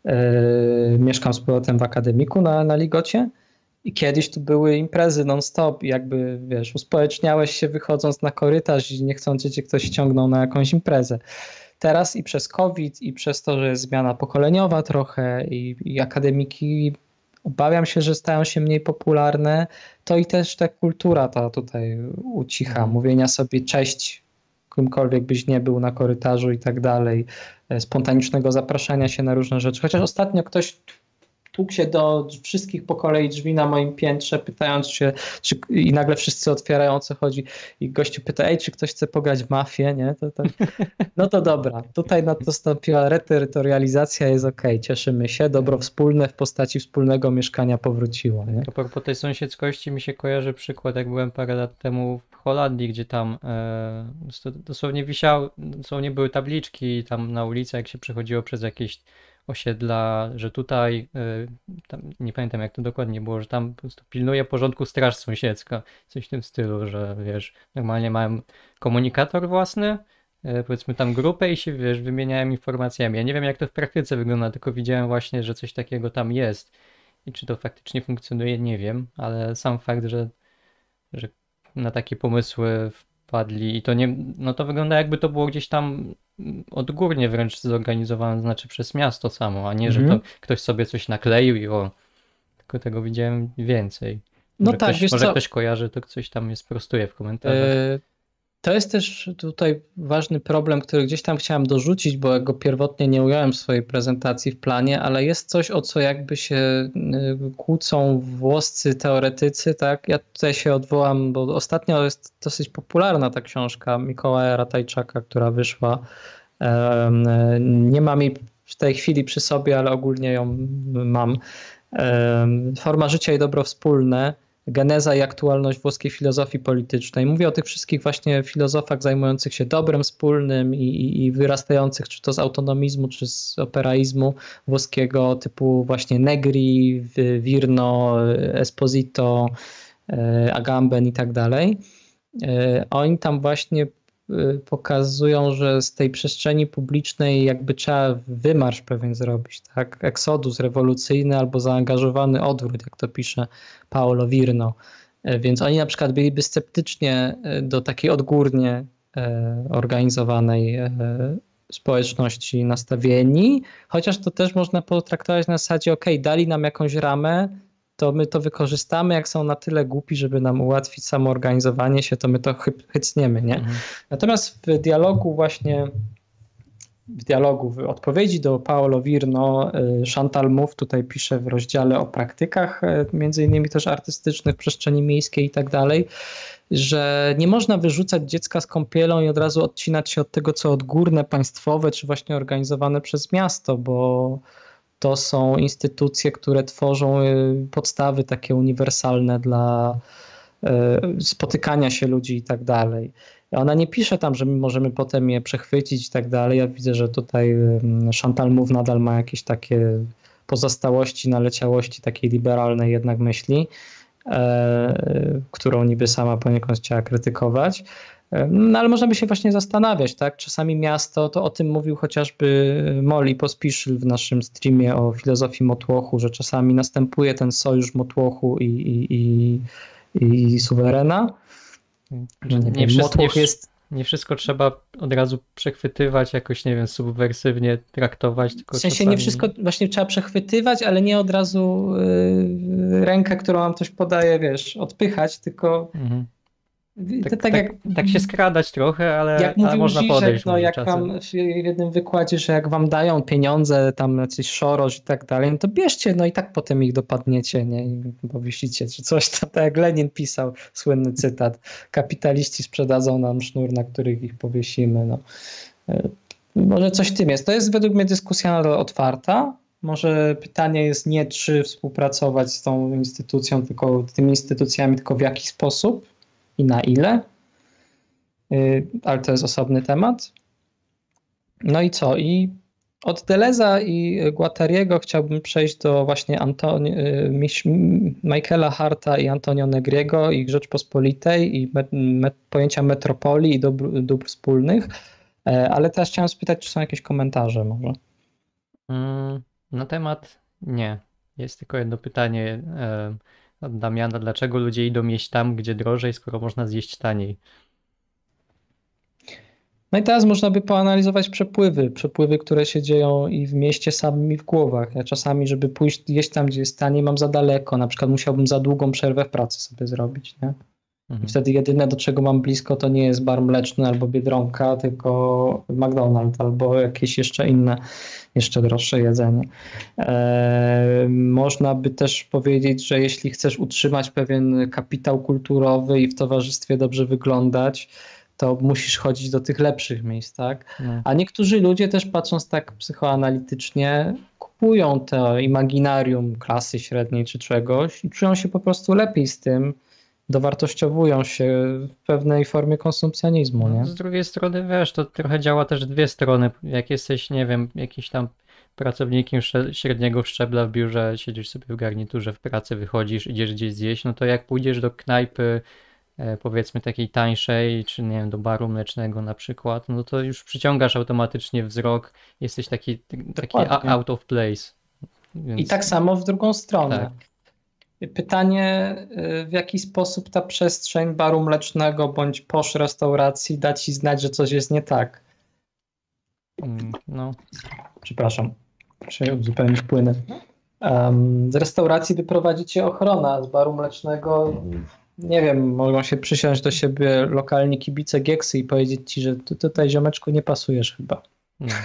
Yy, mieszkam z powrotem w akademiku na, na Ligocie i kiedyś tu były imprezy non-stop i jakby, wiesz, uspołeczniałeś się wychodząc na korytarz i niechcący cię ktoś ściągnął na jakąś imprezę. Teraz i przez COVID i przez to, że jest zmiana pokoleniowa trochę i, i akademiki, obawiam się, że stają się mniej popularne, to i też ta kultura ta tutaj ucicha, mówienia sobie cześć, kimkolwiek byś nie był na korytarzu i tak dalej, spontanicznego zapraszania się na różne rzeczy. Chociaż ostatnio ktoś tłukł się do wszystkich po kolei drzwi na moim piętrze, pytając się, czy, i nagle wszyscy otwierają, o co chodzi i gościu pyta, ej, czy ktoś chce pograć w mafię, nie? To, to, no to dobra, tutaj nastąpiła reterytorializacja, jest okej, okay, cieszymy się, dobro wspólne w postaci wspólnego mieszkania powróciło, nie? A propos tej sąsiedzkości mi się kojarzy przykład, jak byłem parę lat temu w Holandii, gdzie tam e, dosłownie wisiał, dosłownie były tabliczki tam na ulicy, jak się przechodziło przez jakieś osiedla, że tutaj, tam, nie pamiętam jak to dokładnie było, że tam po prostu pilnuje porządku straż sąsiedzka, coś w tym stylu, że wiesz, normalnie miałem komunikator własny, powiedzmy tam grupę i się, wiesz, wymieniałem informacjami. Ja nie wiem jak to w praktyce wygląda, tylko widziałem właśnie, że coś takiego tam jest i czy to faktycznie funkcjonuje, nie wiem, ale sam fakt, że, że na takie pomysły wpadli i to nie, no to wygląda jakby to było gdzieś tam odgórnie wręcz zorganizowane, znaczy przez miasto samo, a nie, że Mhm. to ktoś sobie coś nakleił i o, tylko tego widziałem więcej. No Może tak, ktoś, wiesz może co? ktoś kojarzy, to coś tam mnie sprostuje w komentarzach. E, To jest też tutaj ważny problem, który gdzieś tam chciałem dorzucić, bo go pierwotnie nie ująłem w swojej prezentacji w planie, ale jest coś, o co jakby się y, kłócą włoscy teoretycy, tak? Ja tutaj się odwołam, bo ostatnio jest dosyć popularna ta książka Mikołaja Ratajczaka, która wyszła. Em, Nie mam jej w tej chwili przy sobie, ale ogólnie ją mam. Em, Forma życia i dobro wspólne. Geneza i aktualność włoskiej filozofii politycznej. Mówię o tych wszystkich właśnie filozofach zajmujących się dobrem wspólnym i, i, i wyrastających czy to z autonomizmu, czy z operaizmu włoskiego typu właśnie Negri, Virno, Esposito, Agamben i tak dalej. Oni tam właśnie pokazują, że z tej przestrzeni publicznej jakby trzeba wymarsz pewien zrobić, tak? Eksodus rewolucyjny albo zaangażowany odwrót, jak to pisze Paolo Virno. Więc oni na przykład byliby sceptycznie do takiej odgórnie organizowanej społeczności nastawieni, chociaż to też można potraktować na zasadzie, ok, dali nam jakąś ramę, to my to wykorzystamy, jak są na tyle głupi, żeby nam ułatwić samoorganizowanie się, to my to chy- hycniemy, nie? Mhm. Natomiast w dialogu właśnie, w dialogu, w odpowiedzi do Paolo Virno, Chantal Mouffe tutaj pisze w rozdziale o praktykach, między innymi też artystycznych, w przestrzeni miejskiej i tak dalej, że nie można wyrzucać dziecka z kąpielą i od razu odcinać się od tego, co odgórne, państwowe, czy właśnie organizowane przez miasto, bo to są instytucje, które tworzą podstawy takie uniwersalne dla, spotykania się ludzi i tak dalej. Ona nie pisze tam, że my możemy potem je przechwycić i tak dalej. Ja widzę, że tutaj Chantal Mouffe nadal ma jakieś takie pozostałości, naleciałości takiej liberalnej jednak myśli, którą niby sama poniekąd chciała krytykować. No ale można by się właśnie zastanawiać, tak? Czasami miasto, to o tym mówił chociażby Molly Pospiszil w naszym streamie o filozofii motłochu, że czasami następuje ten sojusz motłochu i, i, i, i suwerena. Że nie, nie, wszystko, Motłoch nie, jest... nie wszystko trzeba od razu przechwytywać, jakoś, nie wiem, subwersywnie traktować. Tylko w sensie czasami... nie wszystko właśnie trzeba przechwytywać, ale nie od razu yy, rękę, którą nam ktoś podaje, wiesz, odpychać, tylko Mhm. Tak, Tak, tak, tak, jak, tak się skradać trochę, ale, jak ale mówił można Zizek, podejść. no może jak czasem. wam w jednym wykładzie, że jak wam dają pieniądze, tam jakiś szorosz i tak dalej, no to bierzcie, no i tak potem ich dopadniecie, nie, i powiesicie, czy coś tam, tak jak Lenin pisał, słynny cytat, kapitaliści sprzedadzą nam sznur, na których ich powiesimy, no. Może coś w tym jest. To jest według mnie dyskusja otwarta. Może pytanie jest nie, czy współpracować z tą instytucją, tylko tymi instytucjami, tylko w jaki sposób i na ile. Ale to jest osobny temat. No i co? I od Deleuza i Guattariego chciałbym przejść do właśnie Antoni- Michaela Harta i Antonio Negriego, ich Rzeczpospolitej i me- me- pojęcia metropolii i dóbr, dóbr wspólnych. Ale teraz chciałem spytać, czy są jakieś komentarze może? Mm, na temat nie. Jest tylko jedno pytanie e, od Damiana. Dlaczego ludzie idą jeść tam, gdzie drożej, skoro można zjeść taniej? No i teraz można by poanalizować przepływy, przepływy, które się dzieją i w mieście samym i w głowach. Ja czasami, żeby pójść jeść tam, gdzie jest taniej, mam za daleko. Na przykład musiałbym za długą przerwę w pracy sobie zrobić, nie? Mhm. I wtedy jedyne, do czego mam blisko, to nie jest bar mleczny albo Biedronka, tylko McDonald's albo jakieś jeszcze inne, jeszcze droższe jedzenie. Eee, można by też powiedzieć, że jeśli chcesz utrzymać pewien kapitał kulturowy i w towarzystwie dobrze wyglądać, to musisz chodzić do tych lepszych miejsc, tak? No. A niektórzy ludzie też, patrząc tak psychoanalitycznie, kupują to imaginarium klasy średniej czy czegoś i czują się po prostu lepiej z tym, dowartościowują się w pewnej formie konsumpcjonizmu, nie? No, z drugiej strony, wiesz, to trochę działa też w dwie strony. Jak jesteś, nie wiem, jakiś tam pracownikiem sze- średniego szczebla w biurze, siedzisz sobie w garniturze w pracy, wychodzisz, idziesz gdzieś zjeść, no to jak pójdziesz do knajpy, e, powiedzmy takiej tańszej, czy nie wiem, do baru mlecznego na przykład, no to już przyciągasz automatycznie wzrok, jesteś taki, taki a- Dokładnie. out of place. Więc... I tak samo w drugą stronę. Tak. Pytanie, w jaki sposób ta przestrzeń baru mlecznego bądź posz restauracji da ci znać, że coś jest nie tak. Mm, No, Przepraszam, muszę uzupełnić płynę. Um, z restauracji wyprowadzi cię ochrona, z baru mlecznego, nie wiem, mogą się przysiąść do siebie lokalni kibice Gieksy i powiedzieć ci, że ty tutaj, ziomeczku, nie pasujesz chyba. no.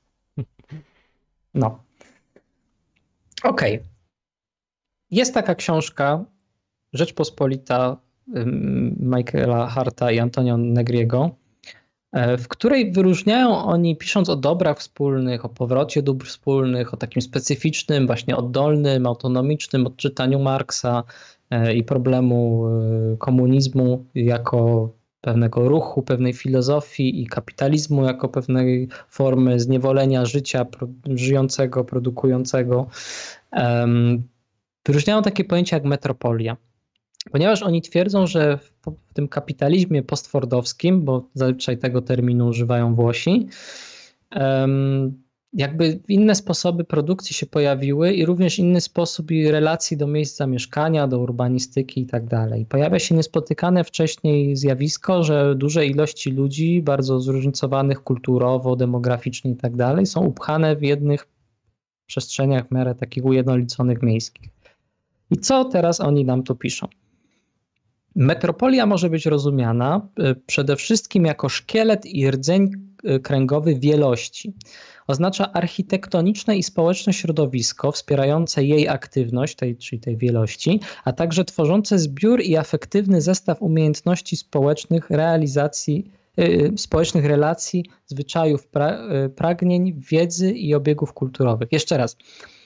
No. Okej. Jest taka książka Rzeczpospolita ym, Michaela Harta i Antonio Negriego, e, w której wyróżniają oni, pisząc o dobrach wspólnych, o powrocie dóbr wspólnych, o takim specyficznym, właśnie oddolnym, autonomicznym odczytaniu Marksa e, i problemu e, komunizmu jako pewnego ruchu, pewnej filozofii i kapitalizmu jako pewnej formy zniewolenia życia pro, żyjącego, produkującego. Em, Wyróżniają takie pojęcia jak metropolia, ponieważ oni twierdzą, że w, w tym kapitalizmie postfordowskim, bo zazwyczaj tego terminu używają Włosi, um, jakby inne sposoby produkcji się pojawiły i również inny sposób i relacji do miejsc zamieszkania, do urbanistyki i tak dalej. Pojawia się niespotykane wcześniej zjawisko, że duże ilości ludzi, bardzo zróżnicowanych kulturowo, demograficznie i tak dalej, są upchane w jednych przestrzeniach w miarę takich ujednoliconych miejskich. I co teraz oni nam tu piszą? Metropolia może być rozumiana przede wszystkim jako szkielet i rdzeń kręgowy wielości. Oznacza architektoniczne i społeczne środowisko wspierające jej aktywność, tej, czyli tej wielości, a także tworzące zbiór i afektywny zestaw umiejętności społecznych, realizacji, yy, społecznych relacji, zwyczajów, pra, yy, pragnień, wiedzy i obiegów kulturowych. Jeszcze raz.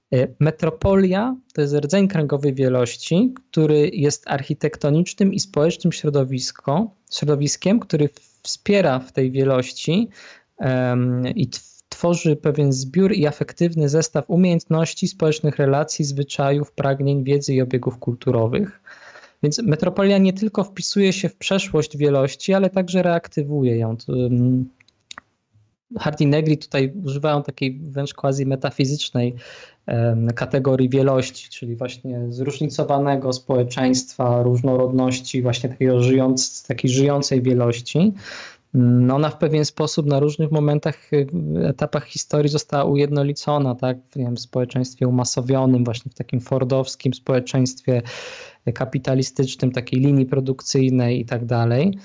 Metropolia to jest rdzeń kręgowej wielości, który jest architektonicznym i społecznym środowisko, środowiskiem, który wspiera w tej wielości um, i tworzy pewien zbiór i afektywny zestaw umiejętności, społecznych relacji, zwyczajów, pragnień, wiedzy i obiegów kulturowych. Więc metropolia nie tylko wpisuje się w przeszłość wielości, ale także reaktywuje ją. Hardt i Negri tutaj używają takiej wręcz quasi metafizycznej kategorii wielości, czyli właśnie zróżnicowanego społeczeństwa, różnorodności, właśnie takiego żyjąc, takiej żyjącej wielości. No ona w pewien sposób na różnych momentach, etapach historii została ujednolicona, tak? W, nie wiem, w społeczeństwie umasowionym, właśnie w takim fordowskim społeczeństwie kapitalistycznym, takiej linii produkcyjnej i tak dalej.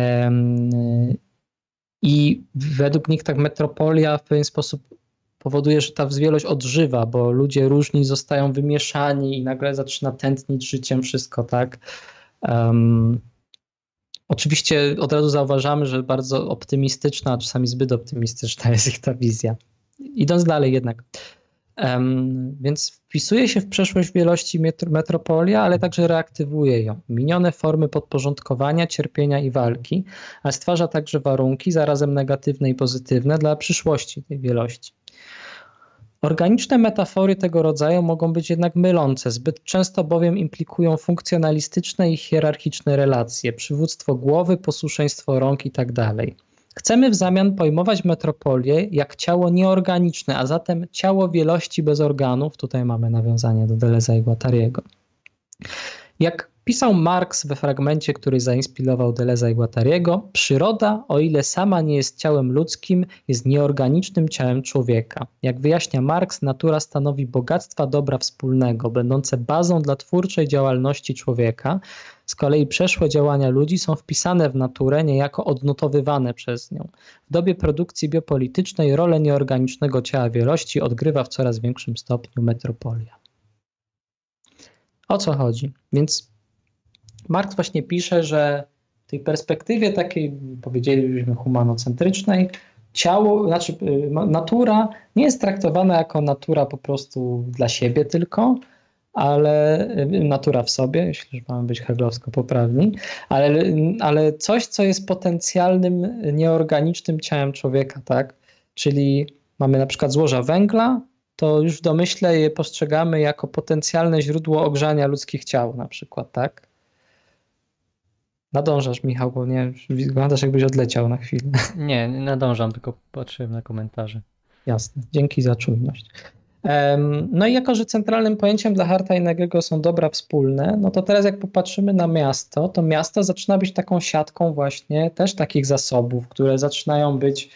I według nich tak metropolia w pewien sposób powoduje, że ta wielość odżywa, bo ludzie różni zostają wymieszani i nagle zaczyna tętnić życiem wszystko, tak? Um, oczywiście od razu zauważamy, że bardzo optymistyczna, a czasami zbyt optymistyczna jest ich ta wizja. Idąc dalej jednak. Um, więc wpisuje się w przeszłość wielości metro, metropolia, ale także reaktywuje ją. Minione formy podporządkowania, cierpienia i walki, a stwarza także warunki, zarazem negatywne i pozytywne, dla przyszłości tej wielości. Organiczne metafory tego rodzaju mogą być jednak mylące, zbyt często bowiem implikują funkcjonalistyczne i hierarchiczne relacje, przywództwo głowy, posłuszeństwo rąk itd. Chcemy w zamian pojmować metropolię jak ciało nieorganiczne, a zatem ciało wielości bez organów. Tutaj mamy nawiązanie do Deleuze'a i Guattariego. Jak pisał Marx we fragmencie, który zainspirował Deleuze'a i Guattariego, przyroda, o ile sama nie jest ciałem ludzkim, jest nieorganicznym ciałem człowieka. Jak wyjaśnia Marx, natura stanowi bogactwa dobra wspólnego, będące bazą dla twórczej działalności człowieka. Z kolei przeszłe działania ludzi są wpisane w naturę, niejako odnotowywane przez nią. W dobie produkcji biopolitycznej rolę nieorganicznego ciała wielości odgrywa w coraz większym stopniu metropolia. O co chodzi? Więc Marx właśnie pisze, że w tej perspektywie takiej, powiedzielibyśmy, humanocentrycznej, ciało, znaczy natura nie jest traktowana jako natura po prostu dla siebie tylko, ale natura w sobie, jeśli już mamy być heglowsko poprawni, ale, ale coś, co jest potencjalnym, nieorganicznym ciałem człowieka, tak? Czyli mamy na przykład złoża węgla, to już w domyśle je postrzegamy jako potencjalne źródło ogrzania ludzkich ciał na przykład, tak? Nadążasz, Michał, bo nie wyglądasz, jakbyś odleciał na chwilę. Nie, nie nadążam, tylko patrzyłem na komentarze. Jasne, dzięki za czujność. No i jako, że centralnym pojęciem dla Hardta i Negriego są dobra wspólne, no to teraz jak popatrzymy na miasto, to miasto zaczyna być taką siatką właśnie też takich zasobów, które zaczynają być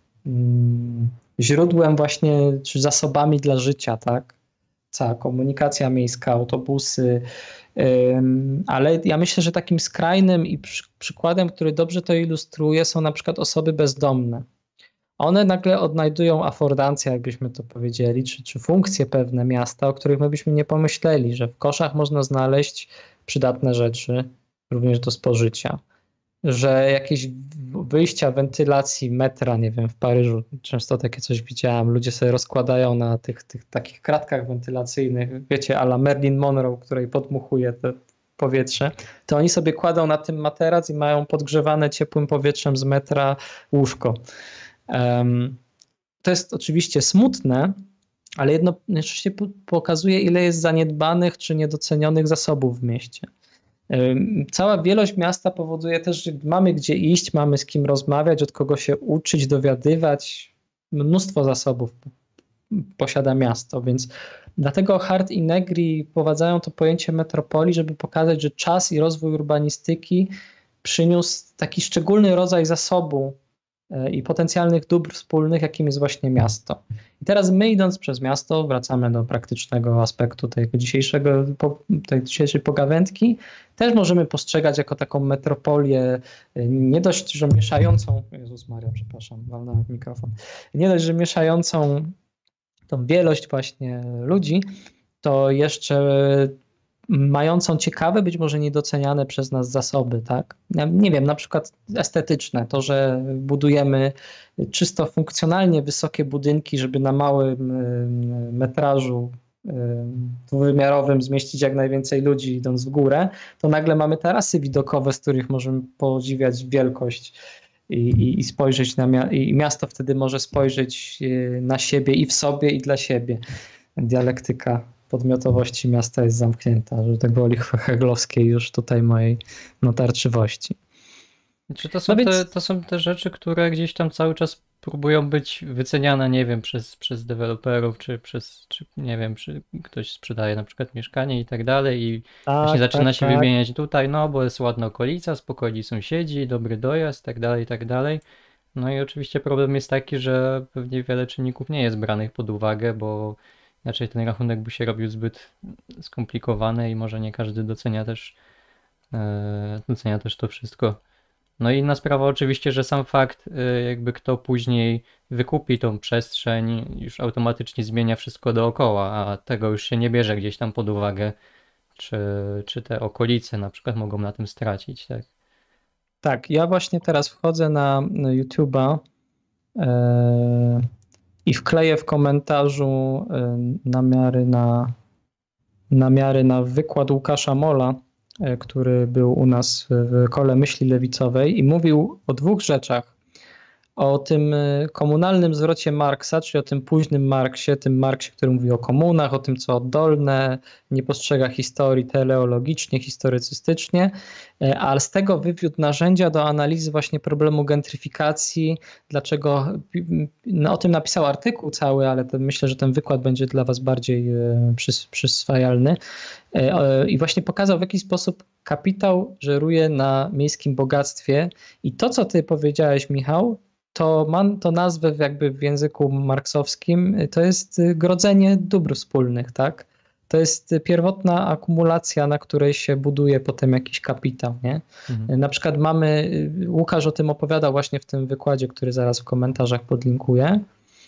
mm, źródłem właśnie, czy zasobami dla życia, tak? Cała komunikacja miejska, autobusy, ym, ale ja myślę, że takim skrajnym i przy, przykładem, który dobrze to ilustruje, są na przykład osoby bezdomne. One nagle odnajdują afordancję, jakbyśmy to powiedzieli, czy, czy funkcje pewne miasta, o których my byśmy nie pomyśleli, że w koszach można znaleźć przydatne rzeczy, również do spożycia, że jakieś wyjścia wentylacji metra, nie wiem, w Paryżu, często takie coś widziałem, ludzie sobie rozkładają na tych, tych takich kratkach wentylacyjnych, wiecie, a la Marilyn Monroe, której podmuchuje te powietrze, to oni sobie kładą na tym materac i mają podgrzewane ciepłym powietrzem z metra łóżko. Um, to jest oczywiście smutne, ale jednocześnie pokazuje, ile jest zaniedbanych czy niedocenionych zasobów w mieście. Um, cała wielość miasta powoduje też, że mamy gdzie iść, mamy z kim rozmawiać, od kogo się uczyć, dowiadywać. Mnóstwo zasobów posiada miasto, więc dlatego Hardt i Negri wprowadzają to pojęcie metropolii, żeby pokazać, że czas i rozwój urbanistyki przyniósł taki szczególny rodzaj zasobu i potencjalnych dóbr wspólnych, jakim jest właśnie miasto. I teraz my, idąc przez miasto, wracamy do praktycznego aspektu tego dzisiejszego, tej dzisiejszej pogawędki, też możemy postrzegać jako taką metropolię, nie dość, że mieszającą, Jezus Maria, przepraszam, walnąłem w mikrofon, nie dość, że mieszającą tą wielość właśnie ludzi, to jeszcze mającą ciekawe, być może niedoceniane przez nas zasoby, tak? Ja nie wiem, na przykład estetyczne, to, że budujemy czysto funkcjonalnie wysokie budynki, żeby na małym metrażu dwuwymiarowym zmieścić jak najwięcej ludzi idąc w górę, to nagle mamy tarasy widokowe, z których możemy podziwiać wielkość i, i, i spojrzeć na mia- i miasto wtedy może spojrzeć na siebie i w sobie i dla siebie. Dialektyka podmiotowości miasta jest zamknięta, że tak woli heglowskiej już tutaj mojej natarczywości. Czy to są, No więc- te, to są te rzeczy, które gdzieś tam cały czas próbują być wyceniane, nie wiem, przez, przez deweloperów, czy przez, czy nie wiem, czy ktoś sprzedaje na przykład mieszkanie i tak dalej i Tak, właśnie zaczyna tak, się tak. wymieniać tutaj, no bo jest ładna okolica, spokojni sąsiedzi, dobry dojazd, tak dalej, tak dalej. No i oczywiście problem jest taki, że pewnie wiele czynników nie jest branych pod uwagę, bo inaczej ten rachunek by się robił zbyt skomplikowany i może nie każdy docenia też, e, docenia też to wszystko. No i inna sprawa oczywiście, że sam fakt, y, jakby kto później wykupi tą przestrzeń, już automatycznie zmienia wszystko dookoła, a tego już się nie bierze gdzieś tam pod uwagę, czy, czy te okolice na przykład mogą na tym stracić, tak? Tak, ja właśnie teraz wchodzę na na YouTube'a e, i wkleję w komentarzu e, namiary na, namiary na wykład Łukasza Mola, e, który był u nas w Kole Myśli Lewicowej i mówił o dwóch rzeczach. O tym e, komunalnym zwrocie Marksa, czyli o tym późnym Marksie, tym Marksie, który mówi o komunach, o tym, co oddolne, nie postrzega historii teleologicznie, historycystycznie, e, ale z tego wywiódł narzędzia do analizy właśnie problemu gentryfikacji, dlaczego, no, o tym napisał artykuł cały, ale to myślę, że ten wykład będzie dla was bardziej e, przys, przyswajalny. E, e, I właśnie pokazał, w jaki sposób kapitał żeruje na miejskim bogactwie i to, co ty powiedziałeś, Michał, to ma to nazwę w jakby w języku marksowskim, to jest grodzenie dóbr wspólnych, tak? To jest pierwotna akumulacja, na której się buduje potem jakiś kapitał, nie? Mhm. Na przykład mamy, Łukasz o tym opowiadał właśnie w tym wykładzie, który zaraz w komentarzach podlinkuję,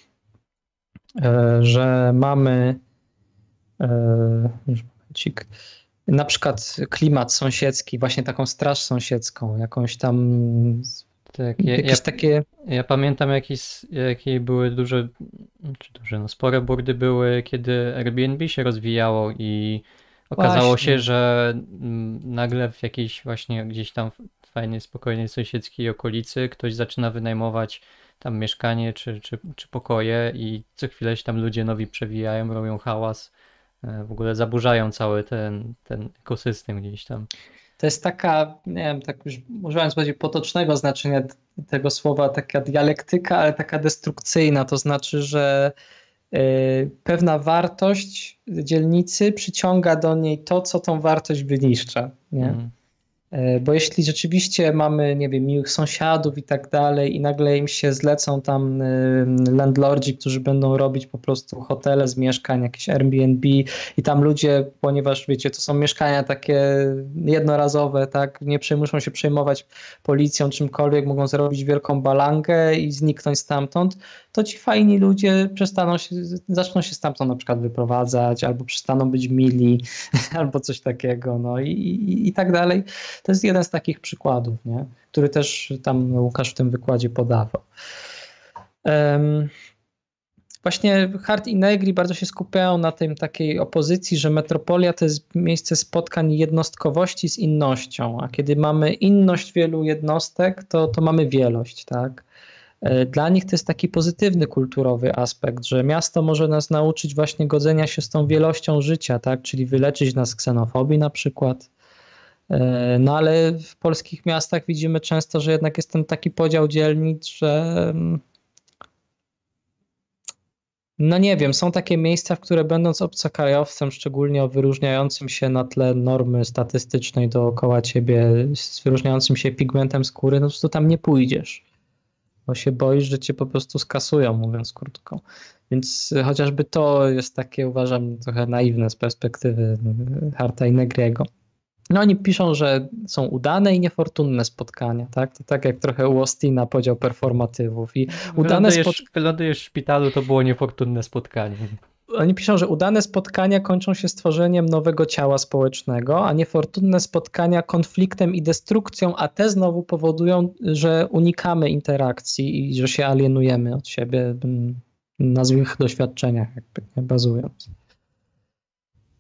e, że mamy e, już momencik, na przykład klimat sąsiedzki, właśnie taką straż sąsiedzką, jakąś tam Tak, ja, ja, jakieś takie... ja pamiętam jakieś, jakie były duże, czy duże, no spore burdy były, kiedy Airbnb się rozwijało i okazało Właśnie. się, że mm, nagle w jakiejś właśnie gdzieś tam fajnej, spokojnej sąsiedzkiej okolicy ktoś zaczyna wynajmować tam mieszkanie czy, czy, czy pokoje i co chwilę się tam ludzie nowi przewijają, robią hałas, e, w ogóle zaburzają cały ten, ten ekosystem gdzieś tam. To jest taka, nie wiem, tak już używając bardziej potocznego znaczenia tego słowa, taka dialektyka, ale taka destrukcyjna. To znaczy, że y, pewna wartość dzielnicy przyciąga do niej to, co tą wartość wyniszcza, nie? Mhm. Y, Bo jeśli rzeczywiście mamy, nie wiem, miłych sąsiadów i tak dalej i nagle im się zlecą tam y, landlordzi, którzy będą robić po prostu hotele z mieszkań, jakieś Airbnb i tam ludzie, ponieważ wiecie, to są mieszkania takie jednorazowe, tak, nie przej- muszą się przejmować policją, czymkolwiek, mogą zrobić wielką balangę i zniknąć stamtąd, to ci fajni ludzie przestaną się, zaczną się stamtąd na przykład wyprowadzać, albo przestaną być mili, albo coś takiego, no i, i, i tak dalej. To jest jeden z takich przykładów, nie? Który też tam Łukasz w tym wykładzie podawał. Um, Właśnie Hart i Negri bardzo się skupiają na tym takiej opozycji, że metropolia to jest miejsce spotkań jednostkowości z innością, a kiedy mamy inność wielu jednostek, to, to mamy wielość, tak? Dla nich to jest taki pozytywny kulturowy aspekt, że miasto może nas nauczyć właśnie godzenia się z tą wielością życia, tak? Czyli wyleczyć nas z ksenofobii na przykład. No ale w polskich miastach widzimy często, że jednak jest ten taki podział dzielnic, że no nie wiem, są takie miejsca, w które będąc obcokrajowcem, szczególnie o wyróżniającym się na tle normy statystycznej dookoła ciebie, z wyróżniającym się pigmentem skóry, no po prostu tam nie pójdziesz, bo się boisz, że cię po prostu skasują, mówiąc krótko. Więc chociażby to jest takie, uważam, trochę naiwne z perspektywy Harta i Negriego. No oni piszą, że są udane i niefortunne spotkania, tak? To tak jak trochę u Austina podział performatywów. I udane Wylądujesz, spot... wylądujesz w szpitalu, to było niefortunne spotkanie. Oni piszą, że udane spotkania kończą się stworzeniem nowego ciała społecznego, a niefortunne spotkania konfliktem i destrukcją, a te znowu powodują, że unikamy interakcji i że się alienujemy od siebie na złych doświadczeniach, jakby nie bazując.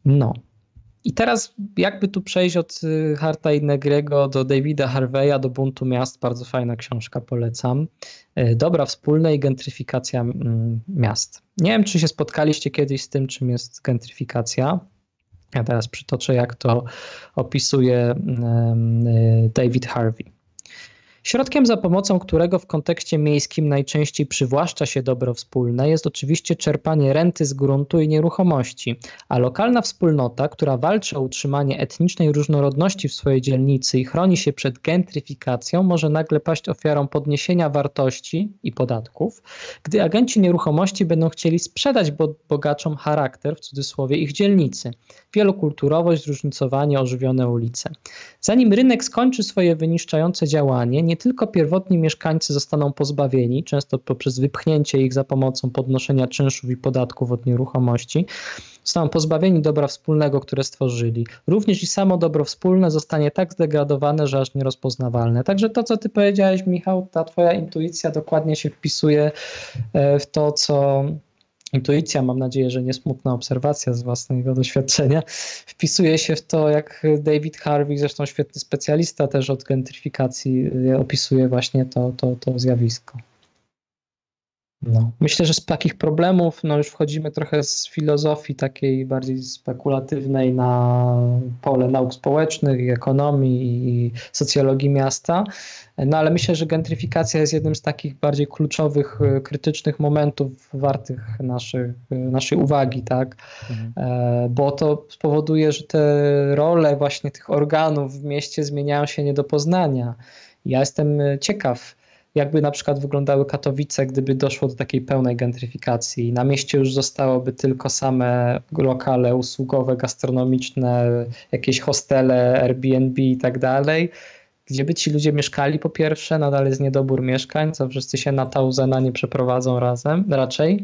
No. I teraz jakby tu przejść od Harta i Negrego do Davida Harveya, do Buntu Miast, bardzo fajna książka, polecam. Dobra wspólne i gentryfikacja miast. Nie wiem, czy się spotkaliście kiedyś z tym, czym jest gentryfikacja. Ja teraz przytoczę, jak to opisuje David Harvey. Środkiem, za pomocą którego w kontekście miejskim najczęściej przywłaszcza się dobro wspólne, jest oczywiście czerpanie renty z gruntu i nieruchomości, a lokalna wspólnota, która walczy o utrzymanie etnicznej różnorodności w swojej dzielnicy i chroni się przed gentryfikacją, może nagle paść ofiarą podniesienia wartości i podatków, gdy agenci nieruchomości będą chcieli sprzedać bogaczom charakter, w cudzysłowie, ich dzielnicy, wielokulturowość, zróżnicowanie, ożywione ulice. Zanim rynek skończy swoje wyniszczające działanie, nie tylko pierwotni mieszkańcy zostaną pozbawieni, często poprzez wypchnięcie ich za pomocą podnoszenia czynszów i podatków od nieruchomości, zostaną pozbawieni dobra wspólnego, które stworzyli. Również i samo dobro wspólne zostanie tak zdegradowane, że aż nierozpoznawalne. Także to, co ty powiedziałeś, Michał, ta twoja intuicja dokładnie się wpisuje w to, co... Intuicja, mam nadzieję, że nie smutna obserwacja z własnego doświadczenia, wpisuje się w to, jak David Harvey, zresztą świetny specjalista też od gentryfikacji, opisuje właśnie to, to, to zjawisko. No. Myślę, że z takich problemów no już wchodzimy trochę z filozofii takiej bardziej spekulatywnej na pole nauk społecznych i ekonomii i socjologii miasta, no ale myślę, że gentryfikacja jest jednym z takich bardziej kluczowych, krytycznych momentów wartych naszych, naszej uwagi, tak? Mhm. Bo to spowoduje, że te role właśnie tych organów w mieście zmieniają się nie do poznania. Ja jestem ciekaw, jakby na przykład wyglądały Katowice, gdyby doszło do takiej pełnej gentryfikacji. Na mieście już zostałoby tylko same lokale usługowe, gastronomiczne, jakieś hostele, Airbnb i tak dalej. Gdzie by ci ludzie mieszkali po pierwsze? Nadal jest niedobór mieszkań, co wszyscy się na Tausena nie przeprowadzą razem raczej.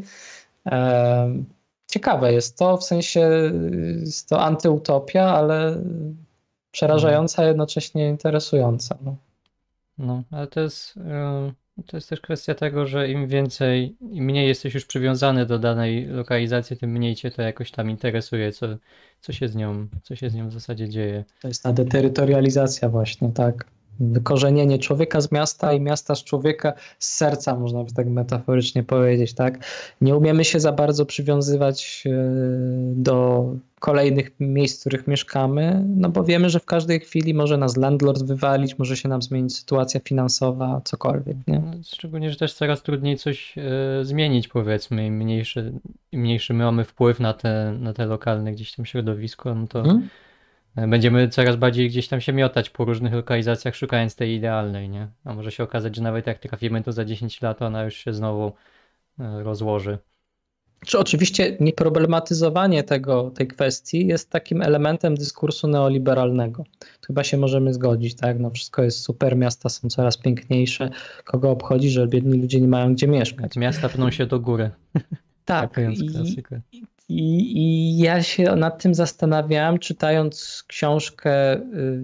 Ciekawe jest to, w sensie jest to antyutopia, ale przerażająca, jednocześnie interesująca. No. No, ale to jest, to jest też kwestia tego, że im więcej, im mniej jesteś już przywiązany do danej lokalizacji, tym mniej cię to jakoś tam interesuje, co, co się z nią, co się z nią w zasadzie dzieje. To jest ta deterytorializacja właśnie, tak. Wykorzenienie człowieka z miasta i miasta z człowieka, z serca, można by tak metaforycznie powiedzieć, tak. Nie umiemy się za bardzo przywiązywać do kolejnych miejsc, w których mieszkamy, no bo wiemy, że w każdej chwili może nas landlord wywalić, może się nam zmienić sytuacja finansowa, cokolwiek, nie? No, szczególnie, że też coraz trudniej coś e, zmienić, powiedzmy, im mniejszy, im mniejszy my mamy wpływ na te, na te lokalne gdzieś tam środowisko, no to hmm? będziemy coraz bardziej gdzieś tam się miotać po różnych lokalizacjach, szukając tej idealnej, nie? A może się okazać, że nawet jak trafimy tu za dziesięć lat, to ona już się znowu e, rozłoży. Czy oczywiście nieproblematyzowanie tego, tej kwestii jest takim elementem dyskursu neoliberalnego. Chyba się możemy zgodzić, tak? No wszystko jest super, miasta są coraz piękniejsze. Kogo obchodzi, że biedni ludzie nie mają gdzie mieszkać? Miasta pną się do góry. Tak. I, i, I ja się nad tym zastanawiałem, czytając książkę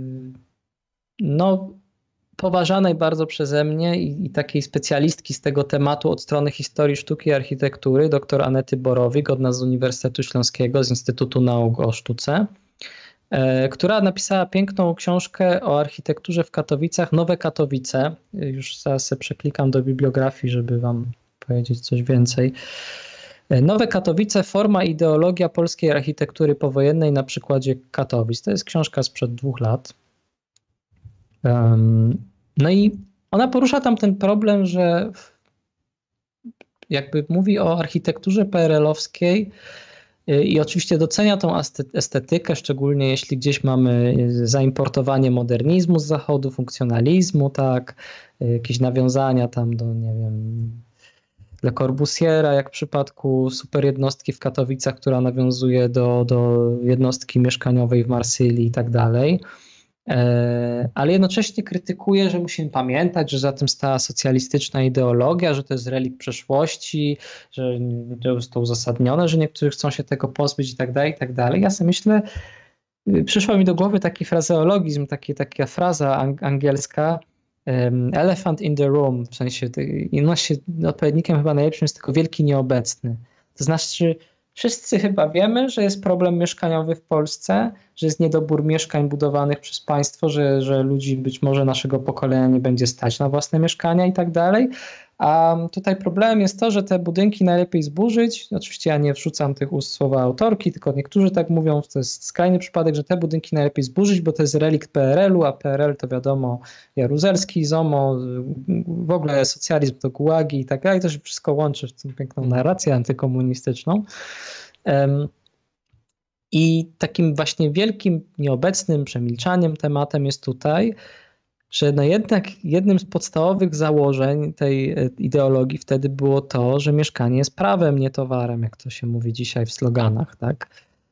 no poważanej bardzo przeze mnie i, i takiej specjalistki z tego tematu od strony historii sztuki i architektury, dr Anety Borowik od nas z Uniwersytetu Śląskiego, z Instytutu Nauk o Sztuce, e, która napisała piękną książkę o architekturze w Katowicach, Nowe Katowice. Już zaraz sobie przeklikam do bibliografii, żeby wam powiedzieć coś więcej. Nowe Katowice, forma i ideologia polskiej architektury powojennej na przykładzie Katowic. To jest książka sprzed dwóch lat. No i ona porusza tam ten problem, że jakby mówi o architekturze P R L-owskiej i oczywiście docenia tą estetykę, szczególnie jeśli gdzieś mamy zaimportowanie modernizmu z zachodu, funkcjonalizmu, tak, jakieś nawiązania tam do, nie wiem, Le Corbusiera, jak w przypadku super jednostki w Katowicach, która nawiązuje do, do jednostki mieszkaniowej w Marsylii i tak dalej. Ale jednocześnie krytykuje, że musimy pamiętać, że za tym stała socjalistyczna ideologia, że to jest relikt przeszłości, że to jest to uzasadnione, że niektórzy chcą się tego pozbyć i tak dalej, i tak dalej. Ja sobie myślę, przyszła mi do głowy taki frazeologizm, taki, taka fraza angielska elephant in the room, w sensie i no się odpowiednikiem chyba najlepszym jest tylko wielki nieobecny. To znaczy Wszyscy chyba wiemy, że jest problem mieszkaniowy w Polsce, że jest niedobór mieszkań budowanych przez państwo, że, że ludzi być może naszego pokolenia nie będzie stać na własne mieszkania i tak dalej. A tutaj problemem jest to, że te budynki najlepiej zburzyć. Oczywiście ja nie wrzucam tych ust słowa autorki, tylko niektórzy tak mówią, to jest skrajny przypadek, że te budynki najlepiej zburzyć, bo to jest relikt P R L u, a P R L to wiadomo Jaruzelski, ZOMO, w ogóle socjalizm to gułagi i tak dalej. To się wszystko łączy w tę piękną narrację antykomunistyczną. Um, I takim właśnie wielkim, nieobecnym, przemilczaniem tematem jest tutaj, że no jednak jednym z podstawowych założeń tej ideologii wtedy było to, że mieszkanie jest prawem, nie towarem, jak to się mówi dzisiaj w sloganach, tak?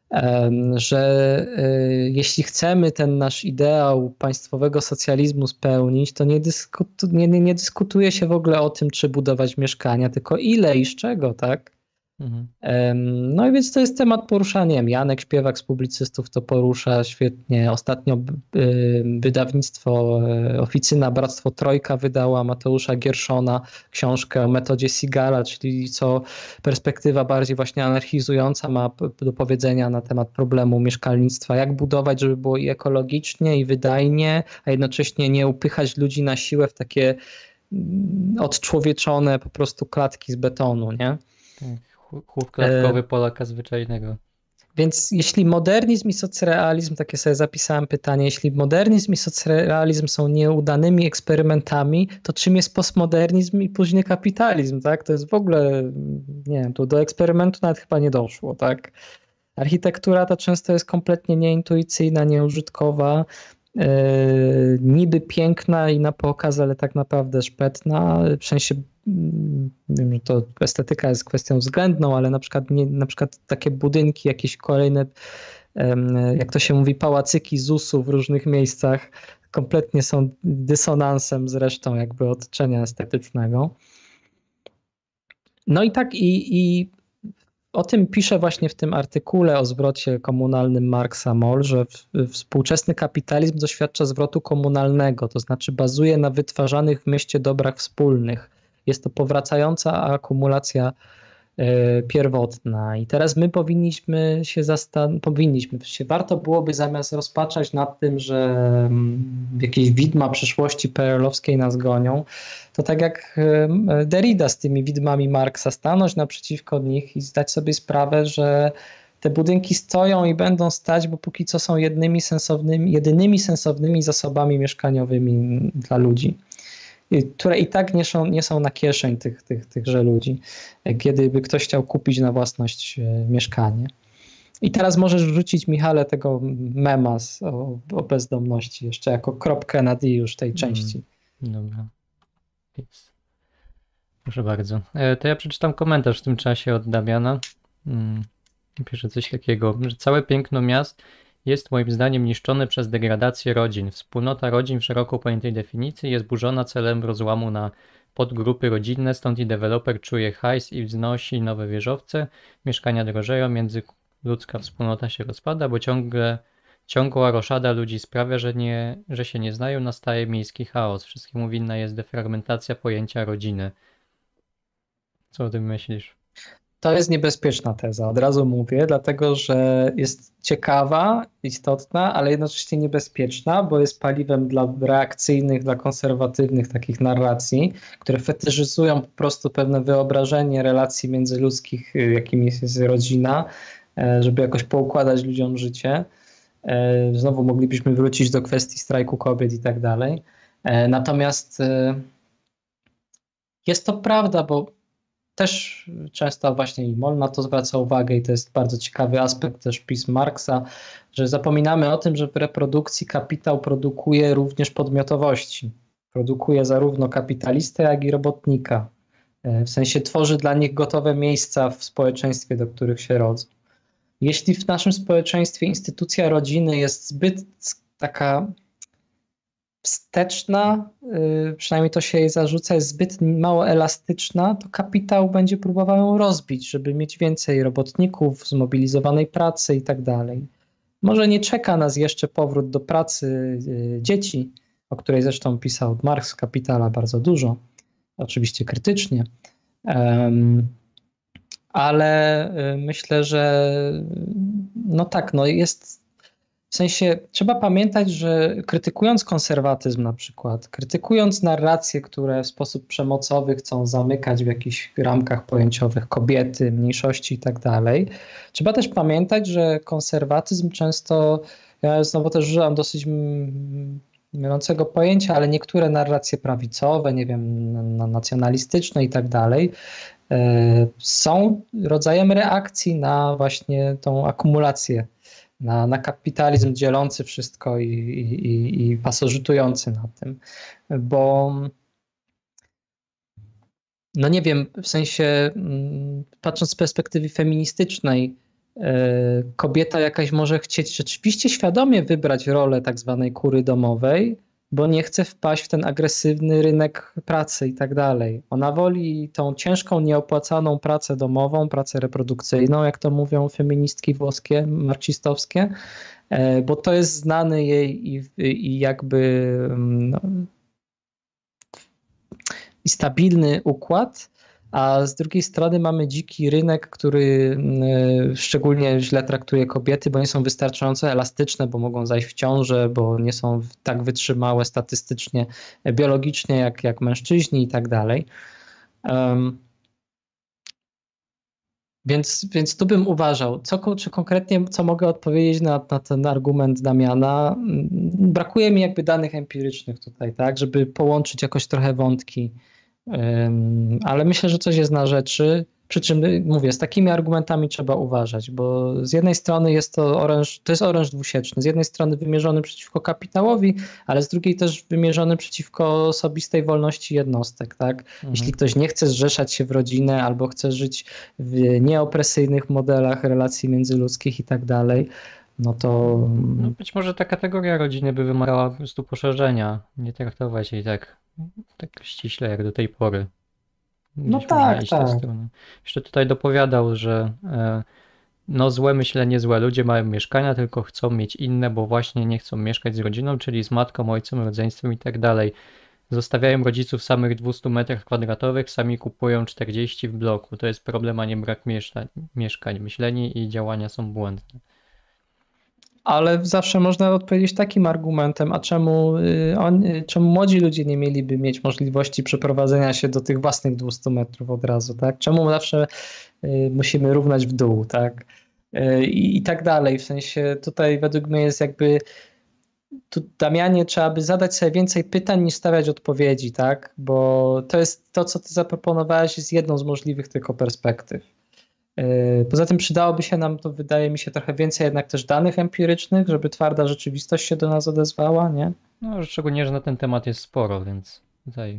Że jeśli chcemy ten nasz ideał państwowego socjalizmu spełnić, to nie, dyskutu, nie, nie dyskutuje się w ogóle o tym, czy budować mieszkania, tylko ile i z czego, tak? Mhm. No i więc to jest temat poruszany. Janek Śpiewak z Publicystów to porusza świetnie. Ostatnio wydawnictwo Oficyna Bractwo Trojka wydała Mateusza Gierszona książkę o metodzie Seagala, czyli co perspektywa bardziej właśnie anarchizująca ma do powiedzenia na temat problemu mieszkalnictwa. Jak budować, żeby było i ekologicznie, i wydajnie, a jednocześnie nie upychać ludzi na siłę w takie odczłowieczone po prostu klatki z betonu, nie? Chłów klatkowy Polaka zwyczajnego. Więc jeśli modernizm i socrealizm, takie sobie zapisałem pytanie, jeśli modernizm i socrealizm są nieudanymi eksperymentami, to czym jest postmodernizm i później kapitalizm, tak? To jest w ogóle, nie wiem, tu do eksperymentu nawet chyba nie doszło, tak? Architektura ta często jest kompletnie nieintuicyjna, nieużytkowa, yy, niby piękna i na pokaz, ale tak naprawdę szpetna, w sensie wiem, że to estetyka jest kwestią względną, ale na przykład, nie, na przykład takie budynki, jakieś kolejne, jak to się mówi, pałacyki zusu w różnych miejscach kompletnie są dysonansem z resztą jakby otoczenia estetycznego. No i tak i, i o tym pisze właśnie w tym artykule o zwrocie komunalnym Marksa Moll, że w, współczesny kapitalizm doświadcza zwrotu komunalnego, to znaczy bazuje na wytwarzanych w mieście dobrach wspólnych. Jest to powracająca akumulacja y, pierwotna. I teraz my powinniśmy się zastanowić, powinniśmy się, warto byłoby zamiast rozpaczać nad tym, że y, jakieś widma przyszłości P R L-owskiej nas gonią, to tak jak y, Derrida z tymi widmami Marksa, stanąć naprzeciwko nich i zdać sobie sprawę, że te budynki stoją i będą stać, bo póki co są jednymi sensownymi, jedynymi sensownymi zasobami mieszkaniowymi dla ludzi, które i tak nie są, nie są na kieszeń tych, tych, tychże ludzi, kiedyby ktoś chciał kupić na własność mieszkanie. I teraz możesz wrzucić, Michale, tego mema z, o, o bezdomności jeszcze jako kropkę na D już tej części. Mm, dobra. Jest. Proszę bardzo. E, to ja przeczytam komentarz w tym czasie od Damiana. Mm, pisze coś takiego, że całe piękno miast jest moim zdaniem niszczone przez degradację rodzin. Wspólnota rodzin w szeroko pojętej definicji jest burzona celem rozłamu na podgrupy rodzinne, stąd i deweloper czuje hajs i wznosi nowe wieżowce, mieszkania drożeją, międzyludzka wspólnota się rozpada, bo ciągle ciągła roszada ludzi sprawia, że, nie, że się nie znają, nastaje miejski chaos. Wszystkiemu winna jest defragmentacja pojęcia rodziny. Co o tym myślisz? To jest niebezpieczna teza, od razu mówię, dlatego że jest ciekawa, istotna, ale jednocześnie niebezpieczna, bo jest paliwem dla reakcyjnych, dla konserwatywnych takich narracji, które fetyszyzują po prostu pewne wyobrażenie relacji międzyludzkich, jakim jest rodzina, żeby jakoś poukładać ludziom życie. Znowu moglibyśmy wrócić do kwestii strajku kobiet i tak dalej. Natomiast jest to prawda, bo też często właśnie i Moll na to zwraca uwagę i to jest bardzo ciekawy aspekt też pism Marksa, że zapominamy o tym, że w reprodukcji kapitał produkuje również podmiotowości. Produkuje zarówno kapitalistę, jak i robotnika. W sensie tworzy dla nich gotowe miejsca w społeczeństwie, do których się rodzą. Jeśli w naszym społeczeństwie instytucja rodziny jest zbyt taka wsteczna, przynajmniej to się jej zarzuca, jest zbyt mało elastyczna, to kapitał będzie próbował ją rozbić, żeby mieć więcej robotników, zmobilizowanej pracy i tak dalej. Może nie czeka nas jeszcze powrót do pracy dzieci, o której zresztą pisał Marx w Kapitale bardzo dużo, oczywiście krytycznie, ale y, myślę, że no tak, no jest w sensie trzeba pamiętać, że krytykując konserwatyzm na przykład, krytykując narracje, które w sposób przemocowy chcą zamykać w jakichś ramkach pojęciowych kobiety, mniejszości i tak dalej, trzeba też pamiętać, że konserwatyzm często, ja znowu też używam dosyć mm, mylącego pojęcia, ale niektóre narracje prawicowe, nie wiem, na- nacjonalistyczne i tak dalej, e, są rodzajem reakcji na właśnie tą akumulację, na, na kapitalizm dzielący wszystko i, i, i i pasożytujący na tym. Bo no nie wiem, w sensie mm, patrząc z perspektywy feministycznej, e, kobieta jakaś może chcieć rzeczywiście świadomie wybrać rolę tak zwanej kury domowej, bo nie chce wpaść w ten agresywny rynek pracy i tak dalej. Ona woli tą ciężką, nieopłacaną pracę domową, pracę reprodukcyjną, jak to mówią feministki włoskie, marksistowskie, e, bo to jest znany jej i, i jakby mm, no, i stabilny układ, a z drugiej strony mamy dziki rynek, który y, szczególnie źle traktuje kobiety, bo nie są wystarczająco elastyczne, bo mogą zajść w ciążę, bo nie są w- tak wytrzymałe statystycznie, e, biologicznie jak, jak mężczyźni i tak dalej. Em, Więc, więc tu bym uważał, co, ko- czy konkretnie, co mogę odpowiedzieć na, na ten argument Damiana. Mm, Brakuje mi jakby danych empirycznych tutaj, tak, żeby połączyć jakoś trochę wątki. Ym, Ale myślę, że coś jest na rzeczy. Przy czym y, mówię, z takimi argumentami trzeba uważać, bo z jednej strony jest to oręż, to jest oręż dwusieczny. Z jednej strony wymierzony przeciwko kapitałowi, ale z drugiej też wymierzony przeciwko osobistej wolności jednostek, tak? Jeśli Mhm. ktoś nie chce zrzeszać się w rodzinę albo chce żyć w nieopresyjnych modelach relacji międzyludzkich i tak dalej, no to No mm, być może ta kategoria rodziny by wymagała po prostu poszerzenia, nie traktować jej tak, tak ściśle jak do tej pory. no Gdzieś można tak, iść w tę tak. stronę. Jeszcze tutaj dopowiadał, że e, no złe myślenie, złe ludzie mają mieszkania, tylko chcą mieć inne, bo właśnie nie chcą mieszkać z rodziną, czyli z matką, ojcem, rodzeństwem i tak dalej. Zostawiają rodziców samych dwustu metrach kwadratowych, sami kupują czterdzieści w bloku. To jest problem, a nie brak mieszkań. mieszkań. Myślenie i działania są błędne. Ale zawsze można odpowiedzieć takim argumentem, a czemu, y, on, y, czemu młodzi ludzie nie mieliby mieć możliwości przeprowadzenia się do tych własnych dwustu metrów od razu, tak? Czemu zawsze y, musimy równać w dół, tak? Y, I, i tak dalej. W sensie tutaj według mnie jest jakby, tu Damianie trzeba by zadać sobie więcej pytań niż stawiać odpowiedzi, tak? Bo to jest to, co ty zaproponowałeś, jest jedną z możliwych tylko perspektyw. Yy, Poza tym przydałoby się nam, to wydaje mi się, trochę więcej jednak też danych empirycznych, żeby twarda rzeczywistość się do nas odezwała, nie? No, szczególnie, że na ten temat jest sporo, więc tutaj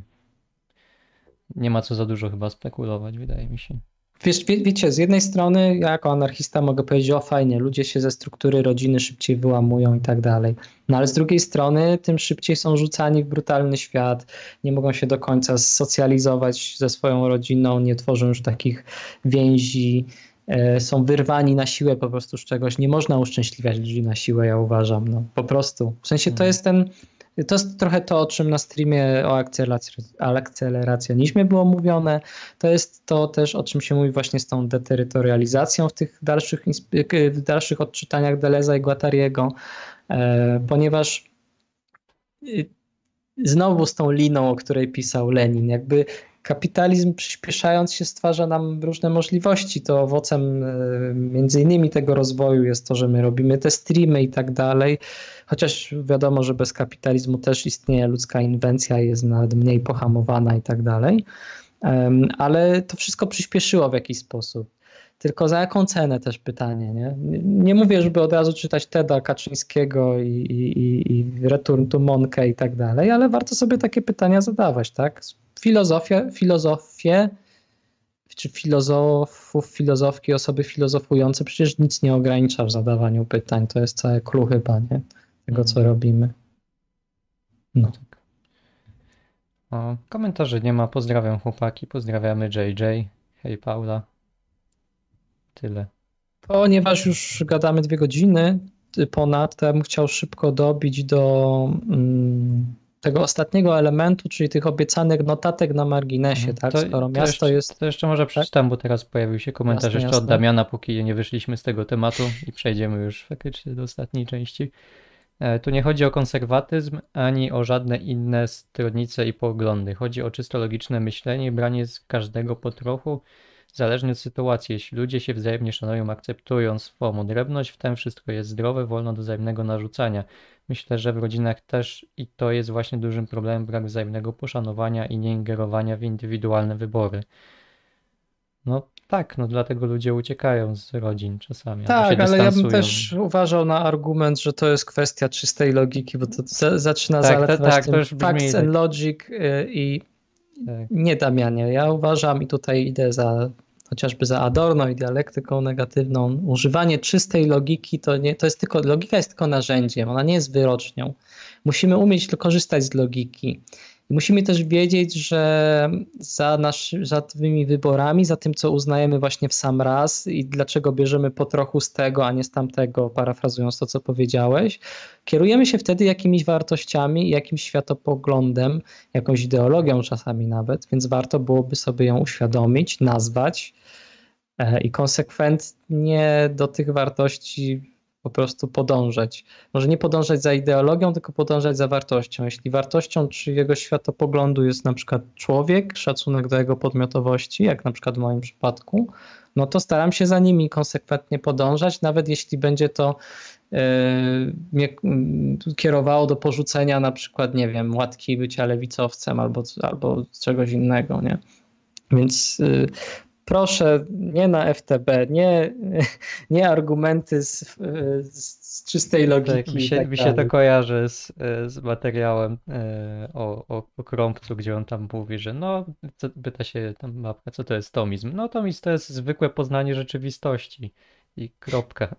nie ma co za dużo chyba spekulować, wydaje mi się. Wiesz, wie, wiecie, z jednej strony ja jako anarchista mogę powiedzieć, o fajnie, ludzie się ze struktury rodziny szybciej wyłamują i tak dalej. No ale z drugiej strony tym szybciej są rzucani w brutalny świat, nie mogą się do końca socjalizować ze swoją rodziną, nie tworzą już takich więzi, e, są wyrwani na siłę po prostu z czegoś. Nie można uszczęśliwiać ludzi na siłę, ja uważam, no po prostu. W sensie to Mhm. jest ten, to jest trochę to, o czym na streamie o akcelerac- akceleracjonizmie było mówione. To jest to też, o czym się mówi właśnie z tą deterytorializacją w tych dalszych, insp- w dalszych odczytaniach Deleza i Guattariego, e, ponieważ y, znowu z tą liną, o której pisał Lenin, jakby kapitalizm przyspieszając się stwarza nam różne możliwości. To owocem e, między innymi tego rozwoju jest to, że my robimy te streamy i tak dalej. Chociaż wiadomo, że bez kapitalizmu też istnieje ludzka inwencja, jest nawet mniej pohamowana i tak dalej. Em, Ale to wszystko przyspieszyło w jakiś sposób. Tylko za jaką cenę też pytanie, nie? Nie nie mówię, żeby od razu czytać Teda Kaczyńskiego i, i, i i Return to Monkę i tak dalej, ale warto sobie takie pytania zadawać, tak? Filozofia, filozofię, czy filozofów, filozofki, osoby filozofujące przecież nic nie ogranicza w zadawaniu pytań. To jest całe clue chyba, nie? Tego, co Mhm. robimy. No. Tak. O, komentarzy nie ma. Pozdrawiam chłopaki, pozdrawiamy J J. Hej Paula. Tyle. Ponieważ już gadamy dwie godziny y, ponad, to ja bym chciał szybko dobić do, mm, tego ostatniego elementu, czyli tych obiecanych notatek na marginesie, Mhm. tak? To, Skoro to, miasto jeszcze, jest... to jeszcze może przeczytam, bo teraz pojawił się komentarz Jasne, jeszcze od jasne. Damiana, póki nie wyszliśmy z tego tematu i przejdziemy już faktycznie do ostatniej części. E, Tu nie chodzi o konserwatyzm ani o żadne inne stronnice i poglądy. Chodzi o czysto logiczne myślenie i branie z każdego po trochu, zależnie od sytuacji. Jeśli ludzie się wzajemnie szanują, akceptują swą odrębność, wtem wszystko jest zdrowe, wolno do wzajemnego narzucania. Myślę, że w rodzinach też i to jest właśnie dużym problemem, brak wzajemnego poszanowania i nieingerowania w indywidualne wybory. No tak, no dlatego ludzie uciekają z rodzin czasami, albo się Tak, ale ja bym dystansują. też uważał na argument, że to jest kwestia czystej logiki, bo to za, zaczyna Tak, to- zalatywać tak, to tym już brzmi facts tak. and logic y, i Tak. nie, Damianie, ja uważam i tutaj idę za chociażby za Adorno i dialektyką negatywną. Używanie czystej logiki to nie, to jest tylko, logika jest tylko narzędziem, ona nie jest wyrocznią. Musimy umieć korzystać z logiki. I musimy też wiedzieć, że za, nasz, za tymi wyborami, za tym, co uznajemy właśnie w sam raz i dlaczego bierzemy po trochu z tego, a nie z tamtego, parafrazując to, co powiedziałeś, kierujemy się wtedy jakimiś wartościami, jakimś światopoglądem, jakąś ideologią czasami nawet, więc warto byłoby sobie ją uświadomić, nazwać e, i konsekwentnie do tych wartości po prostu podążać. Może nie podążać za ideologią, tylko podążać za wartością. Jeśli wartością czyjego światopoglądu jest na przykład człowiek, szacunek do jego podmiotowości, jak na przykład w moim przypadku, no to staram się za nimi konsekwentnie podążać, nawet jeśli będzie to yy, mnie yy, kierowało do porzucenia na przykład, nie wiem, łatki bycia lewicowcem albo, albo czegoś innego, nie? Więc yy, proszę, nie na F T B, nie, nie argumenty z, z czystej logiki. Tak, mi się, i tak mi się dalej. to kojarzy z, e, z materiałem e, o, o, o Krąbcu, gdzie on tam mówi, że no, co, pyta się tam mapka, co to jest tomizm? No tomizm to jest zwykłe poznanie rzeczywistości i kropka.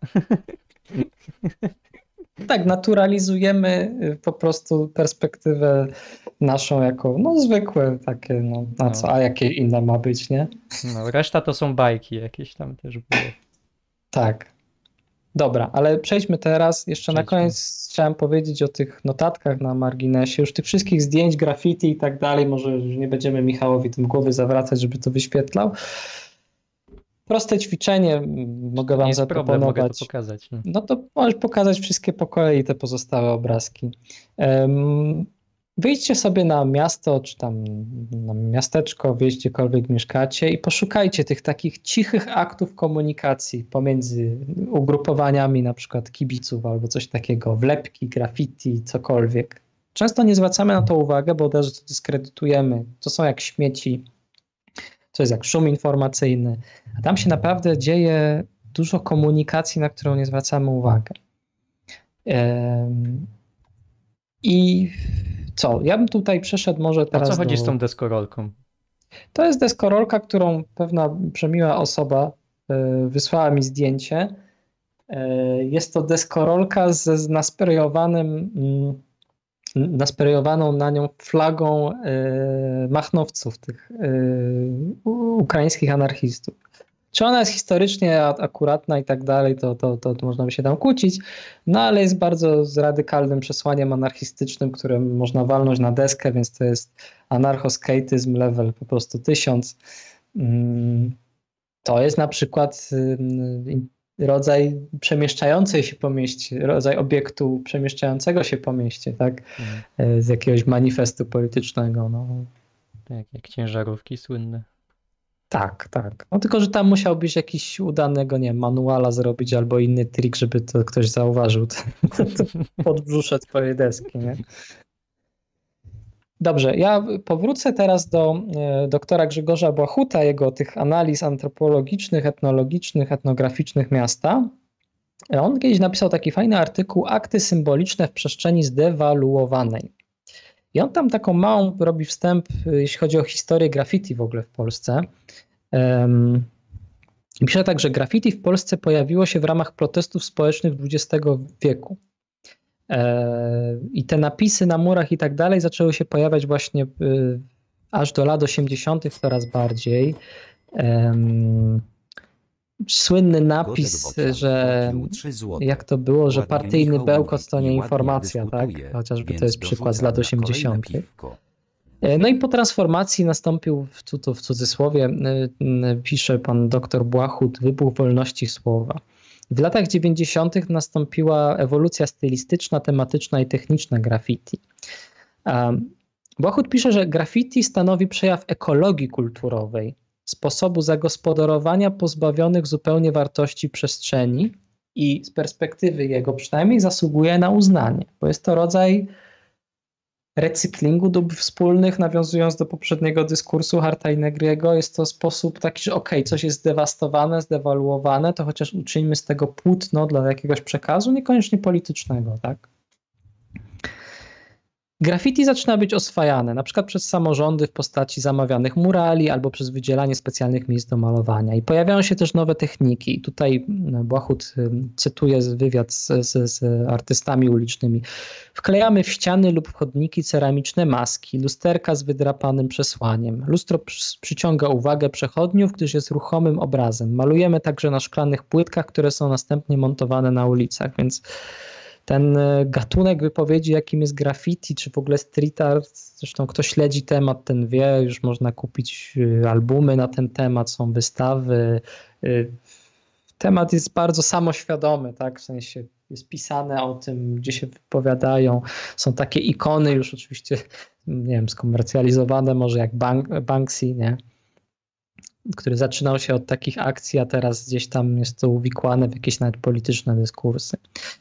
Tak, naturalizujemy po prostu perspektywę naszą jako no zwykłe takie, no na No. co, a jakie inne ma być, nie? No, reszta to są bajki jakieś tam też było. Tak. Dobra, ale przejdźmy teraz. Jeszcze na Przejdźmy. koniec chciałem powiedzieć o tych notatkach na marginesie, już tych wszystkich zdjęć, graffiti i tak dalej. Może już nie będziemy Michałowi tym głowy zawracać, żeby to wyświetlał. Proste ćwiczenie m, mogę Nie wam jest problem, mogę to zaproponować. pokazać. No. No to możesz pokazać wszystkie po kolei te pozostałe obrazki. Em, Wyjdźcie sobie na miasto, czy tam na miasteczko, wieś gdziekolwiek mieszkacie i poszukajcie tych takich cichych aktów komunikacji pomiędzy ugrupowaniami na przykład kibiców albo coś takiego, wlepki, graffiti, cokolwiek. Często nie zwracamy na to uwagę, bo od razu to dyskredytujemy. To są jak śmieci, to jest jak szum informacyjny, a tam się naprawdę dzieje dużo komunikacji, na którą nie zwracamy uwagi. Em, I co? Ja bym tutaj przeszedł może O teraz co chodzi do... z tą deskorolką? To jest deskorolka, którą pewna przemiła osoba y, wysłała mi zdjęcie. Y, Jest to deskorolka z, z nasprejowanym, mm, nasprejowaną na nią flagą y, machnowców, tych y, u- ukraińskich anarchistów. Czy ona jest historycznie a- akuratna i tak dalej, to, to, to, to można by się tam kłócić, no ale jest bardzo z radykalnym przesłaniem anarchistycznym, które można walnąć na deskę, więc to jest anarchoskejtyzm level po prostu tysiąc. Mm, To jest na przykład ym, rodzaj przemieszczającej się po mieście, rodzaj obiektu przemieszczającego się po mieście, tak? Mhm. E, Z jakiegoś manifestu politycznego, no. Tak, jak ciężarówki słynne. Tak, tak. No tylko, że tam musiałbyś jakiś udanego, nie wiem, manuala zrobić albo inny trik, żeby to ktoś zauważył. Podbrzusze twojej deski, nie? Dobrze, ja powrócę teraz do e, doktora Grzegorza Błachuta, jego tych analiz antropologicznych, etnologicznych, etnograficznych miasta. E, On kiedyś napisał taki fajny artykuł Akty symboliczne w przestrzeni zdewaluowanej. I on tam taką małą robi wstęp, y, jeśli chodzi o historię graffiti w ogóle w Polsce. Um, i pisze tak, że graffiti w Polsce pojawiło się w ramach protestów społecznych dwudziestego wieku. E, I te napisy na murach i tak dalej zaczęły się pojawiać właśnie y, aż do lat osiemdziesiątych coraz bardziej. Em, słynny Godek napis, w obszar że wpłacił trzy złote. jak to było, że Ładnie partyjny Michał bełkot mówi to i nie ładnie informacja, tak? dyskutuje, Chociażby to więc jest przykład z lat dorzucam na kolejne osiemdziesiątych. piwko. No i po transformacji nastąpił, tu, tu w cudzysłowie y, y, pisze pan doktor Błachut, wybuch wolności słowa. W latach dziewięćdziesiątych nastąpiła ewolucja stylistyczna, tematyczna i techniczna graffiti. Um, Błachut pisze, że graffiti stanowi przejaw ekologii kulturowej, sposobu zagospodarowania pozbawionych zupełnie wartości przestrzeni i z perspektywy jego przynajmniej zasługuje na uznanie, bo jest to rodzaj recyklingu dóbr wspólnych, nawiązując do poprzedniego dyskursu Harta i Negriego, jest to sposób taki, że okej, okay, coś jest zdewastowane, zdewaluowane, to chociaż uczyńmy z tego płótno dla jakiegoś przekazu, niekoniecznie politycznego, tak? Graffiti zaczyna być oswajane, na przykład przez samorządy w postaci zamawianych murali albo przez wydzielanie specjalnych miejsc do malowania. I pojawiają się też nowe techniki. I tutaj Błachut cytuje wywiad z, z, z artystami ulicznymi. Wklejamy w ściany lub w chodniki ceramiczne maski, lusterka z wydrapanym przesłaniem. Lustro przyciąga uwagę przechodniów, gdyż jest ruchomym obrazem. Malujemy także na szklanych płytkach, które są następnie montowane na ulicach, więc ten gatunek wypowiedzi, jakim jest graffiti, czy w ogóle street art, zresztą kto śledzi temat, ten wie, już można kupić albumy na ten temat, są wystawy. Temat jest bardzo samoświadomy, tak? W sensie jest pisane o tym, gdzie się wypowiadają. Są takie ikony już oczywiście, nie wiem, skomercjalizowane może jak Bank, Banksy, nie? Który zaczynał się od takich akcji, a teraz gdzieś tam jest to uwikłane w jakieś nawet polityczne dyskursy.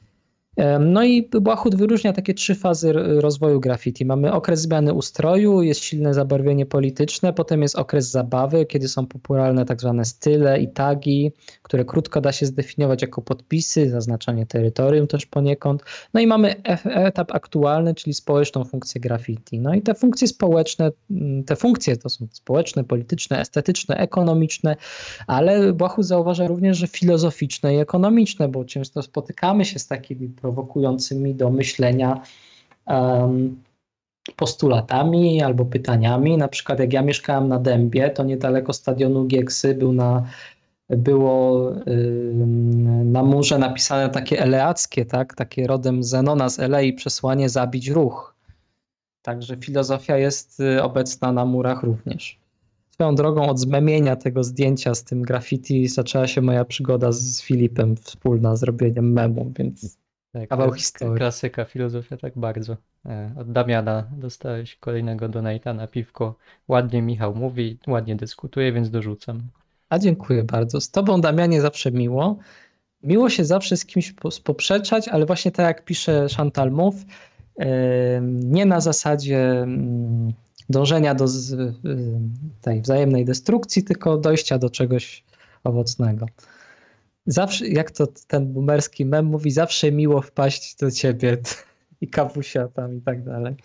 No i Błachut wyróżnia takie trzy fazy rozwoju graffiti. Mamy okres zmiany ustroju, jest silne zabarwienie polityczne, potem jest okres zabawy, kiedy są popularne tak zwane style i tagi, które krótko da się zdefiniować jako podpisy, zaznaczanie terytorium też poniekąd. No i mamy etap aktualny, czyli społeczną funkcję graffiti. No i te funkcje społeczne, te funkcje to są społeczne, polityczne, estetyczne, ekonomiczne, ale Błachut zauważa również, że filozoficzne i ekonomiczne, bo często spotykamy się z takimi prowokującymi do myślenia um, postulatami albo pytaniami. Na przykład jak ja mieszkałem na Dębie, to niedaleko stadionu Gieksy był na, było ym, na murze napisane takie eleackie, tak? Takie rodem Zenona z Elei przesłanie zabić ruch. Także filozofia jest obecna na murach również. Swoją drogą od zmemienia tego zdjęcia z tym graffiti zaczęła się moja przygoda z Filipem wspólna, zrobieniem memu, więc Tak, kawał klas- historii. Klasyka, filozofia tak bardzo. E, Od Damiana dostałeś kolejnego donate'a na piwko. Ładnie Michał mówi, ładnie dyskutuje, więc dorzucam. A dziękuję bardzo. Z tobą, Damianie, zawsze miło. Miło się zawsze z kimś po- poprzeczać, ale właśnie tak jak pisze Chantal Mouffe, em, nie na zasadzie mm, dążenia do z, y, tej wzajemnej destrukcji, tylko dojścia do czegoś owocnego. Zawsze, jak to ten boomerski mem mówi, zawsze miło wpaść do ciebie i kawusia tam i tak dalej.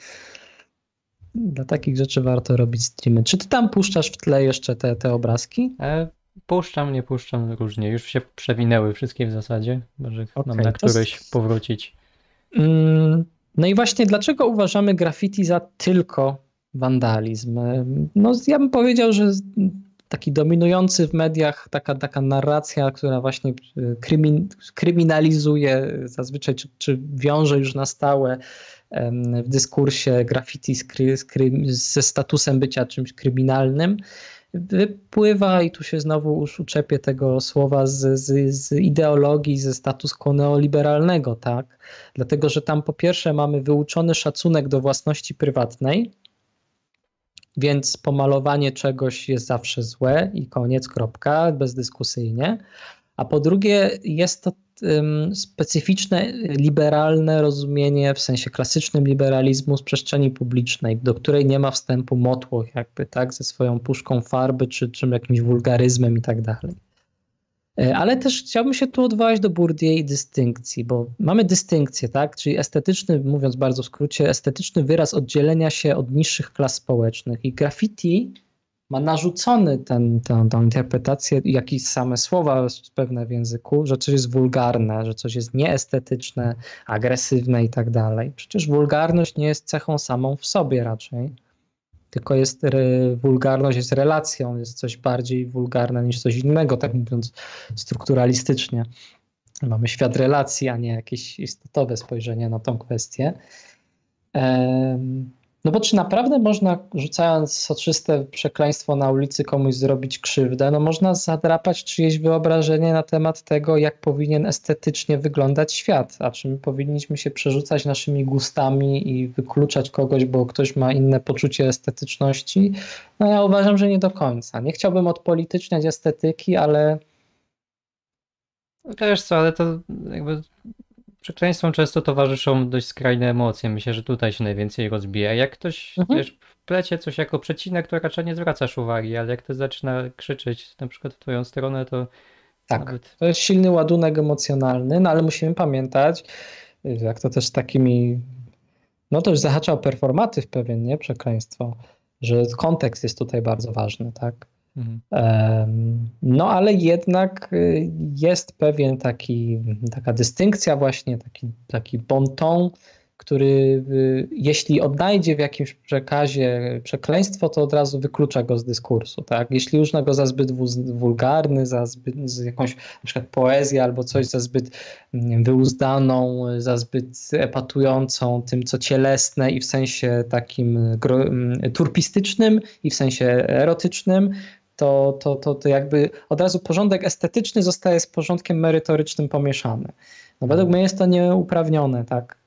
Dla takich rzeczy warto robić streamy. Czy ty tam puszczasz w tle jeszcze te, te obrazki? E, Puszczam, nie puszczam różnie. Już się przewinęły wszystkie w zasadzie. Może mam Okej, na to s- któreś powrócić. Mm, No i właśnie dlaczego uważamy graffiti za tylko wandalizm? No ja bym powiedział, że z- taki dominujący w mediach taka, taka narracja, która właśnie y, krymin, kryminalizuje zazwyczaj, czy, czy wiąże już na stałe em, w dyskursie graffiti z kry, z kry, ze statusem bycia czymś kryminalnym, wypływa, i tu się znowu już uczepię tego słowa, z, z, z ideologii, ze status quo neoliberalnego, tak? Dlatego, że tam po pierwsze mamy wyuczony szacunek do własności prywatnej, więc pomalowanie czegoś jest zawsze złe i koniec, kropka, bezdyskusyjnie. A po drugie jest to um, specyficzne, liberalne rozumienie, w sensie klasycznym liberalizmu z przestrzeni publicznej, do której nie ma wstępu motłoch jakby, tak, ze swoją puszką farby, czy czym jakimś wulgaryzmem i tak dalej. E, Ale też chciałbym się tu odwołać do Bourdieu i dystynkcji, bo mamy dystynkcję, tak, czyli estetyczny, mówiąc bardzo w skrócie, estetyczny wyraz oddzielenia się od niższych klas społecznych i graffiti ma narzucony ten, tę, tę interpretację, jak i same słowa pewne w języku, że coś jest wulgarne, że coś jest nieestetyczne, agresywne i tak dalej. Przecież wulgarność nie jest cechą samą w sobie raczej. tylko jest re, wulgarność jest relacją, jest coś bardziej wulgarne niż coś innego, tak mówiąc strukturalistycznie. Mamy świat relacji, a nie jakieś istotowe spojrzenie na tą kwestię. No bo czy naprawdę można, rzucając soczyste przekleństwo na ulicy, komuś zrobić krzywdę? No można zadrapać czyjeś wyobrażenie na temat tego, jak powinien estetycznie wyglądać świat, a czy my powinniśmy się przerzucać naszymi gustami i wykluczać kogoś, bo ktoś ma inne poczucie estetyczności? No ja uważam, że nie do końca. Nie chciałbym odpolityczniać estetyki, ale... Wiesz co, ale to jakby przekleństwom często towarzyszą dość skrajne emocje. Myślę, że tutaj się najwięcej rozbija. Jak ktoś, Mhm. wiesz, wplecie coś jako przecinek, to raczej nie zwracasz uwagi, ale jak ktoś zaczyna krzyczeć na przykład w twoją stronę, to Tak, nawet... to jest silny ładunek emocjonalny, no ale musimy pamiętać, jak to też takimi, no to już zahacza o performatyw pewien, nie, przekleństwo, że kontekst jest tutaj bardzo ważny, tak? Mhm. Em, No ale jednak y, jest pewien taki, taka dystynkcja właśnie, taki, taki bon ton, który y, jeśli odnajdzie w jakimś przekazie przekleństwo, to od razu wyklucza go z dyskursu, tak? Jeśli uzna go za zbyt wuz- wulgarny, za zbyt, za jakąś na przykład poezję albo coś za zbyt mm, wyuzdaną, za zbyt epatującą tym, co cielesne i w sensie takim gro, mm, turpistycznym i w sensie erotycznym, to, to, to, to jakby od razu porządek estetyczny zostaje z porządkiem merytorycznym pomieszany. No według mnie jest to nieuprawnione, tak?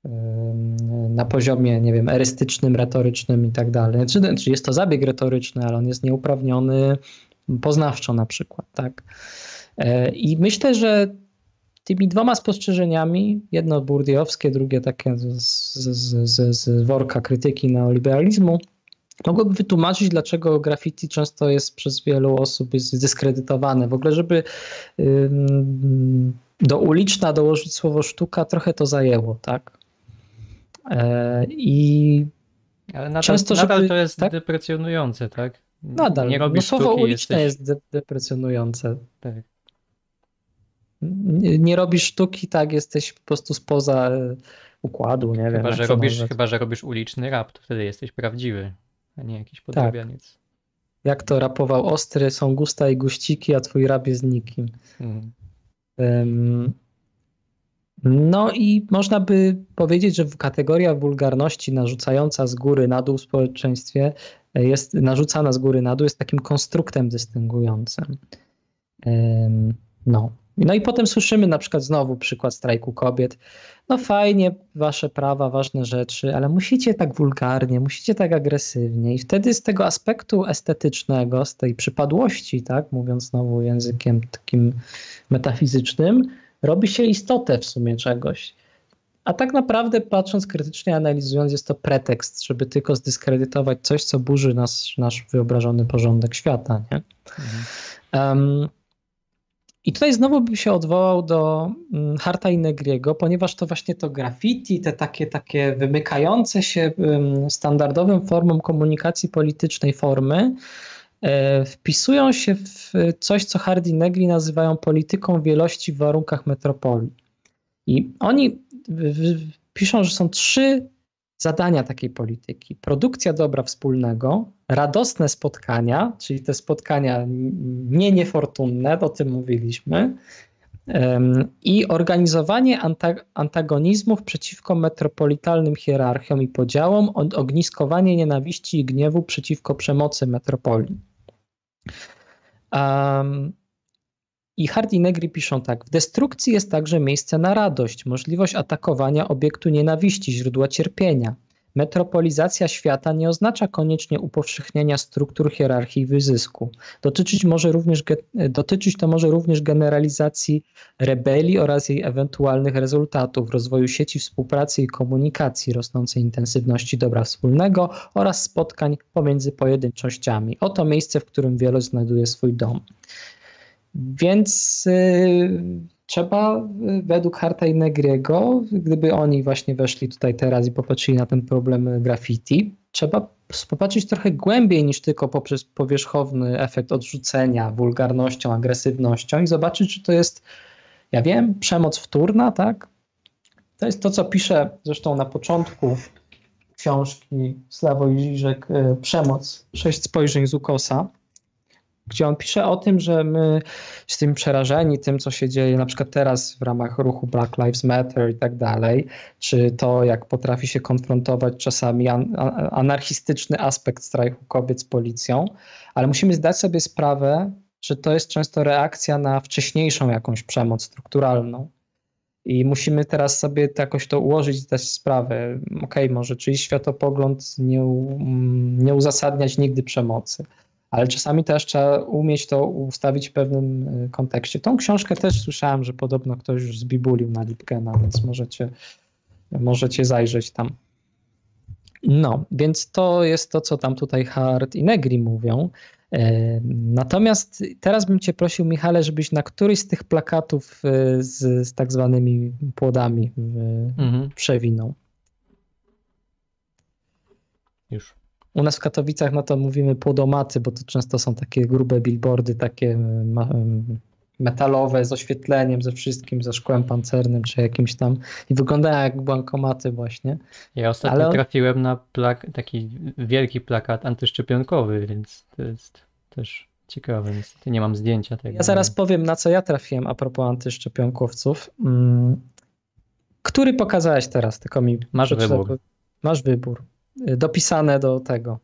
Ym, Na poziomie, nie wiem, erystycznym, retorycznym i tak dalej. Czy, czy jest to zabieg retoryczny, ale on jest nieuprawniony poznawczo na przykład, tak? E, I myślę, że tymi dwoma spostrzeżeniami, jedno burdiejowskie, drugie takie z, z, z, z worka krytyki neoliberalizmu, mogłoby wytłumaczyć, dlaczego graffiti często jest przez wielu osób jest zdyskredytowane. W ogóle, żeby ym, do uliczna dołożyć słowo sztuka, trochę to zajęło, tak? E, I Ale nadal, często, nadal żeby- to jest tak? deprecjonujące, tak? nadal, Nie no robisz słowo sztuki, uliczne jesteś... jest de- deprecjonujące. Tak. Nie, nie robisz sztuki, tak, jesteś po prostu spoza e, układu, nie wiem. Chyba, jak że to robisz, nazwać. chyba, że robisz uliczny rap, to wtedy jesteś prawdziwy, a nie jakiś podrabianiec. Jak to rapował Ostry, są gusta i guściki, a twój rap jest nikim. Mhm. Ym, No i można by powiedzieć, że kategoria wulgarności narzucająca z góry na dół w społeczeństwie jest narzucana z góry na dół, jest takim konstruktem dystyngującym. Ym, No. No i potem słyszymy na przykład znowu przykład strajku kobiet. No fajnie, wasze prawa, ważne rzeczy, ale musicie tak wulgarnie, musicie tak agresywnie. I wtedy z tego aspektu estetycznego, z tej przypadłości, tak, mówiąc znowu językiem takim metafizycznym, robi się istotę w sumie czegoś. A tak naprawdę, patrząc krytycznie, analizując, jest to pretekst, żeby tylko zdyskredytować coś, co burzy nas, nasz wyobrażony porządek świata. Nie? Mhm. Um, I tutaj znowu bym się odwołał do um, Harta i Negriego, ponieważ to właśnie to graffiti, te takie, takie wymykające się um, standardowym formom komunikacji politycznej formy, e, wpisują się w coś, co Hart i Negri nazywają polityką wielości w warunkach metropolii. I oni w, w, piszą, że są trzy zadania takiej polityki. Produkcja dobra wspólnego, radosne spotkania, czyli te spotkania nie niefortunne, o tym mówiliśmy, um, i organizowanie anta- antagonizmów przeciwko metropolitalnym hierarchiom i podziałom, od ogniskowanie nienawiści i gniewu przeciwko przemocy metropolii. Um, I Hart i Negri piszą tak: w destrukcji jest także miejsce na radość, możliwość atakowania obiektu nienawiści, źródła cierpienia. Metropolizacja świata nie oznacza koniecznie upowszechniania struktur hierarchii i wyzysku. Dotyczyć, może również, dotyczyć to może również generalizacji rebelii oraz jej ewentualnych rezultatów, rozwoju sieci współpracy i komunikacji, rosnącej intensywności dobra wspólnego oraz spotkań pomiędzy pojedynczościami. Oto miejsce, w którym wielość znajduje swój dom. Więc y, trzeba y, według Harta i Negriego, gdyby oni właśnie weszli tutaj teraz i popatrzyli na ten problem graffiti, trzeba popatrzeć trochę głębiej niż tylko poprzez powierzchowny efekt odrzucenia wulgarnością, agresywnością i zobaczyć, czy to jest, ja wiem, przemoc wtórna, tak? To jest to, co pisze zresztą na początku książki Sławoj Žižek Przemoc, sześć spojrzeń z ukosa, gdzie on pisze o tym, że my jesteśmy przerażeni tym, co się dzieje na przykład teraz w ramach ruchu Black Lives Matter i tak dalej, czy to, jak potrafi się konfrontować czasami an- anarchistyczny aspekt strajku kobiet z policją, ale musimy zdać sobie sprawę, że to jest często reakcja na wcześniejszą jakąś przemoc strukturalną. I musimy teraz sobie to jakoś to ułożyć i zdać sprawę. Okej, może czyjś światopogląd nie, u- nie uzasadniać nigdy przemocy, ale czasami też trzeba umieć to ustawić w pewnym y, kontekście. Tą książkę też słyszałem, że podobno ktoś już zbibulił na Lipkena, więc możecie, możecie zajrzeć tam. No, więc to jest to, co tam tutaj Hart i Negri mówią. E, Natomiast teraz bym cię prosił, Michale, żebyś na któryś z tych plakatów e, z, z tak zwanymi płodami e, Mhm. przewinął. Już. U nas w Katowicach no to mówimy płodomaty, bo to często są takie grube billboardy, takie ma- metalowe, z oświetleniem, ze wszystkim, ze szkłem pancernym czy jakimś tam i wyglądają jak bankomaty właśnie. Ja ostatnio Ale on- trafiłem na plak- taki wielki plakat antyszczepionkowy, więc to jest też ciekawe. Niestety nie mam zdjęcia tego. Ja zaraz powiem, na co ja trafiłem a propos antyszczepionkowców. Mm, Który pokazałeś teraz? Tylko mi Masz przeczytaj, wybór. bo- Masz wybór. Y, Dopisane do tego.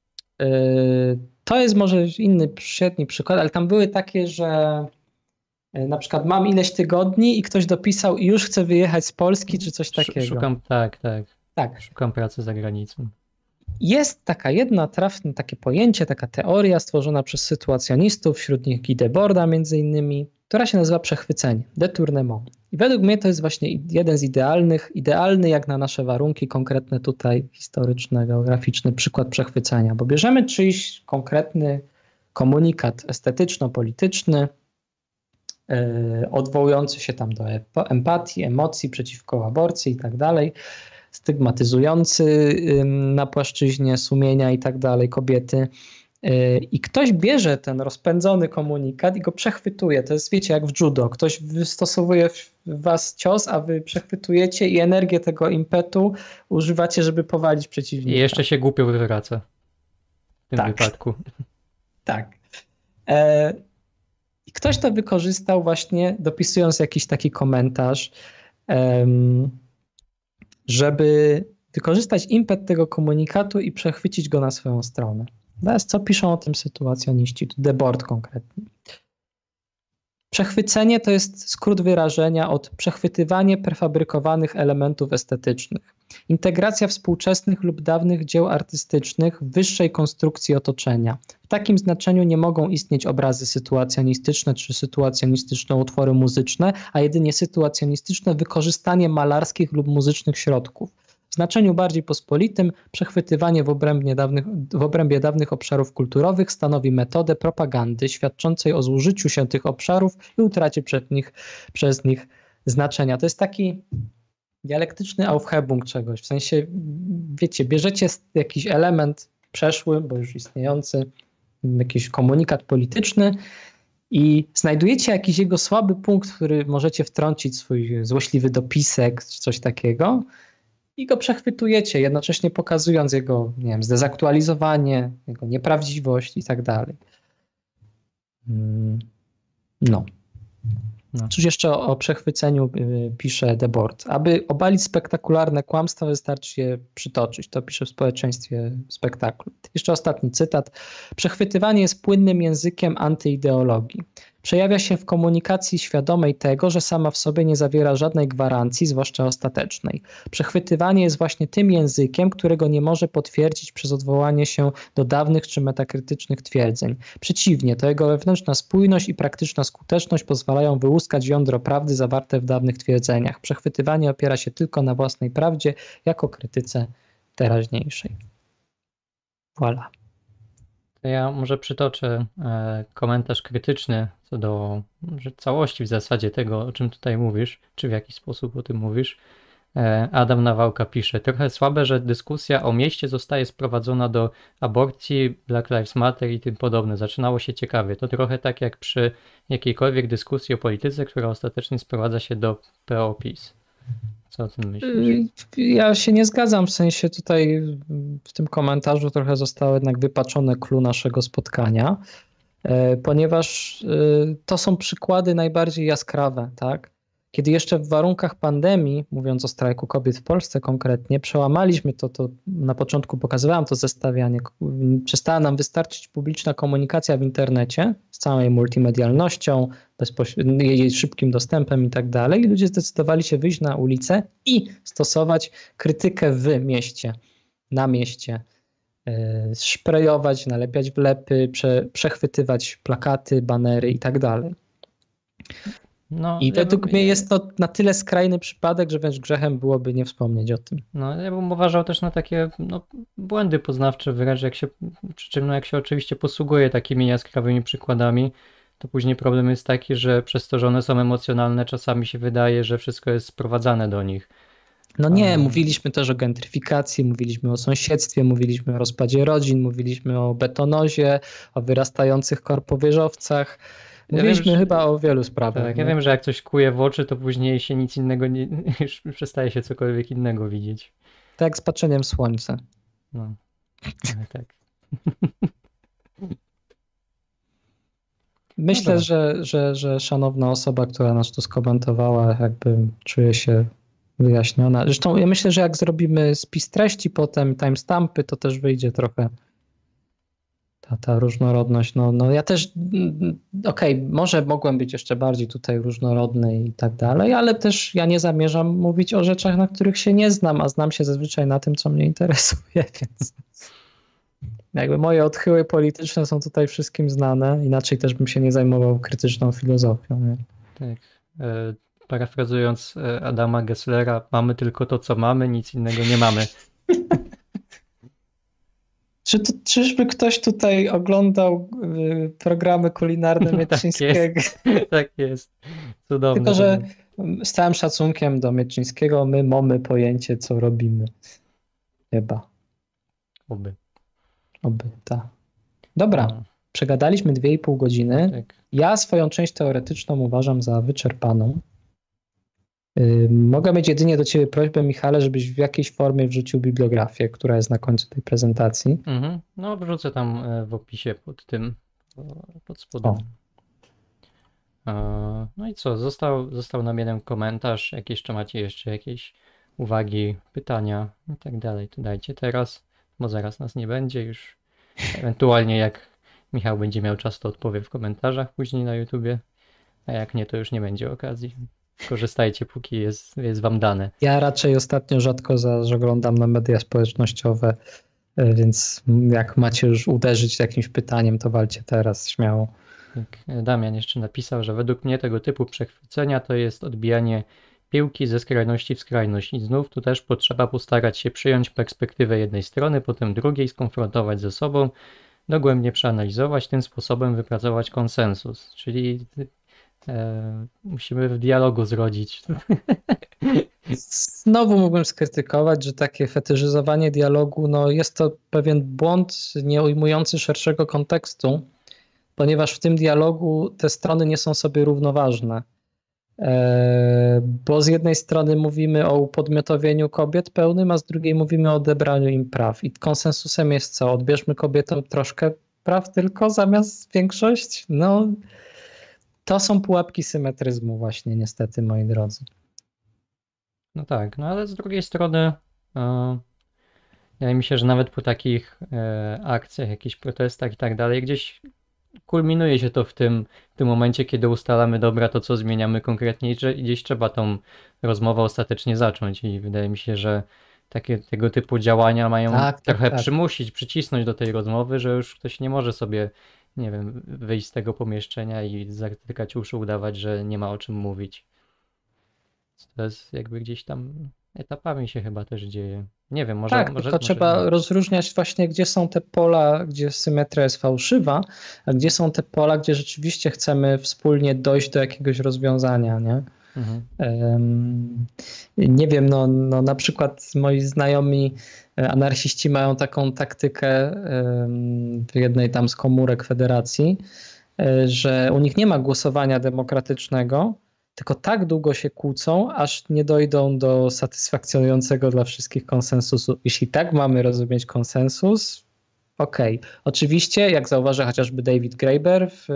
Y, To jest może inny świetny przykład, ale tam były takie, że y, na przykład mam ileś tygodni i ktoś dopisał i już chce wyjechać z Polski, czy coś Sz- takiego. Szukam, tak, tak. Tak. Szukam pracy za granicą. Jest taka jedna trafne takie pojęcie, taka teoria stworzona przez sytuacjonistów, wśród nich Guy Deborda między innymi, która się nazywa przechwycenie, détournement. I według mnie to jest właśnie jeden z idealnych, idealny jak na nasze warunki konkretne tutaj historyczne, geograficzne przykład przechwycenia, bo bierzemy czyjś konkretny komunikat estetyczno-polityczny, yy, odwołujący się tam do epo- empatii, emocji przeciwko aborcji i tak dalej, stygmatyzujący ym, na płaszczyźnie sumienia i tak dalej kobiety. Yy, I ktoś bierze ten rozpędzony komunikat i go przechwytuje. To jest, wiecie, jak w judo. Ktoś wystosowuje w was cios, a wy przechwytujecie i energię tego impetu używacie, żeby powalić przeciwnika. I jeszcze się głupio wywraca w tym Tak. wypadku. Tak. E, I ktoś to wykorzystał właśnie dopisując jakiś taki komentarz, em, żeby wykorzystać impet tego komunikatu i przechwycić go na swoją stronę. Teraz co piszą o tym sytuacjoniści, tu Debord konkretnie. Przechwycenie to jest skrót wyrażenia od przechwytywanie prefabrykowanych elementów estetycznych. Integracja współczesnych lub dawnych dzieł artystycznych w wyższej konstrukcji otoczenia. W takim znaczeniu nie mogą istnieć obrazy sytuacjonistyczne czy sytuacjonistyczne utwory muzyczne, a jedynie sytuacjonistyczne wykorzystanie malarskich lub muzycznych środków. W znaczeniu bardziej pospolitym przechwytywanie w obrębie dawnych, w obrębie dawnych obszarów kulturowych stanowi metodę propagandy świadczącej o zużyciu się tych obszarów i utracie przed nich, przez nich znaczenia. To jest taki dialektyczny Aufhebung czegoś, w sensie, wiecie, bierzecie jakiś element przeszły, bo już istniejący, jakiś komunikat polityczny i znajdujecie jakiś jego słaby punkt, w który możecie wtrącić swój złośliwy dopisek czy coś takiego i go przechwytujecie, jednocześnie pokazując jego, nie wiem, zdezaktualizowanie, jego nieprawdziwość i tak dalej. Mm, No. No. Cóż jeszcze o, o przechwyceniu y, pisze Debord. Aby obalić spektakularne kłamstwa, wystarczy je przytoczyć. To pisze w społeczeństwie spektaklu. Jeszcze ostatni cytat. Przechwytywanie jest płynnym językiem antyideologii. Przejawia się w komunikacji świadomej tego, że sama w sobie nie zawiera żadnej gwarancji, zwłaszcza ostatecznej. Przechwytywanie jest właśnie tym językiem, którego nie może potwierdzić przez odwołanie się do dawnych czy metakrytycznych twierdzeń. Przeciwnie, to jego wewnętrzna spójność i praktyczna skuteczność pozwalają wyłuskać jądro prawdy zawarte w dawnych twierdzeniach. Przechwytywanie opiera się tylko na własnej prawdzie jako krytyce teraźniejszej. Voilà. To ja może przytoczę e, komentarz krytyczny co do że całości w zasadzie tego, o czym tutaj mówisz, czy w jaki sposób o tym mówisz. E, Adam Nawałka pisze, trochę słabe, że dyskusja o mieście zostaje sprowadzona do aborcji, Black Lives Matter i tym podobne. Zaczynało się ciekawie. To trochę tak jak przy jakiejkolwiek dyskusji o polityce, która ostatecznie sprowadza się do P O PiS. Co o tym myślisz? Y, Ja się nie zgadzam, w sensie tutaj w tym komentarzu trochę zostało jednak wypaczone clue naszego spotkania, e, ponieważ y, to są przykłady najbardziej jaskrawe, tak? Kiedy jeszcze w warunkach pandemii, mówiąc o strajku kobiet w Polsce konkretnie, przełamaliśmy to, to na początku pokazywałem to zestawianie, przestała nam wystarczyć publiczna komunikacja w internecie z całą jej multimedialnością, bezpośrednim, jej szybkim dostępem i tak dalej. I ludzie zdecydowali się wyjść na ulicę i stosować krytykę w mieście, na mieście, yy, szprejować, nalepiać wlepy, prze, przechwytywać plakaty, banery i tak dalej. No, I ja według bym, mnie jest to na tyle skrajny przypadek, że wręcz grzechem byłoby nie wspomnieć o tym. no, ja bym uważał też na takie no, błędy poznawcze wręcz, jak się, przy czym no, jak się oczywiście posługuje takimi jaskrawymi przykładami, to później problem jest taki, że przez to, że one są emocjonalne, czasami się wydaje, że wszystko jest sprowadzane do nich. No nie, Um, mówiliśmy też o gentryfikacji, mówiliśmy o sąsiedztwie, mówiliśmy o rozpadzie rodzin, mówiliśmy o betonozie, o wyrastających korpowieżowcach. Ja wiem, Mówiliśmy że, chyba o wielu sprawach. tak, ja nie? wiem, że jak coś kuje w oczy, to później się nic innego nie, już przestaje się cokolwiek innego widzieć. Tak jak z patrzeniem w słońce. No, ale tak. No Myślę, dobra. że, że, że szanowna osoba, która nas tu skomentowała, jakby czuje się wyjaśniona. Zresztą ja myślę, że jak zrobimy spis treści, potem timestampy, to też wyjdzie trochę ta, ta różnorodność. No, no ja też, mm, okej, może mogłem być jeszcze bardziej tutaj różnorodny i tak dalej, ale też ja nie zamierzam mówić o rzeczach, na których się nie znam, a znam się zazwyczaj na tym, co mnie interesuje, więc jakby moje odchyły polityczne są tutaj wszystkim znane, inaczej też bym się nie zajmował krytyczną filozofią. Nie? Tak. E, parafrazując e, Adama Gesslera, mamy tylko to, co mamy, nic innego nie mamy. Czy to, czyżby ktoś tutaj oglądał y, programy kulinarne Tak Mieczyńskiego? jest. Tak jest. Cudowne. Tylko, to że było. z całym szacunkiem do Mieczyńskiego my mamy pojęcie, co robimy. Chyba. Oby. Oby, tak. Dobra, No, przegadaliśmy dwie i pół godziny. tak. Ja swoją część teoretyczną uważam za wyczerpaną. Y, Mogę mieć jedynie do ciebie prośbę, Michale, żebyś w jakiejś formie wrzucił bibliografię, która jest na końcu tej prezentacji. Mhm. No, wrzucę tam e, w opisie pod tym, o, pod spodem. O. E, No i co? Został, został nam jeden komentarz. Jak jeszcze macie jeszcze jakieś uwagi, pytania i tak dalej, to dajcie teraz, bo zaraz nas nie będzie już. Ewentualnie jak Michał będzie miał czas, to odpowie w komentarzach później na YouTubie, a jak nie, to już nie będzie okazji. Korzystajcie, póki jest, jest wam dane. Ja raczej ostatnio rzadko zaglądam na media społecznościowe, y, więc jak macie już uderzyć jakimś pytaniem, to walcie teraz, śmiało. Tak, Damian jeszcze napisał, że według mnie tego typu przechwycenia to jest odbijanie piłki ze skrajności w skrajność i znów tu też potrzeba postarać się przyjąć perspektywę jednej strony, potem drugiej, skonfrontować ze sobą, dogłębnie przeanalizować, tym sposobem wypracować konsensus, czyli e, musimy w dialogu zrodzić. Znowu mógłbym skrytykować, że takie fetyszyzowanie dialogu, no jest to pewien błąd nie ujmujący szerszego kontekstu, ponieważ w tym dialogu te strony nie są sobie równoważne. E, Bo z jednej strony mówimy o upodmiotowieniu kobiet pełnym, a z drugiej mówimy o odebraniu im praw. I konsensusem jest co? Odbierzmy kobietom troszkę praw tylko zamiast większość? No, to są pułapki symetryzmu właśnie niestety, moi drodzy. No tak, no ale z drugiej strony e, wydaje mi się, że nawet po takich e, akcjach, jakichś protestach i tak dalej, gdzieś kulminuje się to w tym, w tym momencie, kiedy ustalamy, dobra, to co zmieniamy konkretnie i że gdzieś trzeba tą rozmowę ostatecznie zacząć i wydaje mi się, że takie tego typu działania mają Tak, tak, trochę tak. przymusić, przycisnąć do tej rozmowy, że już ktoś nie może sobie, nie wiem, wyjść z tego pomieszczenia i zatykać uszu, udawać, że nie ma o czym mówić. To jest jakby gdzieś tam etapami się chyba też dzieje. Nie wiem, może... Tak, może, tylko może trzeba nie. rozróżniać właśnie, gdzie są te pola, gdzie symetria jest fałszywa, a gdzie są te pola, gdzie rzeczywiście chcemy wspólnie dojść do jakiegoś rozwiązania, nie? Mhm. Em, Nie wiem, no, no na przykład moi znajomi e, anarchiści mają taką taktykę em, w jednej tam z komórek federacji, e, że u nich nie ma głosowania demokratycznego, tylko tak długo się kłócą, aż nie dojdą do satysfakcjonującego dla wszystkich konsensusu. Jeśli tak mamy rozumieć konsensus, okej. Okay. Oczywiście, jak zauważa chociażby David Graeber w,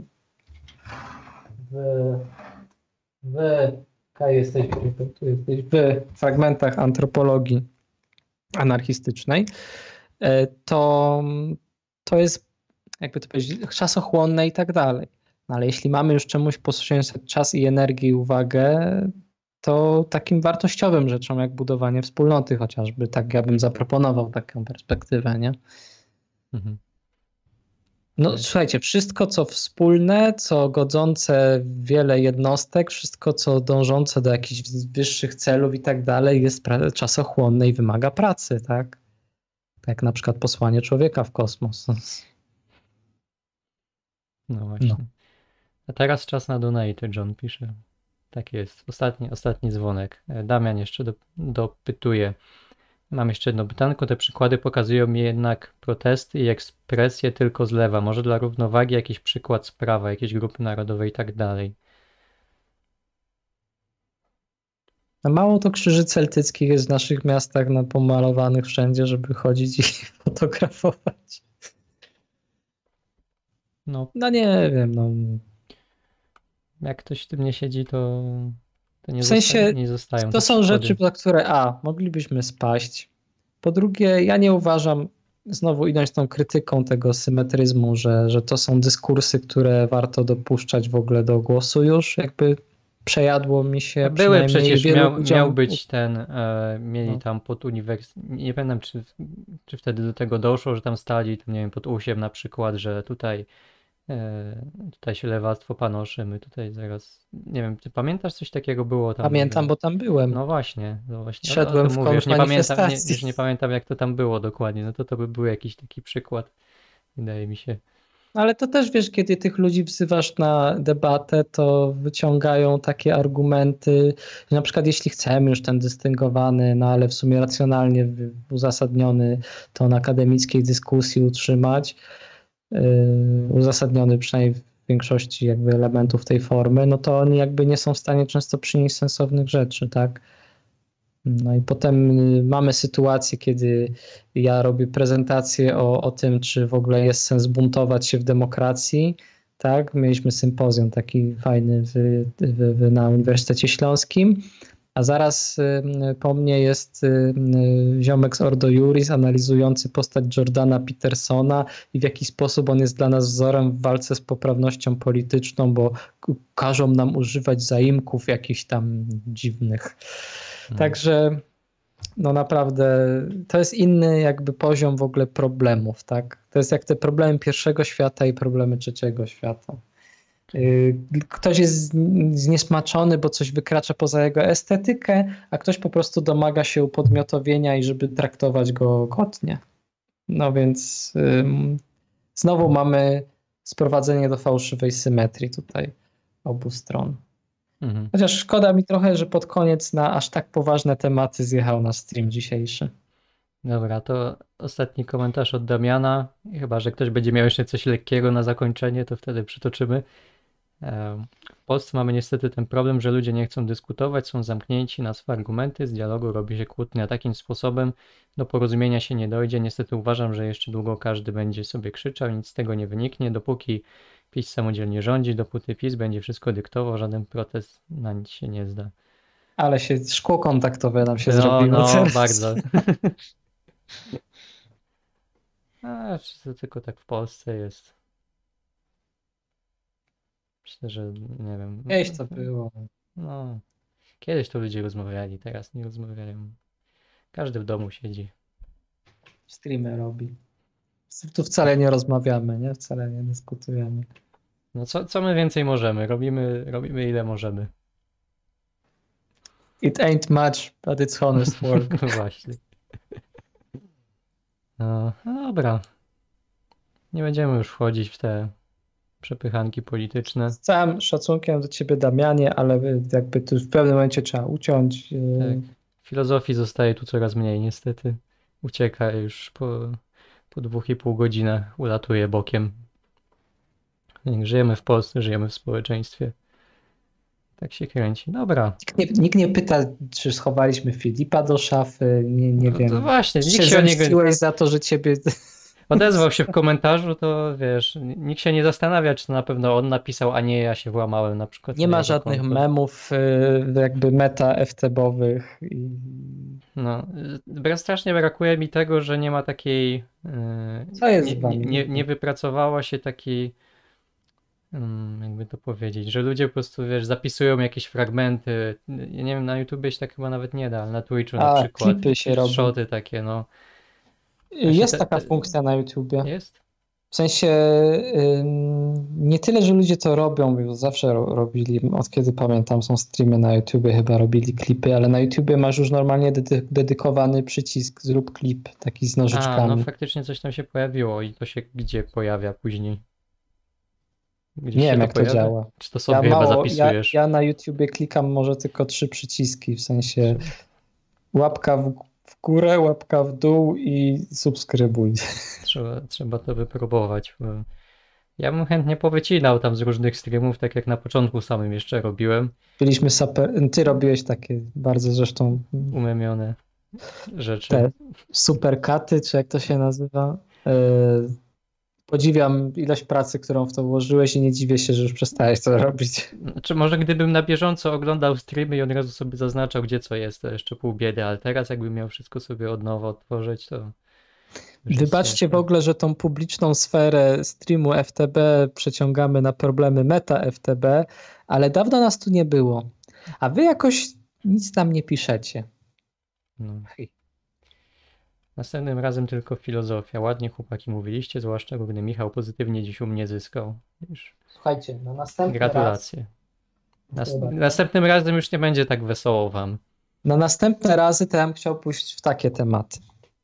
w, w, jesteś, tu jesteś, w fragmentach antropologii anarchistycznej, to, to jest, jakby to powiedzieć, czasochłonne i tak dalej. No ale jeśli mamy już czemuś poświęcać czas i energię i uwagę, to takim wartościowym rzeczom jak budowanie wspólnoty chociażby, tak ja bym zaproponował taką perspektywę, nie? Mhm. No tak. Słuchajcie, wszystko co wspólne, co godzące w wiele jednostek, wszystko co dążące do jakichś wyższych celów i tak dalej jest czasochłonne i wymaga pracy, tak? Tak jak na przykład posłanie człowieka w kosmos. No właśnie. No. A teraz czas na donate, John pisze. Tak jest. Ostatni, ostatni dzwonek. Damian jeszcze do, dopytuje. Mam jeszcze jedno pytanko. Te przykłady pokazują mi jednak protesty i ekspresje tylko z lewa. Może dla równowagi jakiś przykład z prawa, jakiejś grupy narodowej i tak dalej. A mało to krzyży celtyckich jest w naszych miastach na pomalowanych wszędzie, żeby chodzić i fotografować. No, no nie wiem, no. Jak ktoś w tym nie siedzi, to, to nie, w sensie, zosta- nie zostają. To są przykłady. rzeczy, za które a, moglibyśmy spaść. Po drugie, ja nie uważam, znowu idąc tą krytyką tego symetryzmu, że, że to są dyskursy, które warto dopuszczać w ogóle do głosu już, jakby przejadło mi się. Były przecież, miał, ludziom... miał być ten, e, mieli no. tam pod uniwersytetem, nie pamiętam czy, czy wtedy do tego doszło, że tam stali, tam, nie wiem, pod usiem na przykład, że tutaj e, tutaj się lewactwo panoszy, my tutaj zaraz, nie wiem, ty pamiętasz coś takiego było tam? Pamiętam, bo tam byłem. No właśnie, no właśnie. Szedłem w mówię, już nie pamiętam, nie, już nie pamiętam jak to tam było dokładnie, no to to by był jakiś taki przykład, wydaje mi się. Ale to też wiesz, kiedy tych ludzi wzywasz na debatę, to wyciągają takie argumenty, że na przykład jeśli chcemy już ten dystyngowany, no ale w sumie racjonalnie uzasadniony ton akademickiej dyskusji utrzymać, yy, uzasadniony przynajmniej w większości jakby elementów tej formy, no to oni jakby nie są w stanie często przynieść sensownych rzeczy, tak? No i potem mamy sytuację, kiedy ja robię prezentację o, o tym, czy w ogóle jest sens buntować się w demokracji. Tak? Mieliśmy sympozjum taki fajny w, w, w, na Uniwersytecie Śląskim, a zaraz po mnie jest ziomek z Ordo Iuris analizujący postać Jordana Petersona i w jaki sposób on jest dla nas wzorem w walce z poprawnością polityczną, bo każą nam używać zaimków jakichś tam dziwnych. Hmm. Także no naprawdę to jest inny jakby poziom w ogóle problemów, tak? To jest jak te problemy pierwszego świata i problemy trzeciego świata. Ktoś jest zniesmaczony, bo coś wykracza poza jego estetykę, a ktoś po prostu domaga się upodmiotowienia i żeby traktować go godnie. No więc ym, znowu mamy sprowadzenie do fałszywej symetrii tutaj obu stron. Mhm. Chociaż szkoda mi trochę, że pod koniec na aż tak poważne tematy zjechał na stream dzisiejszy. Dobra, to ostatni komentarz od Damiana. Chyba że ktoś będzie miał jeszcze coś lekkiego na zakończenie, to wtedy przytoczymy. W Polsce mamy niestety ten problem, że ludzie nie chcą dyskutować, są zamknięci na swoje argumenty, z dialogu robi się kłótnia takim sposobem, do porozumienia się nie dojdzie. Niestety uważam, że jeszcze długo każdy będzie sobie krzyczał, nic z tego nie wyniknie, dopóki PiS samodzielnie rządzi, dopóty PiS będzie wszystko dyktował, żaden protest na nic się nie zda. Ale się szkło kontaktowe nam się no, zrobiło No, teraz. bardzo. A, czy to tylko tak w Polsce jest? Myślę, że nie wiem. Kiedyś to było. No, kiedyś to ludzie rozmawiali, teraz nie rozmawiają. Każdy w domu siedzi. Streamy robi. Tu wcale nie rozmawiamy, nie? Wcale nie dyskutujemy. No co, co my więcej możemy? Robimy, robimy ile możemy. It ain't much, but it's honest work. Właśnie. No, no dobra. Nie będziemy już wchodzić w te przepychanki polityczne. Z całym szacunkiem do ciebie, Damianie, ale jakby tu w pewnym momencie trzeba uciąć. Tak. Filozofii zostaje tu coraz mniej, niestety. Ucieka już po, po dwóch i pół godzinach, ulatuje bokiem. Żyjemy w Polsce, żyjemy w społeczeństwie. Tak się kręci. Dobra. Nikt nie, nikt nie pyta, czy schowaliśmy Filipa do szafy, nie, nie No, wiem. to właśnie, Czy nikt się się o niego zemściłeś za to, że ciebie... odezwał się w komentarzu, to wiesz, nikt się nie zastanawia, czy to na pewno on napisał, a nie ja się włamałem na przykład Nie na ma jego żadnych konto. memów y, jakby meta F T B-owych. I... No, y, strasznie brakuje mi tego, że nie ma takiej, y, Co jest nie, z nie, wami? nie, nie wypracowała się takiej, mm, jakby to powiedzieć, że ludzie po prostu, wiesz, zapisują jakieś fragmenty. Ja nie wiem, na YouTubie się tak chyba nawet nie da, ale na Twitchu na A, przykład. klipy się robi. Shoty takie, no. Właśnie Jest te, taka te, funkcja na YouTubie. jest? W sensie ym, nie tyle, że ludzie to robią, bo zawsze ro, robili, od kiedy pamiętam, są streamy na YouTubie, chyba robili klipy, ale na YouTubie masz już normalnie dedy, dedykowany przycisk zrób klip, taki z A, no nożyczkami. faktycznie coś tam się pojawiło i to się gdzie pojawia później? Gdzieś Nie się wiem, to jak to pojawia? działa. Czy to Ja sobie chyba mało, ja, zapisujesz? ja na YouTubie klikam może tylko trzy przyciski, w sensie łapka w, w górę, łapka w dół i subskrybuj. Trzeba, trzeba to wypróbować. Bo ja bym chętnie powycinał tam z różnych streamów, tak jak na początku samym jeszcze robiłem, Byliśmy super, ty robiłeś takie bardzo zresztą umemione rzeczy. te superkaty, czy jak to się nazywa. Yy, Podziwiam ilość pracy, którą w to włożyłeś i nie dziwię się, że już przestałeś to robić. Znaczy może gdybym na bieżąco oglądał streamy i od razu sobie zaznaczał, gdzie co jest, to jeszcze pół biedy, ale teraz jakbym miał wszystko sobie od nowa odtworzyć, to już jest Wybaczcie w ciężko. ogóle, że tą publiczną sferę streamu F T B przeciągamy na problemy meta F T B, ale dawno nas tu nie było. A wy jakoś nic tam nie piszecie. No. Następnym razem tylko filozofia. Ładnie chłopaki mówiliście, zwłaszcza gdy Michał pozytywnie dziś u mnie zyskał. Już Słuchajcie, na następny gratulacje. raz. Nas, następnym razem już nie będzie tak wesoło wam. Na następne razy to ja bym chciał pójść w takie tematy.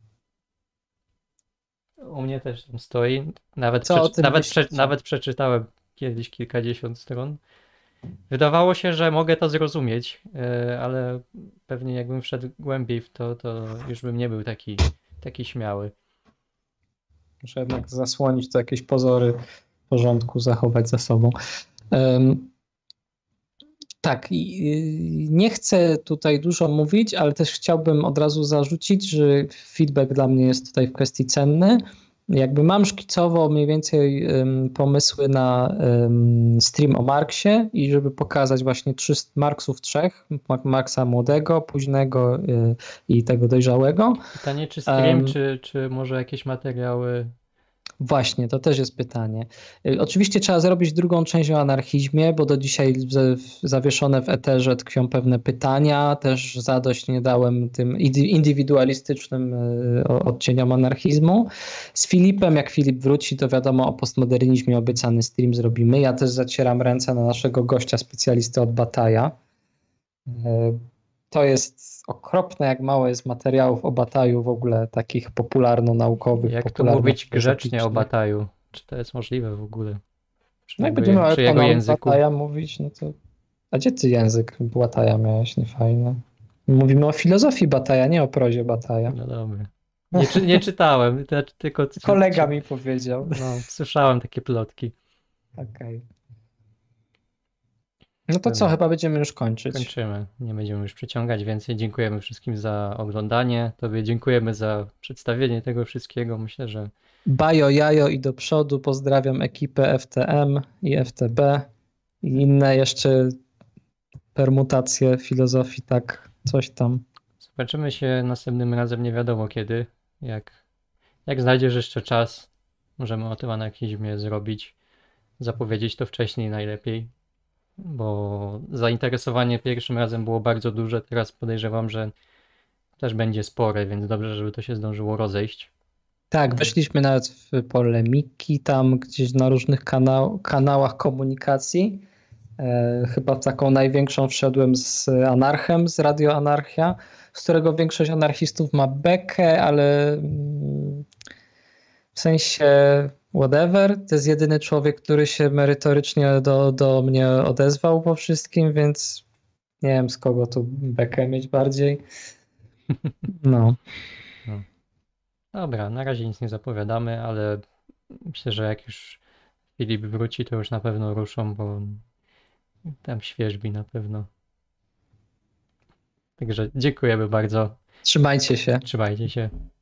U mnie też tam stoi. Nawet, Co o przeczy, tym nawet, prze, myślicie? nawet przeczytałem kiedyś kilkadziesiąt stron. Wydawało się, że mogę to zrozumieć, yy, ale pewnie jakbym wszedł głębiej w to, to już bym nie był taki, taki śmiały. Muszę jednak zasłonić to jakieś pozory porządku, zachować za sobą. Um, tak, i nie chcę tutaj dużo mówić, ale też chciałbym od razu zarzucić, że feedback dla mnie jest tutaj w kwestii cenny. Jakby mam szkicowo mniej więcej um, pomysły na um, stream o Marksie i żeby pokazać właśnie trzy Marksów trzech, Marksa młodego, późnego y, i tego dojrzałego. Pytanie, czy stream, Um, czy, czy może jakieś materiały? Właśnie, to też jest pytanie. Y, Oczywiście trzeba zrobić drugą część o anarchizmie, bo do dzisiaj z- zawieszone w eterze tkwią pewne pytania. Też zadość nie dałem tym indi- indywidualistycznym y, o- odcieniom anarchizmu. Z Filipem, jak Filip wróci, to wiadomo o postmodernizmie obiecany stream zrobimy. Ja też zacieram ręce na naszego gościa specjalisty od Bataja. Y, To jest okropne, jak mało jest materiałów o Bataju w ogóle takich popularno-naukowych, Jak tu mówić grzecznie o popularno-filozoficznych. Bataju? Czy to jest możliwe w ogóle? Przy No jak jego, będziemy o przy jego ekonomii języku? Bataja mówić, no to... A gdzie ty język Bataja miałeś niefajny? Mówimy o filozofii Bataja, nie o prozie Bataja. No dobra. Nie, czy, nie czytałem, to tylko... Kolega mi powiedział. No, słyszałem takie plotki. Okej. No to co, Dobra. chyba będziemy już kończyć. Kończymy. Nie będziemy już przyciągać więcej. Dziękujemy wszystkim za oglądanie. Tobie dziękujemy za przedstawienie tego wszystkiego. Myślę, że Bajo, jajo i do przodu. Pozdrawiam ekipę F T M i F T B i inne jeszcze permutacje filozofii, tak, coś tam. zobaczymy się następnym razem nie wiadomo kiedy. Jak, jak znajdziesz jeszcze czas, możemy o tym anarchizmie zrobić. Zapowiedzieć to wcześniej najlepiej. Bo zainteresowanie pierwszym razem było bardzo duże. Teraz podejrzewam, że też będzie spore, więc dobrze, żeby to się zdążyło rozejść. Tak, weszliśmy nawet w polemiki tam gdzieś na różnych kanał, kanałach komunikacji. E, chyba w taką największą wszedłem z Anarchem, z Radio Anarchia, z którego większość anarchistów ma bekę, ale mm, w sensie whatever. To jest jedyny człowiek, który się merytorycznie do, do mnie odezwał po wszystkim, więc nie wiem z kogo tu bekę mieć bardziej. No. Dobra, na razie nic nie zapowiadamy, ale myślę, że jak już Filip wróci, to już na pewno ruszą, bo Tam świeżbi na pewno. Także dziękujemy bardzo. Trzymajcie się. Trzymajcie się.